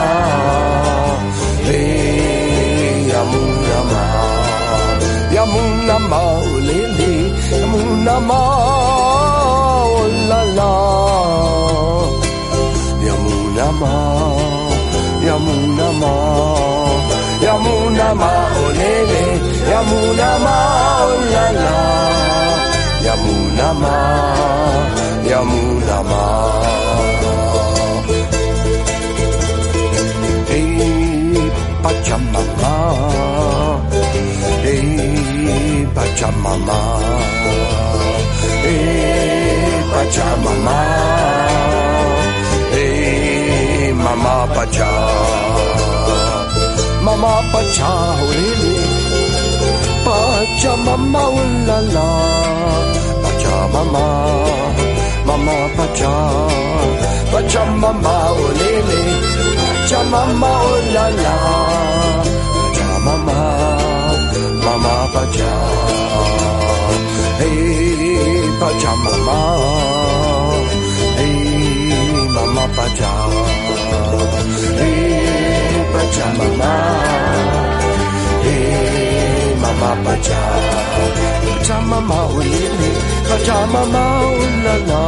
e Yamuna Ma, Yamuna Ma, Lili, Yamuna Ma, oh la la, Yamuna Ma, Yamuna Ma, Yamuna Ma, oh Lili, Yamuna Ma, oh la la. Yamuna Ma, Yamuna Ma, hey Pachamama, hey Pachamama, hey Pachamama, hey Mama Pacha, Mama Pacha, really, Pachamama, oh la la. Mama, Mama Pacha, Pacha Mama, oh Lele, Pacha Mama, oh la la, Pacha Mama, Mama Pacha, hey Pacha Mama, hey Mama Pacha, hey Pacha Mama, hey Mama Pacha, Pacha Mama, oh Lele. Pajamama, oh la la,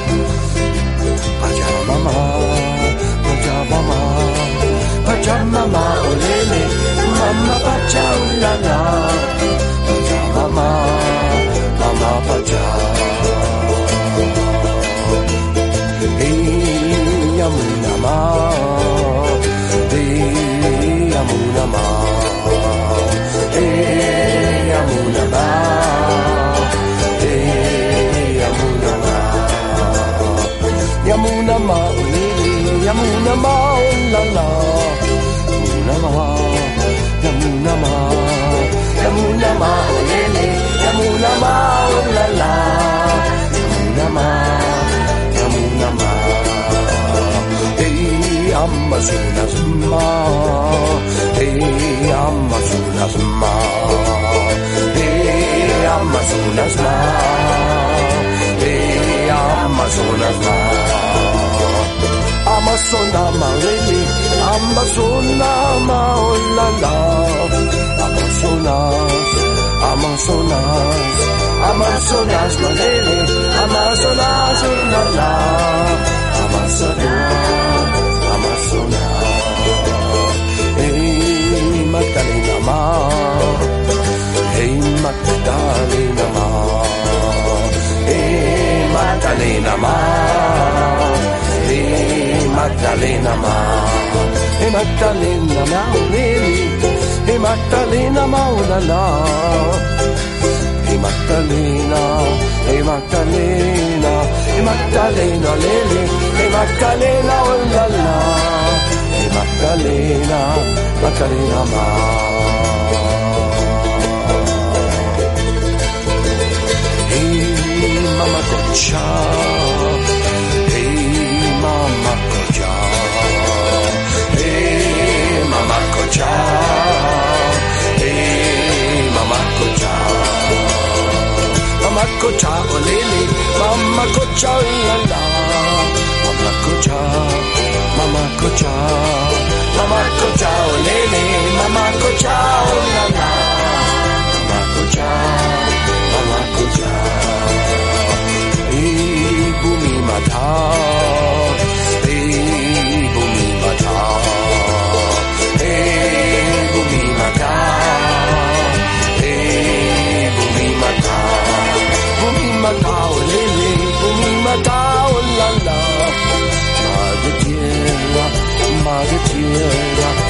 Pajamama, Pajamama, Pajamama, oh lele, Mama Pacha, oh la la, Pajamama, Mama Pacha, hey Yamuna Ma, hey Yamuna Ma, hey Yamuna Ma. Yamuna Ma, Lili, Yamuna Ma, oh la la, Yamuna Ma, Yamuna Ma, Yamuna Ma, oh Lili, Yamuna Ma, oh la la, Yamuna Ma, Yamuna Ma, hey Amazonas Ma, hey Amazonas Ma, hey Amazonas Ma, hey Amazonas Ma. Amazonama, really, Amazonama, oh la la, Amazonas, Amazonas, Amazonas, no really, Amazonas, oh la la, Amazonas, Amazonas, hey Magdalena Ma, hey Magdalena Ma, hey Magdalena Ma. Hey Magdalena Ma, hey Magdalena Ma, Lily, hey Magdalena Ma, oh la la, hey Magdalena, hey Magdalena, hey Magdalena, Lily, hey Magdalena, oh la la, hey Magdalena, Magdalena Ma. Hey Mama Concha. Mama Kocha, hey Mama Kocha, hey Mama Kocha, Mama Kocha, oh Lily, Mama Kocha, oh la la, Mama Kocha, Mama Kocha, Mama Kocha, oh Lily, Mama Kocha, oh la la, Mama Kocha, Mama Kocha, hey Bumi Mata. Macau, Lily, Bumi Macau, la la, Madre Tierra, Madre Tierra.